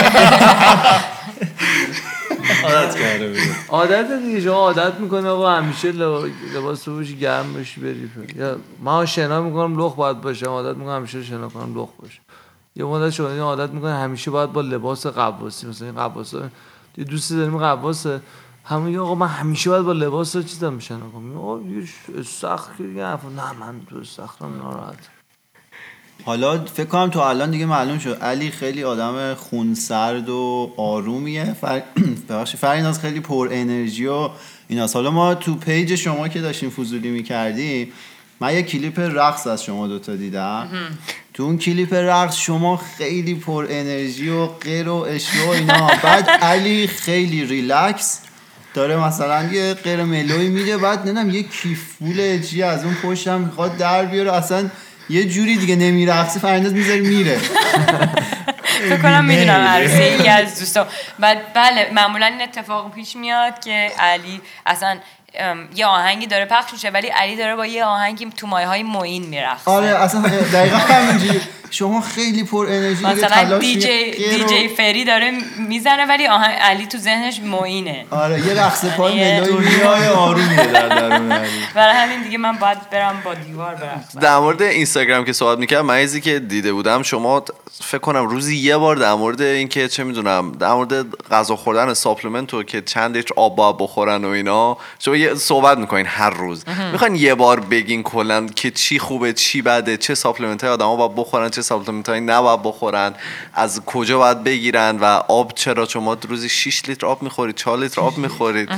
[SPEAKER 5] عادت کرده بود.
[SPEAKER 4] عادت دیگه، شما عادت میکنه آقا همیشه لباس بپوشی گرم باشی بری. یا من شنا میکنم لخ باید باشه، عادت میکنم همیشه شنا کنم لخ باشه. یه مدت شما عادت میکنه همیشه باید با لباس قواسی، مثلا این قواسا یه دوستی داریم قواسه، همون آقا من همیشه باید با لباس رو چیزا میشن کنم. آقا یه سخت دیگه، نه من تو سختم ناراحت.
[SPEAKER 2] حالا فکر کنم تو الان دیگه معلوم شد علی خیلی آدم خونسرد و آرومیه، فر... ببخشید فریناز خیلی پر انرژی و اینا. حالا ما تو پیج شما که داشتیم فضولی میکردیم من یه کلیپ رقص از شما دوتا دیدم. تو اون کلیپ رقص شما خیلی پر انرژی و غیر و اشیا و اینا، بعد علی خیلی ریلکس داره مثلا یه غیر ملوی میده، بعد نمیدونم یه کیفول چی از اون پشتم میخواد در بیاره، اصلا یه جوری دیگه نمیرقصی فریناز میذاری میره.
[SPEAKER 3] فکر کنم میدونم عروسی یکی از دوستان. بعد بله معمولا این اتفاق پیش میاد که علی اصلا یه آهنگی داره پخش میشه ولی علی داره با یه آهنگی تو مایه های معین میرقصه.
[SPEAKER 2] آره اصلا دقیقاً همینجوری شما خیلی پر انرژی،
[SPEAKER 3] مثلا دی جی دی جی فری داره میزنه ولی آهنگ علی تو ذهنش معینه.
[SPEAKER 2] آره یه رقص پای ملوی میای آرومیه در درون علی.
[SPEAKER 3] برای همین دیگه من باید برم با دیوار برقصم.
[SPEAKER 1] در مورد اینستاگرام که صحبت می‌کردم، من چیزی که دیده بودم شما فکر کنم روزی یه بار در مورد اینکه چه میدونم در مورد غذا خوردن ساپلمنت و که چند لیتر آب باید بخورن و اینا شما یه صحبت میکنین هر روز. میخواین یه بار بگین کلا که چی خوبه چی بده، چه ساپلمنتای آدما باید بخورن چه ساپلمنتای نباید بخورن، از کجا باید بگیرن و آب چرا شما روزی شش لیتر آب میخورید چهار لیتر آب میخورید؟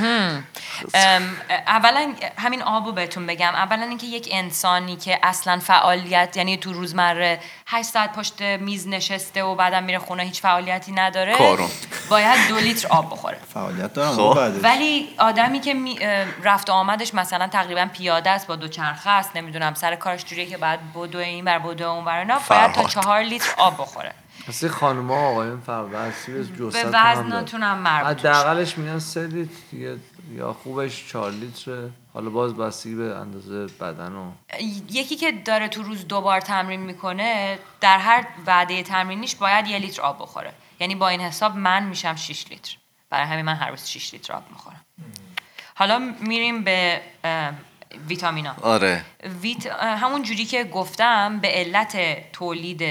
[SPEAKER 3] اولا همین آبو بهتون بگم، اولا اینکه یک انسانی که اصلا فعالیت یعنی تو روزمره هشت ساعت پشت میز نشسته و بعدم میره خونه هیچ فعالیتی نداره
[SPEAKER 1] کارون.
[SPEAKER 3] باید دو لیتر آب بخوره.
[SPEAKER 2] فعالیت دارم.
[SPEAKER 3] ولی آدمی که می رفت و آمدش مثلا تقریبا پیاده است با دوچرخه است، نمیدونم سر کارش جوریه که بعد بدو این بر بدو اون بر اینا، باید تا چهار لیتر آب بخوره.
[SPEAKER 4] مثل خانم‌ها آقایون فرق دستی به جثتون
[SPEAKER 3] به وزنتون هم مربوط.
[SPEAKER 4] حداقلش میگن سه لیتر دیگه، یا خوبش چهار لیتر، حالا باز بستگی به اندازه بدن و
[SPEAKER 3] یکی که داره تو روز دو بار تمرین میکنه در هر وعده تمرینیش باید یه لیتر آب بخوره. یعنی با این حساب من میشم شش لیتر، برای همین من هر روز شش لیتر آب میخورم. حالا میریم به ویتامینا.
[SPEAKER 1] آره
[SPEAKER 3] ویت... همون جوری که گفتم به علت تولید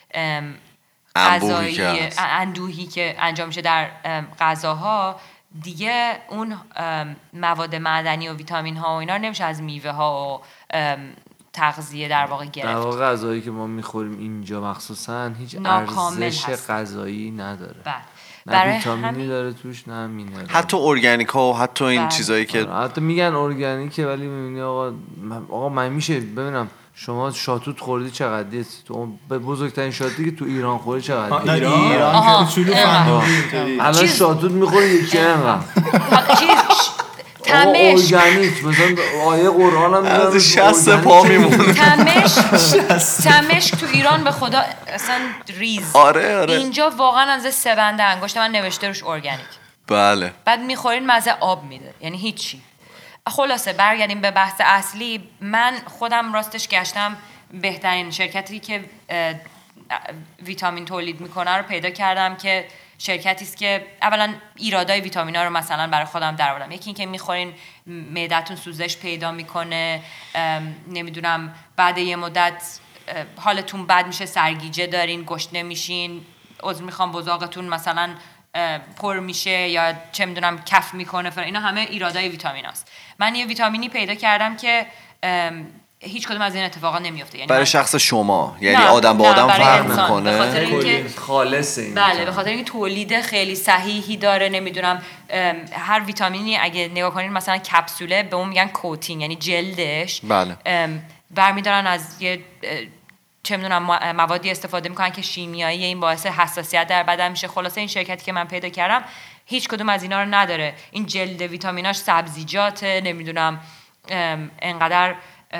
[SPEAKER 3] غذایی اندوهی که انجام میشه در غذاها دیگه اون مواد معدنی و ویتامین ها و اینا نمیشه از میوه ها و تغذیه در واقع گرفت.
[SPEAKER 4] در واقع غذایی که ما میخوریم اینجا مخصوصا هیچ ارزش غذایی نداره.
[SPEAKER 3] بله.
[SPEAKER 4] نه ویتامینی داره توش نه مینرال.
[SPEAKER 1] حتی ارگانیک ها و حتی این چیزایی که
[SPEAKER 4] حتی میگن ارگانیکه ولی میبینی آقا آقا من میشه ببینم شما شاتوت خوردی چقدر دیست؟ تو به بزرگترین شاتوتی که تو ایران خوردی چقدر دیست؟
[SPEAKER 2] ایران ایران که چلو فهمیدی
[SPEAKER 4] الان شاتوت میخوری یکی اینقدر
[SPEAKER 3] تمش
[SPEAKER 4] ارگانیک مثلا آیه قرآن هم
[SPEAKER 1] از شصت پا میمونه.
[SPEAKER 3] تمش تمش تو ایران به خدا اصلا ریز.
[SPEAKER 1] آره آره
[SPEAKER 3] اینجا واقعا از سه بند انگشت من نوشته روش ارگانیک.
[SPEAKER 1] بله.
[SPEAKER 3] بعد میخورین مزه آب میده، یعنی هیچی. خلاصه برگردیم به بحث اصلی. من خودم راستش گشتم بهترین شرکتی که ویتامین تولید میکنه رو پیدا کردم که شرکتی است که اولا ایرادای ویتامینا رو مثلا برای خودم درآوردم. یکی این که میخورین معدتون سوزش پیدا میکنه، نمیدونم بعد یه مدت حالتون بد میشه، سرگیجه دارین، گشنه میشین، عذر میخوام بزاقتون مثلا پر میشه یا چه میدونم کف میکنه فلان، اینا همه ایرادای ویتامیناست. من یه ویتامینی پیدا کردم که هیچ کدوم از این اتفاقا نمیفته. یعنی
[SPEAKER 1] برای شخص شما یعنی آدم با آدم فرق میکنه؟
[SPEAKER 3] به خاطر اینکه
[SPEAKER 4] خالصه این
[SPEAKER 3] بله به خاطر اینکه تولید خیلی صحیحی داره. نمیدونم هر ویتامینی اگه نگاه کنین مثلا کپسوله به اون میگن کوتینگ، یعنی جلدش
[SPEAKER 1] بله
[SPEAKER 3] برمیدارن از یه چه میدونم موادی استفاده میکنن که شیمیایی، این باعث حساسیت در بدن میشه. خلاصه این شرکتی که من پیدا کردم هیچ کدوم از اینا رو نداره. این جلد ویتامیناش سبزیجاته، نمیدونم انقدر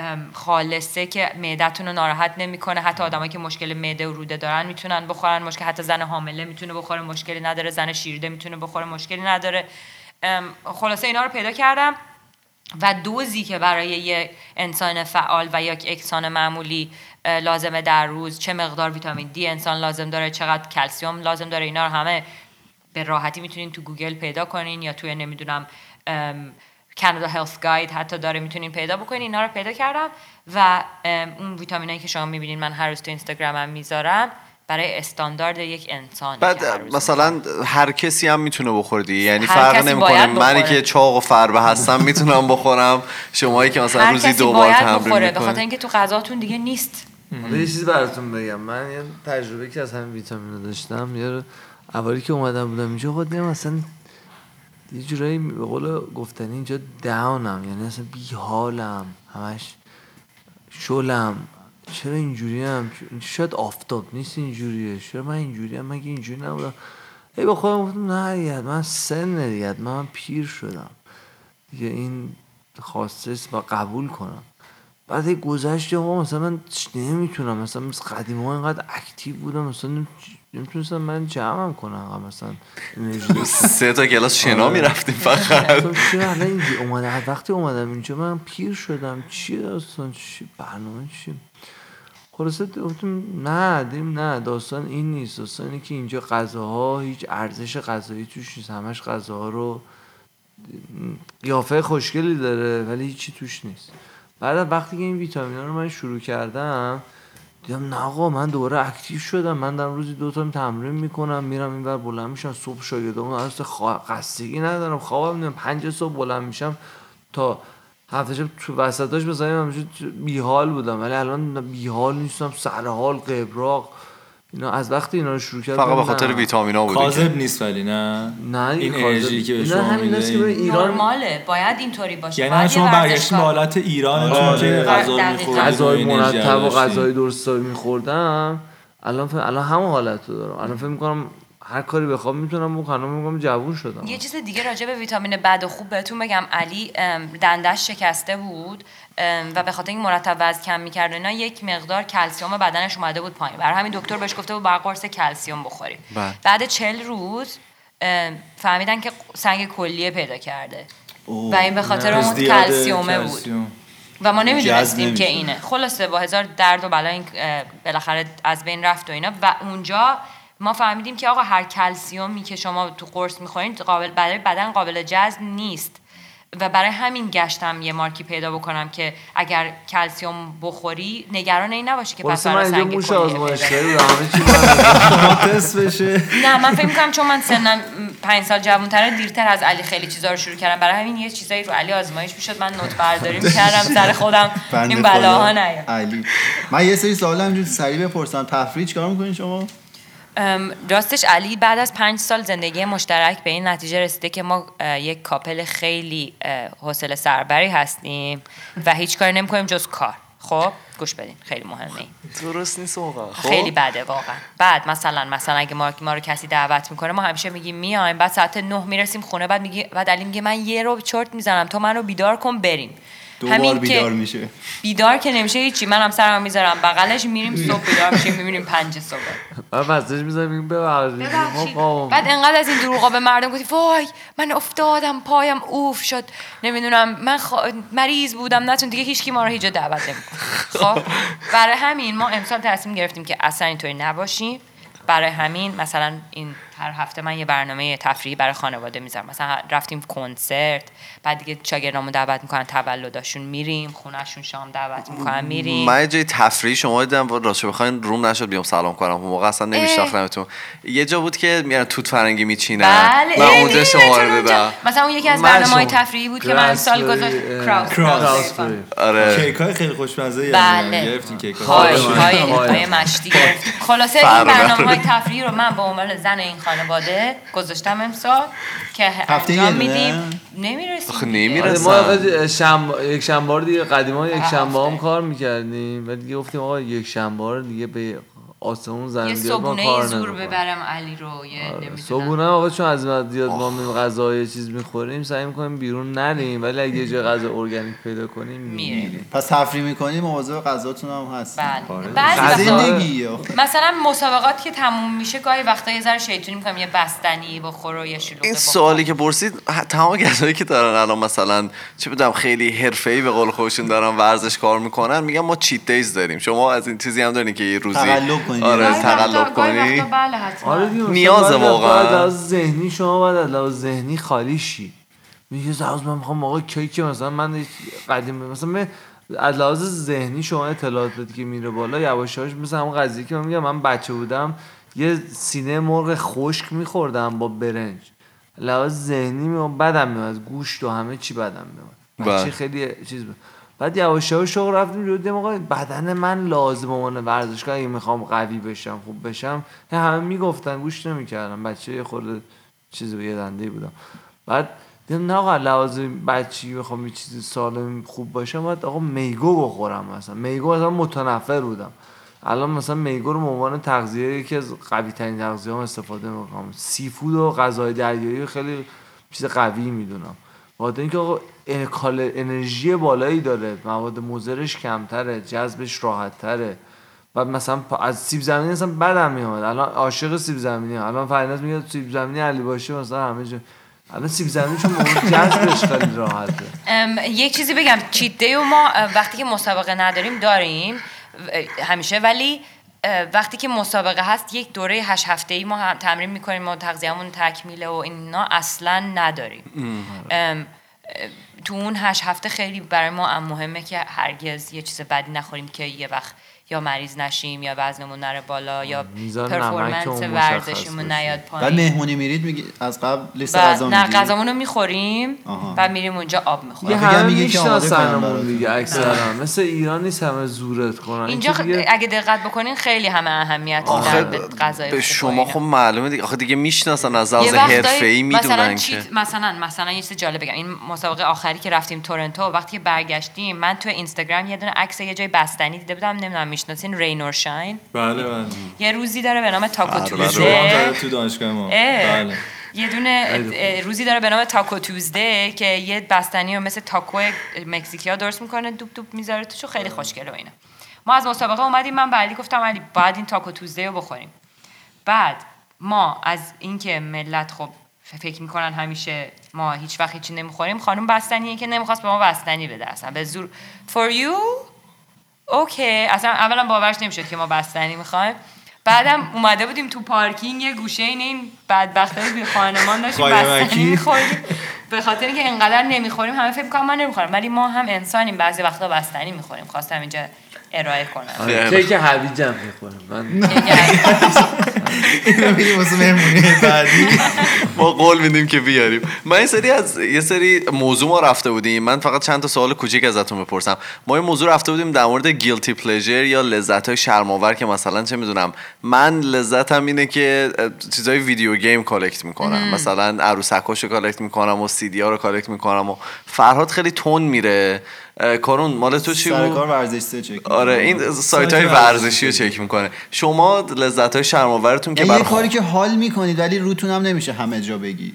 [SPEAKER 3] خالصه که معدتون رو ناراحت نمیکنه. حتی آدمایی که مشکل معده و روده دارن میتونن بخورن، مشکل حتی زن حامله میتونه بخوره مشکلی نداره، زن شیرده میتونه بخوره مشکلی نداره. خلاصه اینا رو پیدا کردم و دوزی که برای یه انسان فعال و یک انسان معمولی لازمه در روز، چه مقدار ویتامین دی انسان لازم داره، چقدر کلسیم لازم داره، اینا رو همه به راحتی میتونین تو گوگل پیدا کنین یا توی نمیدونم کانادا هلث گاید حتی داره میتونین پیدا بکنین. اینا رو پیدا کردم و اون ویتامینایی که شما میبینین من هر روز تو اینستاگرامم میذارم برای استاندارد یک انسان.
[SPEAKER 1] بعد مثلا هر کسی هم میتونه بخوره، یعنی فرق نمیکنه منی که چاق و فربه هستم میتونم بخورم، شمایی که مثلا روزی دو بار تمرین میکنه.
[SPEAKER 3] به خاطر اینکه تو غذاتون دیگه نیست.
[SPEAKER 4] یه چیزی براتون بگم، من یه تجربه که از همین ویتامین داشتم، یه اولی که اومدم بودم اینجا خود مثلا یه جورایی به قول گفتنی اینجا داونم، یعنی اصلا بیحالم، همش شلم. چرا اینجوری هم؟ شاید آفتاب نیست اینجوریه، چرا من اینجوری هم؟ مگه اینجوری نبودم؟ ای با خودم گفتم نه دیگه من سن دیگه من پیر شدم دیگه، این خواسته است و قبول کنم. بعد یک گذشت آقا مثلا من نمیتونم، مثلا مثل قدیم ها اینقدر اکتیو بودم، مثلا نمیتونستم من جمعم کنم مثلا
[SPEAKER 1] سه تا کلاس شنا میرفتیم فقط.
[SPEAKER 4] چرا الان اینجا اومده وقتی اومدم اینجا من پیر شدم؟ چی داستان؟ چی برنامه؟ چی؟ خلاصه گفتم نه دیم نه داستان این نیست، داستان اینه که اینجا غذاها هیچ ارزش غذایی توش نیست، همش غذاها رو قیافه خوشگلی داره ولی هیچی توش نیست. بعد وقتی که این ویتامینا رو من شروع کردم دیدم نه آقا من دوباره اکتیو شدم، من در روزی دو تا تمرین میکنم، میرم اینور بلند میشم، صبح شاگردام اصلا خستگی ندارم، خوابم نمیاد، پنج صبح بلند میشم تا هفته شب تو وسطاش بزنیم همیشه بیحال بودم ولی الان بیحال نیستم، سرحال، قبراق. اینا از وقتی اینا رو شروع کردم
[SPEAKER 1] فقط به خاطر ویتامینا بوده.
[SPEAKER 5] کاذب نیست ولی نه
[SPEAKER 4] نه
[SPEAKER 5] این انرژی که به شما میده
[SPEAKER 3] ایران نرماله، باید اینطوری باشه.
[SPEAKER 5] یعنی شما برگشتین به حالت ایران که غذا می‌خوردید،
[SPEAKER 4] غذای مرتب و غذای درستابی می‌خوردم، الان ف... الان همون حالت رو دارم. الان فکر می‌کنم هر کاری بخوام میتونم بکنم، میگم جوون شدم.
[SPEAKER 3] یه چیز دیگه راجع به ویتامین بد و خوب بهتون بگم. علی دندش شکسته بود و به خاطر اینکه مرتب وزن کم می‌کرد اینا یک مقدار کلسیم بدنش اومده بود پایین، برای همین دکتر بهش گفته بود باید قرص کلسیم بخوری. بعد چهل روز فهمیدن که سنگ کلیه پیدا کرده و این به خاطر اون کلسیومه بود و ما نمیدونستیم که اینه. خلاصه با هزار درد و بلا این بالاخره از بین رفت و اینا و اونجا ما فهمیدیم که آقا هر کلسیومی که شما تو قرص میخورین قابل برای بدن قابل جذب نیست و برای همین گشتم یه مارکی پیدا بکنم که اگر کلسیوم بخوری نگران این نباشی که پس برای سنگ کلیه
[SPEAKER 5] تست بشه.
[SPEAKER 3] نه من فکر میکنم چون من سنم پنج سال جوان‌تره دیرتر از علی خیلی چیزا رو شروع کردم، برای همین یه چیزایی رو علی آزمایش میشد من نوت برداری میکردم سر خودم این بلاها نیاد.
[SPEAKER 2] علی من یه سری سوالا همینجوری سریع بپرسم، تفریح چیکار میکنین شما؟
[SPEAKER 3] راستش علی بعد از پنج سال زندگی مشترک به این نتیجه رسیده که ما یک کاپل خیلی حوصله سربری هستیم و هیچ کاری نمی‌کنیم جز کار. خب گوش بدین خیلی مهمه.
[SPEAKER 1] درست نیست واقعا.
[SPEAKER 3] خیلی بده واقعا. بعد مثلا مثلا اگه ما ما رو کسی دعوت میکنه ما همیشه میگیم میایم، بعد ساعت نه میرسیم خونه، بعد میگه بعد علی میگه من یه رو چرت میزنم تو منو بیدار کن بریم.
[SPEAKER 2] همین بیدار میشه.
[SPEAKER 3] بیدار که نمیشه هیچی، منم سرمو میذارم بغلش میریم صبح بیدار میشیم میبینیم پنج صبح.
[SPEAKER 4] بعد واسش میذارم میگم ببخشید.
[SPEAKER 3] بعد انقدر از این دروغا به مردم گفتی وای من افتادم پایم اوف شد نمیدونم من خ... مریض بودم نتون دیگه هیچکی ما رو هیچ جا دعوت نمیکنه. خب برای همین ما امسال تصمیم گرفتیم که اصلا اینطوری نباشیم. برای همین مثلا این هر هفته من یه برنامه تفریحی برای خانواده میذارم. مثلا رفتیم کنسرت، بعد دیگه شاگردامو دعوت میکنن تولداشون میریم خونهشون، شام دعوت میکنن میریم.
[SPEAKER 1] من جای تفریحی شما دیدم راستش بخواین روم نشد بیام سلام کنم، اون موقع اصلا نمیشناختمتون. یه جا بود که میرن توت فرنگی میچینن.
[SPEAKER 3] بله.
[SPEAKER 1] من اونجا شما رو دیدم.
[SPEAKER 3] مثلا اون یکی از برنامه‌های تفریحی بود که من سال گذشته کراوس.
[SPEAKER 1] آره.
[SPEAKER 5] کیکای خیلی خوشمزه
[SPEAKER 3] بله.
[SPEAKER 5] گرفتین کیکای.
[SPEAKER 3] های های مشتی گرفتیم. خلاصه این برنامه‌های تفریحی رو من به عنوان زن این خانواده گذاشتم امسال که انجام میدیم. نمیرسیم.
[SPEAKER 1] آخه نمیرسیم.
[SPEAKER 4] ما شنبه یک شنبه دیگه قدیما یک شنبه هم کار میکردیم و دیگه گفتیم آقا یک شنبه دیگه به آسمون زنگ بیاد ما کار نمی‌کنیم.
[SPEAKER 3] یه صبونه زور ببرم علی رو یه نمیدونم.
[SPEAKER 4] صبونه آقا چون از ما زیاد ما می غذا یه چیز میخوریم سعی می‌کنیم بیرون نریم، ولی اگه یه جای غذا ارگانیک پیدا کنیم میریم.
[SPEAKER 2] پس تفریح می‌کنیم مواظب غذاتون هم هست.
[SPEAKER 3] بله. بعضی
[SPEAKER 2] زندگی
[SPEAKER 3] مثلا مسابقاتی که تموم میشه گاهی وقتا یه ذره شیطونی می‌کنم یه بستنی بخور و یه شلوغ.
[SPEAKER 1] این سوالی که پرسید تمام کسایی که دارن الان مثلا چه بدونم خیلی حرفه‌ای به قول خودشون دارن ورزش کار میکنن میگن ما چیت دیز داریم. شما از این چیزی هم دارین که یه روزی
[SPEAKER 2] تقلب کنید؟
[SPEAKER 1] آره تقلب کنی.
[SPEAKER 3] بله حتما.
[SPEAKER 4] آره دیگه
[SPEAKER 1] نیازه واقعا.
[SPEAKER 4] بعد از ذهنی شما بعد از لحاظ ذهنی خالی شی. میگه زاوز من میخوام آقا کیک مثلا من قدیم مثلا از لحاظ ذهنی شما اطلاعاتی که میره بالا یواش یواش مثلا همون قضیه که من میگم من بچه بودم یه سینه مرغ خشک میخوردم با برنج. لحاظ ذهنی میام بدم میاد، گوشت و همه چی بدم میاد. بچه خیلی چیز بود. بعد یواش یواش شغل رفتیم رو دیدم آقا بدن من لازم عنوان ورزشکار اگه میخوام قوی بشم خوب بشم همه میگفتن گوش نمیکردم. بچه یه خورده چیز به یه دنده بودم. بعد دیدم نه آقا لازم بچه‌ای بخوام یه چیز سالم خوب باشم باید آقا میگو بخورم. مثلا میگو مثلا متنفر بودم. الان مثلا میگو رو به عنوان تغذیه یکی از قوی ترین تغذیه‌ام استفاده میکنم. سی فود و غذای دریایی خیلی چیز قوی میدونم. واسه اینکه آقا کال انرژی بالایی داره، مواد مضرش کمتره، جذبش راحت‌تره. و مثلا از سیب زمینی اصلا بدم میاد. الان عاشق سیب زمینی ام. الان فریناز میگه سیب زمینی علی باشه مثلا همه جا. الان سیب زمینی چون جذبش خیلی راحته.
[SPEAKER 3] یک چیزی بگم چیت دی و ما وقتی که مسابقه نداریم داریم همیشه، ولی وقتی که مسابقه هست یک دوره هشت هفته‌ای ما هم تمرین میکنیم و تغذیه‌مون تکمیله و اینا اصلا نداریم. تو اون هشت هفته خیلی برای ما مهمه که هرگز یه چیز بدی نخوریم که یه وقت یا مریض نشیم یا وزنمون نره بالا یا پرفورمنس ورزشیمون نیاد پایین.
[SPEAKER 2] بعد مهمونی میرید میگی از قبل لیست غذا میگی؟
[SPEAKER 3] نه غذامون رو میخوریم بعد میریم اونجا آب میخوریم.
[SPEAKER 4] یه همه میشناسنمون دیگه اکثرا مثل ایران نیست همه زورت کنن.
[SPEAKER 3] اینجا اگه دقت بکنین خیلی همه اهمیت میدن به غذای خوب.
[SPEAKER 1] به شما خب معلومه دیگه آخه دیگه میشناسن از لحاظ حرفه‌ای میدونن که
[SPEAKER 3] مثلا مثلا یه چیز جالب بگم. این مسابقه آخری که رفتیم تورنتو وقتی برگشتیم من تو اینستاگرام یه دونه عکس یه جای بستنی دیده بودم، نمیدونم میشناسین رین اور شاین؟
[SPEAKER 5] بله بله.
[SPEAKER 3] یه روزی داره به نام تاکو توزده
[SPEAKER 5] تو دانشگاه ما.
[SPEAKER 3] بله. یه دونه روزی داره به نام تاکو توزده که یه بستنی رو مثل تاکو مکزیکیا درست میکنه، دوب دوب میذاره توشو، خیلی خوشگله و اینا. ما از مسابقه اومدیم، من به علی گفتم علی باید این تاکو توزده رو بخوریم. بعد ما از اینکه ملت خب فکر میکنن همیشه ما هیچ وقت هیچی نمیخوریم، خانم بستنیه که نمیخواست به ما بستنی بده اصلا به زور for you اوکی. اصلا اولا باورش نمیشد که ما بستنی میخوایم. بعدم اومده بودیم تو پارکینگ یه گوشه این این بدبختای بی خانمان داشتیم بستنی میخوریم به خاطر اینکه اینقدر نمیخوریم همه فکر میکنن ما نمیخوریم ولی ما هم انسانیم، بعضی وقتا بستنی میخوریم. خواستم اینجا ارائه کنم.
[SPEAKER 4] کیک هویج هم میخورم من.
[SPEAKER 2] اینو میگیم واسه مهمونی بعدی
[SPEAKER 1] ما قول میدیم که بیاریم. من این سری از یه سری موضوع ما رفته بودیم، من فقط چند تا سوال کوچیک ازتون بپرسم. ما این موضوع رفته بودیم در مورد گیلتی پلژر یا لذت‌های شرم‌آور که مثلا چه میدونم من لذتم اینه که چیزای ویدیو گیم کالکت میکنم، مثلا عروسکاشو کالکت میکنم و سی دی ها رو کالکت میکنم و فرهاد خیلی تون میره. کارون مال تو چی بود؟
[SPEAKER 2] سرکار ورزشی چک.
[SPEAKER 1] آره این سایت های ورزشی رو چک میکنه. شما لذت های شرم‌آورتون که
[SPEAKER 2] برای
[SPEAKER 1] یه
[SPEAKER 2] کاری که حال میکنید ولی روتون هم نمیشه همه جا بگی.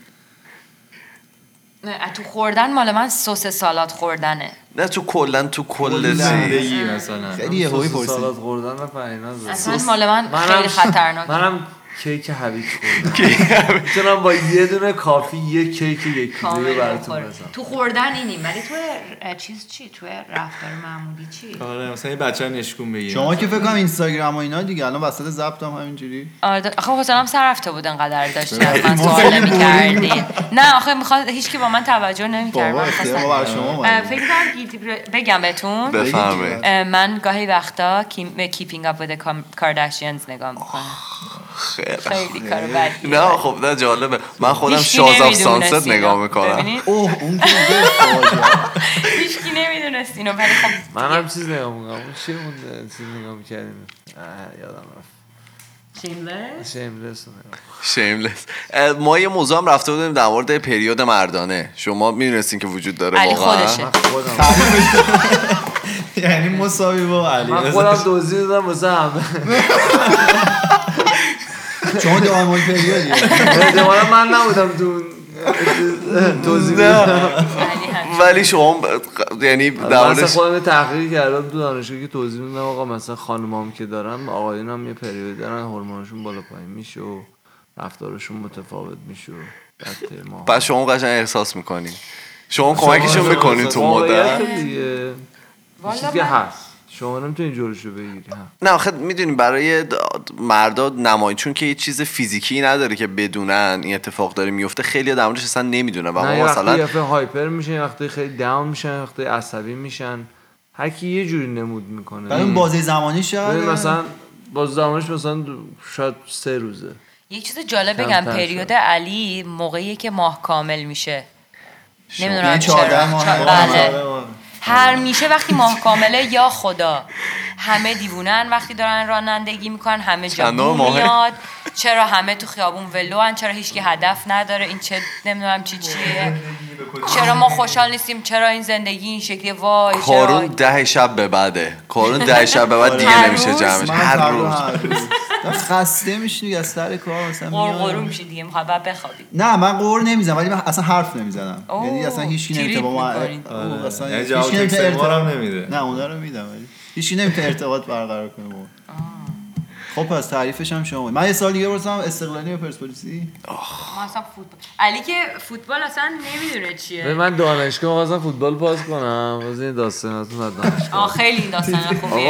[SPEAKER 3] نه تو خوردن مال من سس سالاد خوردنه.
[SPEAKER 1] نه تو کلا تو کل
[SPEAKER 5] زندگی مثلا
[SPEAKER 2] خیلی هوی پرسید
[SPEAKER 4] سالاد خوردن و فریناز
[SPEAKER 3] اصلا مال من خیلی خطرناکه.
[SPEAKER 4] منم کیک هویج خوردن. میتونم با یه دونه کافی یه کیک یک کیلویی براتون بزنم.
[SPEAKER 3] تو خوردن اینیم ولی تو چیز چی؟ تو رفتار معمولی چی؟
[SPEAKER 5] آره مثلا یه بچه‌ها نشکون بگیرن.
[SPEAKER 2] شما که فکر کنم اینستاگرام و اینا دیگه الان وسط ضبط هم همینجوری.
[SPEAKER 3] آره آخه حسنم سر رفته بود انقدر داشتی از من سوال نمی‌کردین. نه آخه می‌خواد هیچ کی با من توجه نمی‌کرد.
[SPEAKER 2] بابا اختیار بر شما.
[SPEAKER 3] فکر کنم بگم بهتون.
[SPEAKER 1] بفرمایید.
[SPEAKER 3] من گاهی وقتا کیپینگ اپ وذ کارداشیانز نگاه می‌کنم. خیلی کار بدیه.
[SPEAKER 1] نه خب نه جالبه. من خودم شاز آف سانست نگاه میکنم.
[SPEAKER 2] اوه اون که دیگه
[SPEAKER 3] هیچ کی نمیدونست اینو ولی خب
[SPEAKER 4] من هم چیز نگاه میکنم. چی اون چیز نگاه میکردیم یادم رفت.
[SPEAKER 3] شیملس
[SPEAKER 4] شیملس
[SPEAKER 1] شیملس. ما یه موضوع هم رفته بودیم در مورد پریود مردانه. شما میدونستین که وجود داره
[SPEAKER 3] علی
[SPEAKER 1] واقعا؟
[SPEAKER 3] خودشه.
[SPEAKER 2] یعنی مساوی با علی.
[SPEAKER 4] من خودم توضیح دادم واسه همه.
[SPEAKER 2] شما دوام پریودی.
[SPEAKER 4] احتمالاً من نبودم تو توضیح دادم.
[SPEAKER 1] ولی شما یعنی
[SPEAKER 4] در مثلا خودم تحقیق کردم تو دانشگاه که توضیح میدم آقا مثلا خانمام که دارن آقایون هم یه پریود دارن هورمونشون بالا پایین میشه و رفتارشون متفاوت میشه بعد ما
[SPEAKER 1] بعد شما قشنگ احساس میکنین شما کمکشون میکنین تو مدت
[SPEAKER 4] چیزی که هست شما نمیتونین جورشو بگیری.
[SPEAKER 1] نه آخه میدونیم برای مردا نمایی چون که یه چیز فیزیکی نداره که بدونن این اتفاق داره میفته خیلی در موردش اصلا نمیدونن و ما مثلا
[SPEAKER 4] یه وقتی هایپر میشن یه وقتی خیلی داون میشن یه وقتی عصبی میشن هر کی یه جوری نمود میکنه.
[SPEAKER 2] بعد اون بازه زمانی شاید
[SPEAKER 4] مثلا بازه زمانیش مثلا شاید سه روزه.
[SPEAKER 3] یک چیز جالب بگم پریود علی موقعیه که ماه کامل میشه. نمیدونم چرا. بله. هر میشه وقتی ماه کامله یا خدا همه دیوونن وقتی دارن رانندگی میکنن همه جا بو میاد چرا همه تو خیابون ولوان چرا هیچکی هدف نداره این چه نمیدونم چی چیه چرا ما خوشحال نیستیم چرا این زندگی این شکلی وای
[SPEAKER 1] کارون ده شب به بعده کارون ده شب به بعد دیگه نمیشه جمعش هر روز
[SPEAKER 2] خسته میشی از سر کار مثلا
[SPEAKER 3] قرقرو میشی دیگه میخواد بعد بخوابی.
[SPEAKER 2] نه من قور نمیزنم ولی من اصلا حرف نمیزنم یعنی اصلا هیچ کی نمیتونه با من
[SPEAKER 5] اصلا هیچ کی ارتباط نمیده.
[SPEAKER 2] نه اونا رو میدم ولی هیچ کی نمیتونه ارتباط برقرار کنه با من. خب پس تعریفش هم شما. من یه سال دیگه برسم استقلالی و پرسپولیسی.
[SPEAKER 3] ما اصلا فوتبال علی که فوتبال اصلا نمیدونه چیه.
[SPEAKER 4] من دانشگاه واسه فوتبال پاس کنم واسه این داستاناتون دانشگاه.
[SPEAKER 3] آ خیلی این داستانا خوبیه.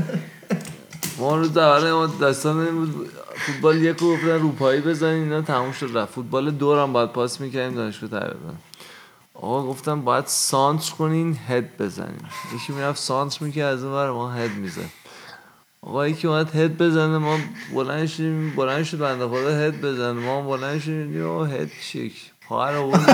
[SPEAKER 4] ما رو داره ما داستان بود فوتبال یک رو گفتن روپایی بزنین اینا تموم شد رفت. فوتبال دورم باید پاس می‌کردیم دانشگاه تقریبا. آقا گفتم باید سانتر کنین هد بزنین. یکی میرفت سانتر می‌کرد از اون ور ما هد می‌زد. آقا یکی اومد هد بزنه ما بلند شدیم بلند شد بنده خدا هد بزنه ما بلند شدیم و هد چیک پای رو بود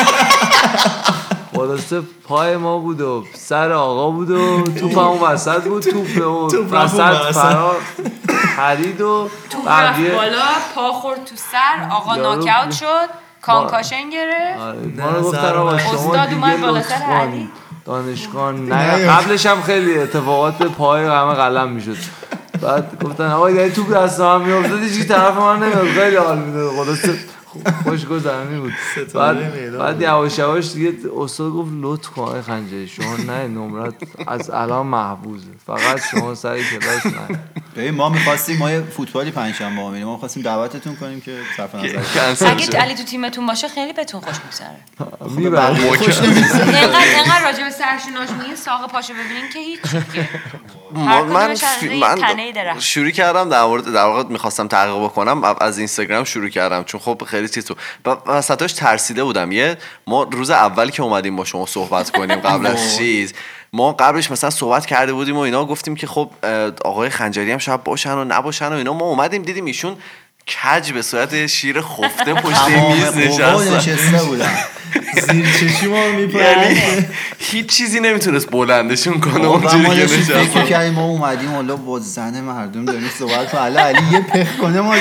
[SPEAKER 4] خلاصه پای ما بود و سر آقا بود و توپ هم وسط بود توپ و وسط فرار پرید و
[SPEAKER 3] توپ رفت بالا پا خورد تو سر آقا ناکاوت شد کانکاشن گرفت.
[SPEAKER 4] ما رو گفتن آقا شما دیگه لطفاً دانشگاه نه قبلش هم خیلی اتفاقات پای همه قلم میشد بعد گفتن آقا یعنی توپ دست هم میافتاد هیچ طرف من نمیاد خیلی حال میداد خلاص خوش گذرونی بود. بعد بعد یواش یواش دیگه استاد گفت لطف کن آقای خنجری شما نه نمرت از الان محفوظه فقط شما سر کلاس نه.
[SPEAKER 2] ببین ما می‌خواستیم ما یه فوتبالی پنجشنبه با ما می‌خواستیم دعوتتون کنیم که صرف نظر
[SPEAKER 3] اگه علی تو تیمتون باشه خیلی بهتون خوش می‌گذره.
[SPEAKER 4] میبره
[SPEAKER 2] خوش نمی‌گذره.
[SPEAKER 3] اینقدر اینقدر راجع به سرشوناش میگین ساق پاشو ببینین که هیچ چیزی.
[SPEAKER 1] من من شروع کردم در مورد در واقع می‌خواستم تحقیق بکنم از اینستاگرام شروع کردم چون خب خیلی چیز تو وسطاش ترسیده بودم. یه ما روز اول که اومدیم با شما صحبت کنیم قبل از چیز ما قبلش مثلا صحبت کرده بودیم و اینا گفتیم که خب آقای خنجری هم شاید باشن و نباشن و اینا ما اومدیم دیدیم ایشون کج به صورت شیر خفته پشت میز
[SPEAKER 2] نشسته بودن زیر چشی ما میپرن
[SPEAKER 1] هیچ چیزی نمیتونست بلندشون کنه
[SPEAKER 2] اونجوری که نشسته فکر کردیم ما اومدیم حالا با زن مردم داریم صحبت کنیم علی علی یه پخ کنه ما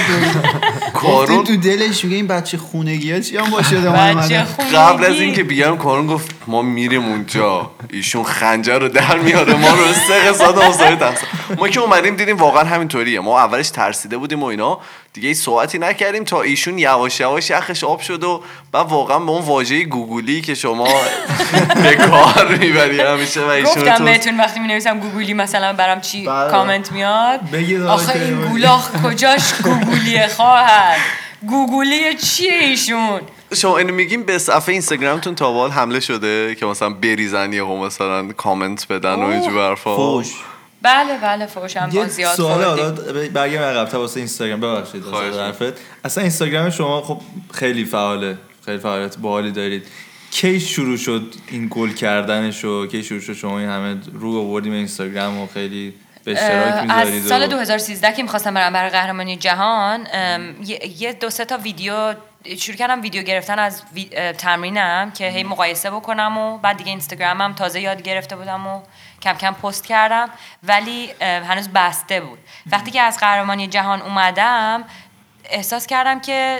[SPEAKER 2] کارون تو دلش میگه این بچه خونگی ها چی هم باشه
[SPEAKER 1] قبل از اینکه بیام کارون گفت ما میریم اونجا ایشون خنجر رو در میاره ما رو سه قسمت مساوی تقسیم. ما که اومدیم دیدیم واقعا همینطوریه. ما اولش ترسیده بودیم و اینا دیگه صحبتی نکردیم تا ایشون یواش یواش یخش آب شد و بعد واقعا به اون واژه گوگلی که شما به کار میبری همیشه و ایشون
[SPEAKER 3] گفتم بهتون وقتی مینویسم گوگلی مثلا برام چی
[SPEAKER 2] بله.
[SPEAKER 3] کامنت میاد
[SPEAKER 2] بگید
[SPEAKER 3] آخه این گولاخ کجاش گوگلیه خواهر گوگلی چیه ایشون.
[SPEAKER 1] شما اینو میگیم به صفحه اینستاگرامتون تا به حال حمله شده که مثلا بریزن یهو مثلا کامنت بدن و اینجور حرفا؟
[SPEAKER 2] فوش
[SPEAKER 3] بله بله فوش هم
[SPEAKER 5] یه
[SPEAKER 3] زیاد
[SPEAKER 5] سوال
[SPEAKER 3] خوردیم.
[SPEAKER 5] حالا برگردیم عقب‌تر واسه اینستاگرام ببخشید واسه حرفت. اصلا اینستاگرام شما خب خیلی فعاله، خیلی فعالیت باحالی دارید. کی شروع شد این گل کردنشو؟ کی شروع شد شما این همه رو آوردیم اینستاگرام و خیلی به اشتراک می‌ذارید؟
[SPEAKER 3] از سال دو هزار و سیزده که می‌خواستم برم برای قهرمانی جهان یه دو سه تا ویدیو شروع کردم ویدیو گرفتن از وی... تمرینم که هی مقایسه بکنم و بعد دیگه اینستاگرامم تازه یاد گرفته بودم و کم کم پست کردم ولی هنوز بسته بود. وقتی که از قهرمانی جهان اومدم احساس کردم که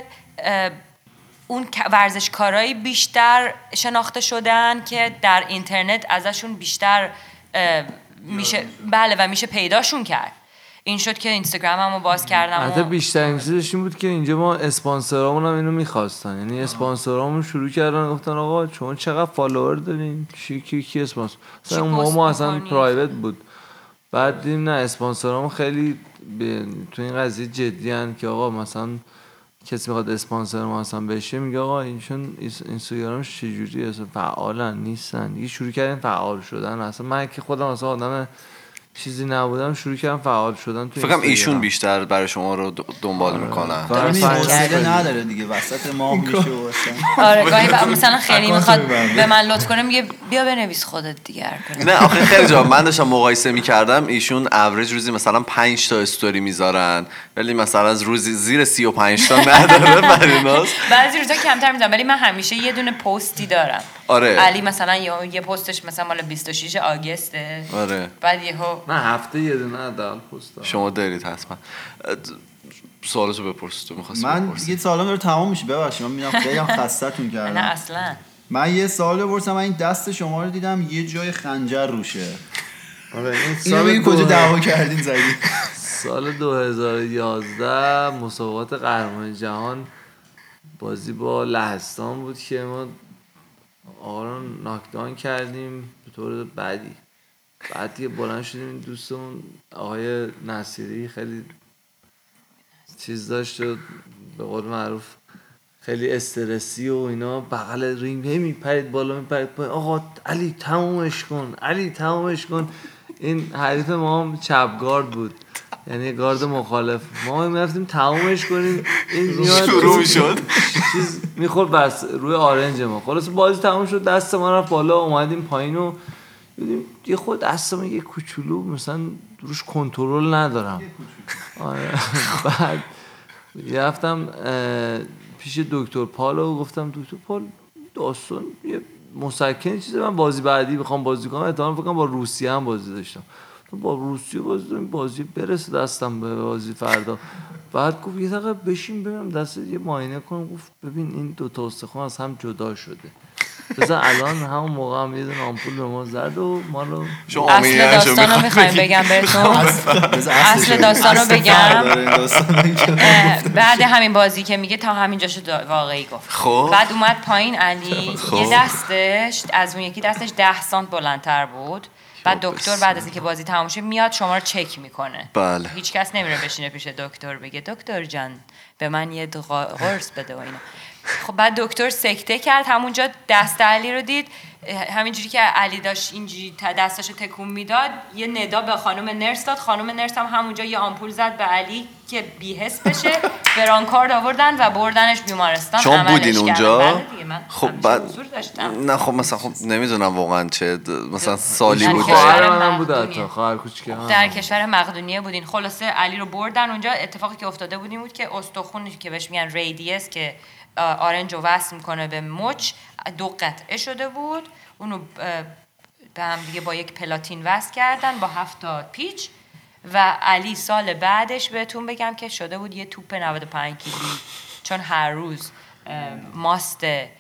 [SPEAKER 3] اون ورزشکارایی بیشتر شناخته شدن که در اینترنت ازشون بیشتر میشه بله و میشه پیداشون کرد. این شد که اینستاگراممو باز کردم.
[SPEAKER 4] حتی بیشترین چیزش این بود که اینجا ما اسپانسرامون هم اینو می‌خواستن، یعنی اسپانسرامون شروع کردن گفتن آقا شما چقدر فالوور دارین، کی کی کی اسپانسر، مثلا اون موقع ما اصلا پرایوت بود. بعد دیدیم نه اسپانسرامون خیلی تو این قضیه جدی ان که آقا مثلا کسی میخواد اسپانسر ما اصلا بشه میگه آقا اینشون اینستاگرامش چجوریه، اصلا فعالن نیستن. دیگه شروع کردن فعال شدن. اصلا من که خودم اصلا آدم چیزی نبودم شروع کردم فعال شدن تو
[SPEAKER 1] فکرم ایشون بیشتر برای شما رو دنبال میکنن.
[SPEAKER 2] حوصله نداره دیگه وسط ماه میشه واسه.
[SPEAKER 3] آره گاهی مثلا خیلی میخواد به من لطف کنه میگه بیا بنویس خودت دیگر کن.
[SPEAKER 1] نه آخه خیلی جا من داشتم مقایسه میکردم ایشون اوریج روزی مثلا پنج تا استوری میذارن ولی مثلا از روزی زیر سی و پنج تا نداره برای ناس.
[SPEAKER 3] بعضی روزا کمتر میذارم ولی من همیشه یه دونه پستی دارم.
[SPEAKER 1] آره
[SPEAKER 3] علی مثلا یه پستش مثلا مال بیست و شش آگوسته.
[SPEAKER 1] آره
[SPEAKER 3] بعد یهو
[SPEAKER 4] من هفته یه دونه حداقل پست دارم.
[SPEAKER 1] شما دارید حتما. سوالتو بپرس تو می‌خواستی
[SPEAKER 2] من
[SPEAKER 1] بپرسی.
[SPEAKER 2] یه سوالم داره تمام میشه ببخشید من میگم خیلی هم خسته‌تون کردم.
[SPEAKER 3] نه اصلا
[SPEAKER 2] من یه سوال بپرسم. من این دست شما رو دیدم یه جای خنجر روشه.
[SPEAKER 4] آره این
[SPEAKER 2] سال کجا دعوا کردین زدید؟
[SPEAKER 4] سال دو هزار و یازده مسابقات قهرمانی جهان بازی با لهستان بود که ما آقا رو ناکدان کردیم به طور بعدی. بعد دیگه بلند شدیم این دوستمون آقای نصیری خیلی چیز داشت و به قول معروف خیلی استرسی و اینا بغل رینگ هی میپرید بالا میپرید پایین آقا علی تمومش کن علی تمومش کن. این حریف ما هم چپگارد بود یعنی گارد مخالف. ما میرفتیم تمومش کنیم این
[SPEAKER 1] شروع میشد
[SPEAKER 4] چیز میخورد بس روی آرنج ما. خلاص بازی تموم شد دست ما رفت بالا اومدیم پایین و دیدیم یه خود دستم یه کوچولو مثلا روش کنترل ندارم. آره بعد رفتم پیش دکتر پال و گفتم دکتر پال داستان یه مسکن چیزه من بازی بعدی بخوام بازی کنم احتمالاً فکر کنم با روسیه هم بازی داشتم با روسیه بازی دارم بازی برسه دستم به بازی فردا. بعد گفت یه دقیقه بشین ببینم دست یه معاینه کنم. گفت ببین این دو تا استخوان از هم جدا شده بذار الان همون موقع هم یه دونه آمپول به ما زد و ما رو
[SPEAKER 3] اصل داستان رو میخوایم بگم بهتون. اصل داستان رو بگم بعد همین بازی که میگه تا همینجا شد واقعی گفت.
[SPEAKER 1] خب
[SPEAKER 3] بعد اومد پایین علی یه دستش از اون یکی دستش ده سانت بلندتر بود. بعد دکتر بعد از اینکه بازی تموم شه میاد شما رو چک میکنه.
[SPEAKER 1] بله.
[SPEAKER 3] هیچ کس نمیره بشینه پیش دکتر بگه دکتر جان به من یه قرص بده و اینا. خب بعد دکتر سکته کرد همونجا دست علی رو دید همینجوری که علی داشت اینجوری دستاشو تکون میداد یه ندا به خانم نرس داد. خانم نرس هم همونجا یه آمپول زد به علی که بی‌حس بشه. برانکارد آوردن و بردنش بیمارستان.
[SPEAKER 1] شما بودین اونجا؟
[SPEAKER 3] بله دیگه من
[SPEAKER 1] خب بعد
[SPEAKER 3] حضور داشتم.
[SPEAKER 1] نه خب مثلا خب نمیدونم واقعا چه مثلا سالی
[SPEAKER 3] در
[SPEAKER 1] بوده.
[SPEAKER 3] کشور
[SPEAKER 4] منم بوده
[SPEAKER 3] مقدونیه.
[SPEAKER 4] حتی خواهر کوچیکه
[SPEAKER 3] در کشور مقدونیه بودین. خلاصه علی رو بردن اونجا. اتفاقی که افتاده بود این بود که استخونی که بهش میگن ریدیس که آرنج رو وصل میکنه به مچ دو قطعه شده بود. اونو به هم دیگه با یک پلاتین وصل کردن با هفت تا پیچ و علی سال بعدش بهتون بگم که شده بود یه توپ نود و پنج کیلویی چون هر روز ماست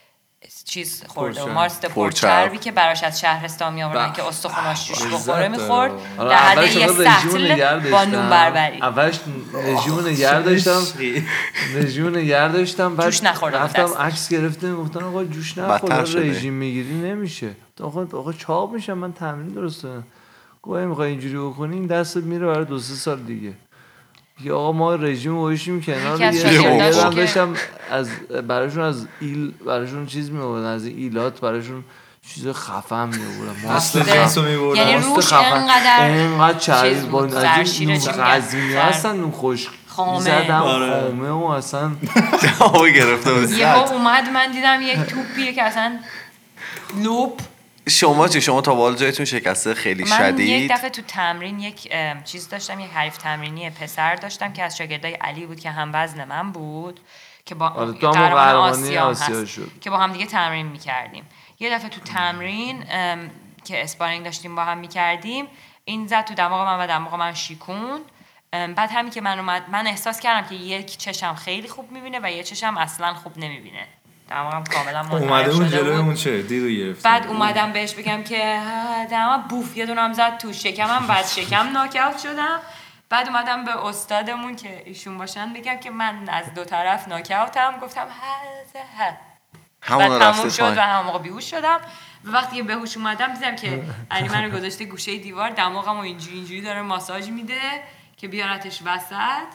[SPEAKER 3] چیز خورده و ماست پرچربی که براش از شهرستان می آوردن که استخوناش جوش بخوره میخورد در حد یه سطل با نون بربری.
[SPEAKER 4] اولش رژیم نگه داشتم رژیم نگه داشتم بعد
[SPEAKER 3] جوش نخوردم
[SPEAKER 4] رفتم عکس گرفتم گفتن آقا جوش نخورد رژیم میگیری نمیشه. آقا آقا چاق میشم من تمرین درسته گویا میخوای اینجوری بکنی این دستت میره برای دو سه سال دیگه. یا آقا ما رژیم گوشیم کنار یه داشتم از براشون از ایل براشون چیز میآوردن از ایلات براشون چیز خفن میآوردن ماست
[SPEAKER 5] جنسو میآوردن
[SPEAKER 3] یعنی روش اینقدر
[SPEAKER 4] اینقدر چربی با این غزینی هستن اون خشک زدم خامه و اصلا
[SPEAKER 1] جواب گرفته بود.
[SPEAKER 3] یهو اومد من دیدم یک توپیه که اصلا لوپ.
[SPEAKER 1] شما چی؟ شما تا بالا جایتون شکسته خیلی شدید؟
[SPEAKER 3] من یک دفعه تو تمرین یک چیز داشتم، یک حریف تمرینی پسر داشتم که از شاگردای علی بود که هم وزن من بود که با قهرمان آسیا هست شد. که با هم دیگه تمرین میکردیم. یه دفعه تو تمرین که اسپارینگ داشتیم با هم میکردیم این زد تو دماغ من و دماغ من شیکون. بعد همین که من اومد من احساس کردم که یک چشم خیلی خوب میبینه و یه چشم اصلا خوب نمیبینه. دماغم کاملا منحرف شده بود.
[SPEAKER 5] جلوی اون چه دیدو گرفت.
[SPEAKER 3] بعد اومدم بهش بگم که دماغم بوف یه دونم زد تو شکمم بعد شکم ناک اوت شدم. بعد اومدم به استادمون که ایشون باشن بگم که من از دو طرف ناک اوتم. گفتم ها همون رفته شد و همون موقع بیهوش شدم. و وقتی به هوش اومدم دیدم که علی منو گذاشته گوشه دیوار دماغمو اینجوری اینجوری داره ماساژ میده که بیارتش وسط.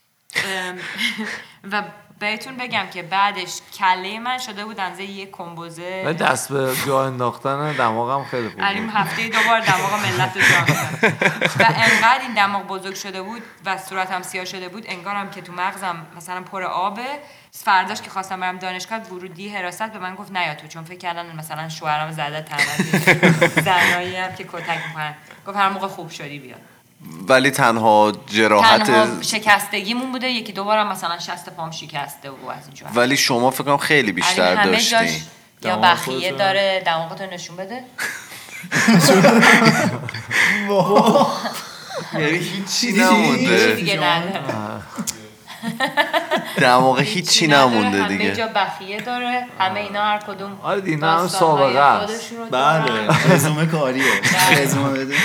[SPEAKER 3] و بهتون بگم که بعدش کله من شده بود اندازه یک کمبوزه.
[SPEAKER 4] من دست به جا انداختن دماغم خیلی خوب.
[SPEAKER 3] علیم هفته دو بار دماغ ملت رو جا می‌دم. و انقدر این دماغ بزرگ شده بود و صورتم سیاه شده بود انگارم که تو مغزم مثلا پر آبه. فرداش که خواستم برم دانشگاه ورودی حراست به من گفت نیا تو، چون فکر کردن مثلا شوهرام زده تنه زنایی هم که کتک می‌کنن. گفت هر موقع خوب شدی بیا.
[SPEAKER 1] ولی تنها جراحت
[SPEAKER 3] تنها شکستگیمون بوده، یکی دو بارم مثلا شست پام شکسته و از اینجوری.
[SPEAKER 1] ولی شما فکر کنم خیلی بیشتر داشتین.
[SPEAKER 3] یا بخیه داره دماغتو نشون بده.
[SPEAKER 1] یعنی هیچی نمونده
[SPEAKER 3] دیگه نداره.
[SPEAKER 1] دماغ هیچی نمونده دیگه.
[SPEAKER 3] همه جا بخیه داره، همه اینا هر کدوم
[SPEAKER 4] آره اینا هم سابقه است.
[SPEAKER 2] بله رزومه کاریه. رزومه بده.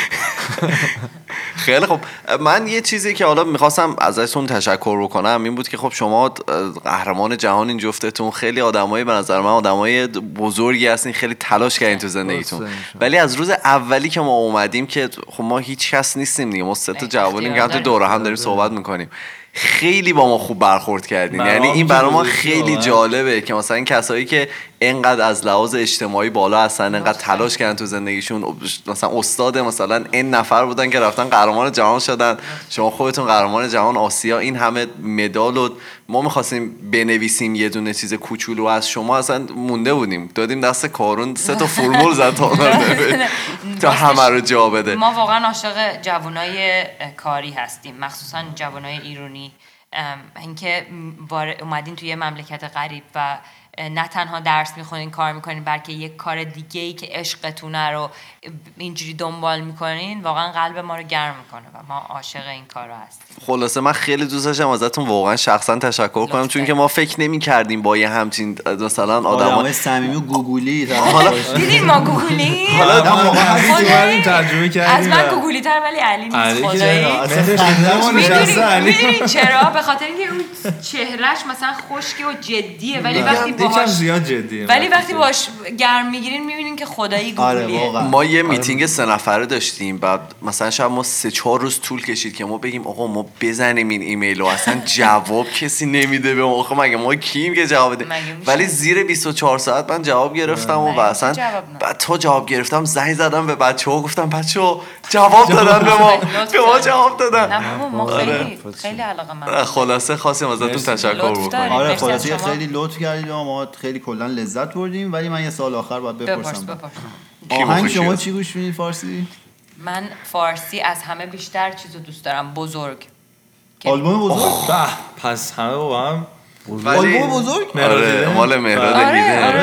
[SPEAKER 1] خیلی خب من یه چیزی که حالا میخواستم ازتون تشکر بکنم این بود که خب شما قهرمان جهان این جفتتون خیلی آدمایی به نظر من آدمای بزرگی هستین، خیلی تلاش کردین تو زندگیتون. ولی از روز اولی که ما اومدیم که خب ما هیچ کس نیستیم دیگه، ما سه تا جوونیم که تو دوره هم داریم صحبت میکنیم، خیلی با ما خوب برخورد کردین. یعنی این برای ما خیلی جالبه که مثلا کسایی که اینقدر از لحاظ اجتماعی بالا هستن، اینقدر تلاش کردن تو زندگیشون، مثلا استاد مثلا این نفر بودن که رفتن قهرمان جهان شدن، شما خودتون قهرمان جهان آسیا، این همه مدال و ما می‌خواستیم بنویسیم یه دونه چیز کوچولو از شما اصلا مونده بودیم، دادیم دست کارون سه تا فرمول زد تا تا همه رو جا بده.
[SPEAKER 3] ما واقعا عاشق جوانای کاری هستیم، مخصوصا جوانای ایرانی. اینکه اومدین توی مملکت غریب و نه تنها درس میخونین کار میکنین بلکه یک کار دیگه ای که عشقتونه رو اینجوری دنبال میکنین واقعا قلب ما رو گرم میکنه و ما عاشق این کارا هستیم.
[SPEAKER 1] خلاصه من خیلی دوست داشتم ازتون واقعا شخصا تشکر کنم چون که ما فکر نمی‌کردیم با یه همچین مثلا آدمای
[SPEAKER 2] صمیمی و گوگولی
[SPEAKER 1] حالا
[SPEAKER 3] دیدین ما گوگولی
[SPEAKER 5] حالا ما ترجمه کردیم
[SPEAKER 3] از من گوگولی تر ولی علی نیست خدایی. میدونین چرا؟ به خاطر اینکه اون چهرهش مثلا خشکه و جدیه ولی وقتی
[SPEAKER 5] باهاش زیاد جدیه
[SPEAKER 3] ولی وقتی باهاش گرم میگیرین میبینین که خدایی گوگلیه.
[SPEAKER 1] ما یه میتینگ سه نفره داشتیم بعد مثلا شاید ما سه چهار روز طول کشید که ما بگیم آقا ما بزنیم این ایمیلو، اصلا جواب کسی نمیده به ما، آخه مگه ما کیم که جواب بده؟ ولی زیر بیست و چهار ساعت من جواب گرفتم و اصلا بعد تا جواب گرفتم زنگ زدم به بچه‌ها گفتم بچه‌ها جواب دادن به ما به ما جواب دادن.
[SPEAKER 3] نه ما خیلی خیلی علاقه‌مند.
[SPEAKER 1] خلاصه خواستیم ازتون تشکر بکنیم.
[SPEAKER 2] آره خلاصه خیلی لطف کردید و ما خیلی کلا لذت بردیم. ولی من یه سوال آخر باید بپرسم. آهنگ شما چی گوش میدید فارسی؟
[SPEAKER 3] من فارسی از همه بیشتر چیزو دوست دارم، بزرگ.
[SPEAKER 2] آلبوم بزرگ؟
[SPEAKER 5] پس همه با هم
[SPEAKER 2] آلبوم بزرگ؟
[SPEAKER 1] آره مال مهراد دیده.
[SPEAKER 3] آره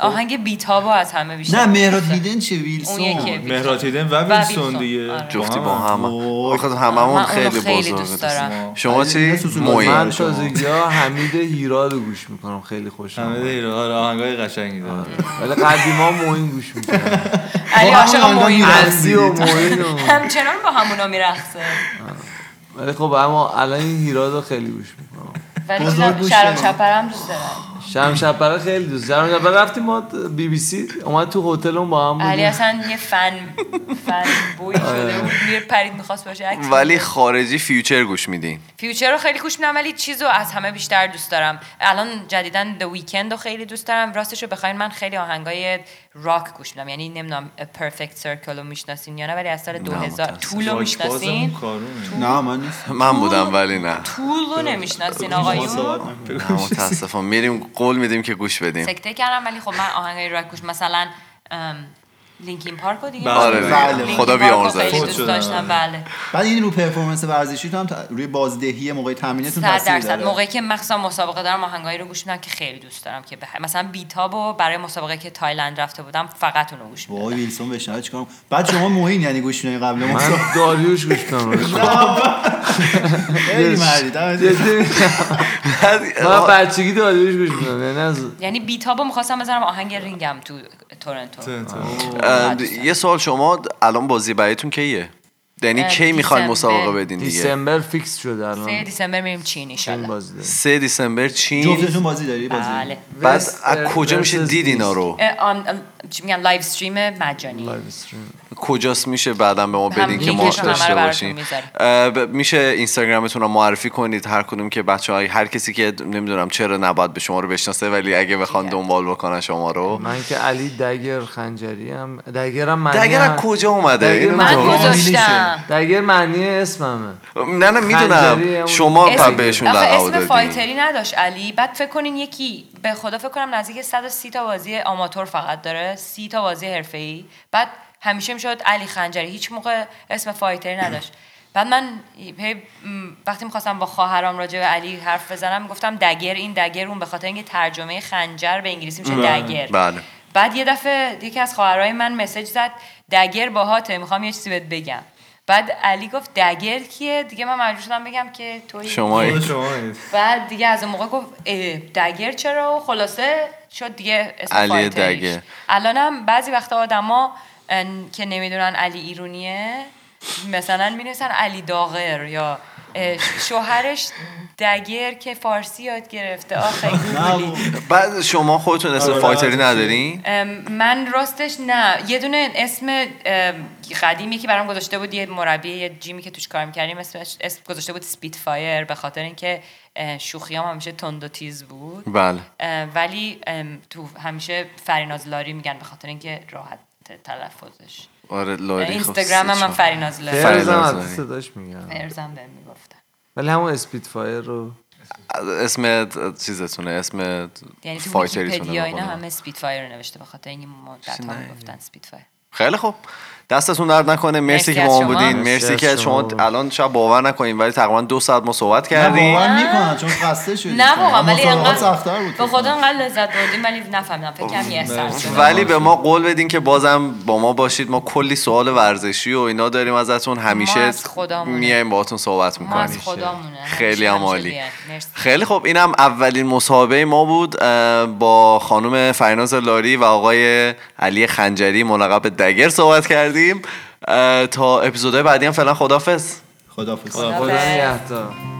[SPEAKER 3] آهنگ بیتابو از همه بیشتر.
[SPEAKER 2] نه مهرات هیدن چه ویلسون.
[SPEAKER 5] مهرات هیدن و ویلسون دیگه.
[SPEAKER 3] آره.
[SPEAKER 1] جفتی با هم. آخه هممون خیلی
[SPEAKER 3] خیلی
[SPEAKER 1] بزرگه.
[SPEAKER 3] دوست دارم.
[SPEAKER 1] شما چی؟
[SPEAKER 4] من تازگی‌ها حمید هیراد گوش میکنم، خیلی خوشم.
[SPEAKER 5] حمید هیراد آهنگای قشنگی داره.
[SPEAKER 4] ولی قدیما موین گوش میکنم.
[SPEAKER 3] علی عاشق موین
[SPEAKER 4] عزی و موین
[SPEAKER 3] همچنان با همونا میرقصه.
[SPEAKER 4] ولی خب اما الان این هیرادو خیلی گوش میکنم.
[SPEAKER 3] ولی شرم چپرم دوست دارم.
[SPEAKER 4] شرم چپره خیلی دوست دارم. شرم چپره رفتیم ما بی بی سی اومد تو هتلمون با هم بودیم.
[SPEAKER 3] علی اصلا یه فن فن بوی شده بود، میر پرید می‌خواست باشه عکس.
[SPEAKER 1] ولی خارجی فیوچر گوش میدین؟
[SPEAKER 3] فیوچر رو خیلی گوش میدم ولی چیزو از همه بیشتر دوست دارم. الان جدیداً The Weeknd رو خیلی دوست دارم. راستش رو بخواید من خیلی آهنگای راک گوش میدم، یعنی نمیدونم Perfect Circle رو میشناسین یا نه، ولی از سال دو هزار طول رو میشناسین؟
[SPEAKER 2] نه من نیست.
[SPEAKER 1] من بودم ولی نه.
[SPEAKER 3] طول رو نمیشناسین آقایون؟
[SPEAKER 1] نه متاسفم. میریم قول میدیم که گوش بدیم.
[SPEAKER 3] سکته کردم ولی خب من آهنگای راک گوش مثلا لینکین پارک رو دیگه
[SPEAKER 1] آره
[SPEAKER 2] بله.
[SPEAKER 1] خدا بیامرزه.
[SPEAKER 3] خیلی دوست داشتم. بله.
[SPEAKER 2] بعد این رو پرفورمنس ورزشی تو هم روی بازدهی موقع تمرینتون تاثیر داره.
[SPEAKER 3] درصد موقعی که مخصوصا مسابقه دارم آهنگایی رو گوش میدم که خیلی دوست دارم که بخ... مثلا بیتابو برای مسابقه که تایلند رفته بودم فقط اونو گوش میدم.
[SPEAKER 2] وای ویلسون بشنوه چیکار. بعد شما موین یعنی گوش میدین قبل
[SPEAKER 4] من داریوش گوش کنم.
[SPEAKER 2] خیلی مردید.
[SPEAKER 4] من بچگی داریوش گوش میدم.
[SPEAKER 3] یعنی بیتابو می‌خواستم بذارم آهنگ رینگم تو تورنتو.
[SPEAKER 1] یه سوال، شما الان بازی برایتون کیه؟ یعنی کی میخواین مسابقه بدین دیگه؟
[SPEAKER 4] دیسمبر فیکس شده الان.
[SPEAKER 3] سه دیسمبر میریم چین ان شاء الله.
[SPEAKER 1] سه دیسمبر چین.
[SPEAKER 2] جفتتون بازی داری بازی؟
[SPEAKER 3] بله.
[SPEAKER 1] بعد از کجا میشه دید اینا رو؟
[SPEAKER 3] چی میگن لایو استریم مجانی.
[SPEAKER 4] لایو استریم.
[SPEAKER 1] کجاست میشه بعداً به ما بدین که ما داشته باشیم؟ میشه اینستاگرامتون رو معرفی کنید هر کدوم که بچه‌ها، هر کسی که نمیدونم چرا نباید به شما رو بشناسه ولی اگه بخوان دنبال بکنن شما رو.
[SPEAKER 4] من که علی دگر خنجری هم دگرم معنی
[SPEAKER 1] دگر از کجا اومده؟
[SPEAKER 3] من گذاشتم.
[SPEAKER 4] دگر معنی اسممه.
[SPEAKER 1] نه نه میدونم شما پس بهشون لقب دادین.
[SPEAKER 3] اسم فایتری نداشت علی. بعد فکر کنین یکی به خدا فکر کنم نزدیک صد و سی تا بازی آماتور فقط داره، سی تا بازی حرفه‌ای. بعد همیشه میشد علی خنجری، هیچ موقع اسم فایتری نداشت. بعد من وقتی میخواستم با خواهرام راجع به علی حرف بزنم میگفتم دگر، این دگر اون، به خاطر اینکه ترجمه خنجر به انگلیسی میشه دگر.
[SPEAKER 1] بله.
[SPEAKER 3] بعد یه دفعه یکی از خواهرای من مسیج زد دگر باهاته، میخوام یه چیزی بهت بگم. بعد علی گفت دگر کیه؟ دیگه من مجبور شدم بگم که توی
[SPEAKER 1] شمایی.
[SPEAKER 3] بعد دیگه از اون موقع گفت دگر چرا؟ و خلاصه شد دیگه اسم فایتریش. الانم بعضی وقتا آدما که نمیدونن علی ایرونیه مثلا می‌نویسن علی داغر یا شوهرش دگر که فارسی یاد گرفته. آخه گوگلی.
[SPEAKER 1] بعد شما خودتون اسم فایتری ندارین؟
[SPEAKER 3] من راستش نه، یه دونه اسم قدیمی که برام گذاشته بود یه مربی یه جیمی که توش کار می‌کردیم اسمش اسم گذاشته بود اسپیت فایر، به خاطر اینکه شوخیام همیشه تند و تیز بود.
[SPEAKER 1] بله.
[SPEAKER 3] ولی تو همیشه فریناز لاری میگن به خاطر اینکه راحت تلفظش.
[SPEAKER 1] آره لاری.
[SPEAKER 3] اینستاگرام هم من فریناز لاری.
[SPEAKER 4] فرزم صداش میگم.
[SPEAKER 3] فرزم بهم میگفتن.
[SPEAKER 4] ولی همون اسپیت فایر رو
[SPEAKER 1] اسم چیزتونه، اسم
[SPEAKER 3] یعنی تو
[SPEAKER 1] فایتریتونه.
[SPEAKER 3] ویکی‌پدیا اینا هم اسپیت فایر رو نوشته به خاطر اینکه مدت ها میگفتن اسپیت فایر.
[SPEAKER 1] خیلی خوب، دستتون درد نکنه. مرسی که با ما بودین. مرسی که شما الان شاید باور نکنین ولی تقریبا دو ساعت ما صحبت کردیم.
[SPEAKER 2] باور میکنم چون خسته شدیم.
[SPEAKER 3] نه واقعا ولی انقدر
[SPEAKER 2] سخت‌تر بود.
[SPEAKER 3] به خدا انقدر لذت بردیم ولی نفهمیدم فکر کنم یه ساعت شد.
[SPEAKER 1] ولی به ما قول بدین که بازم با ما باشید. ما کلی سوال ورزشی و اینا داریم ازتون، همیشه میایم باهاتون صحبت میکنیم. خیلی عالی. خیلی خوب، اینم اولین مصاحبه ما بود با خانم فریناز لاری و آقای علی خنجری ملقب به دگر صحبت کردیم. تا اپیزودهای بعدی هم فعلا خداحافظ.
[SPEAKER 2] خداحافظ.
[SPEAKER 4] خدا نگهدار.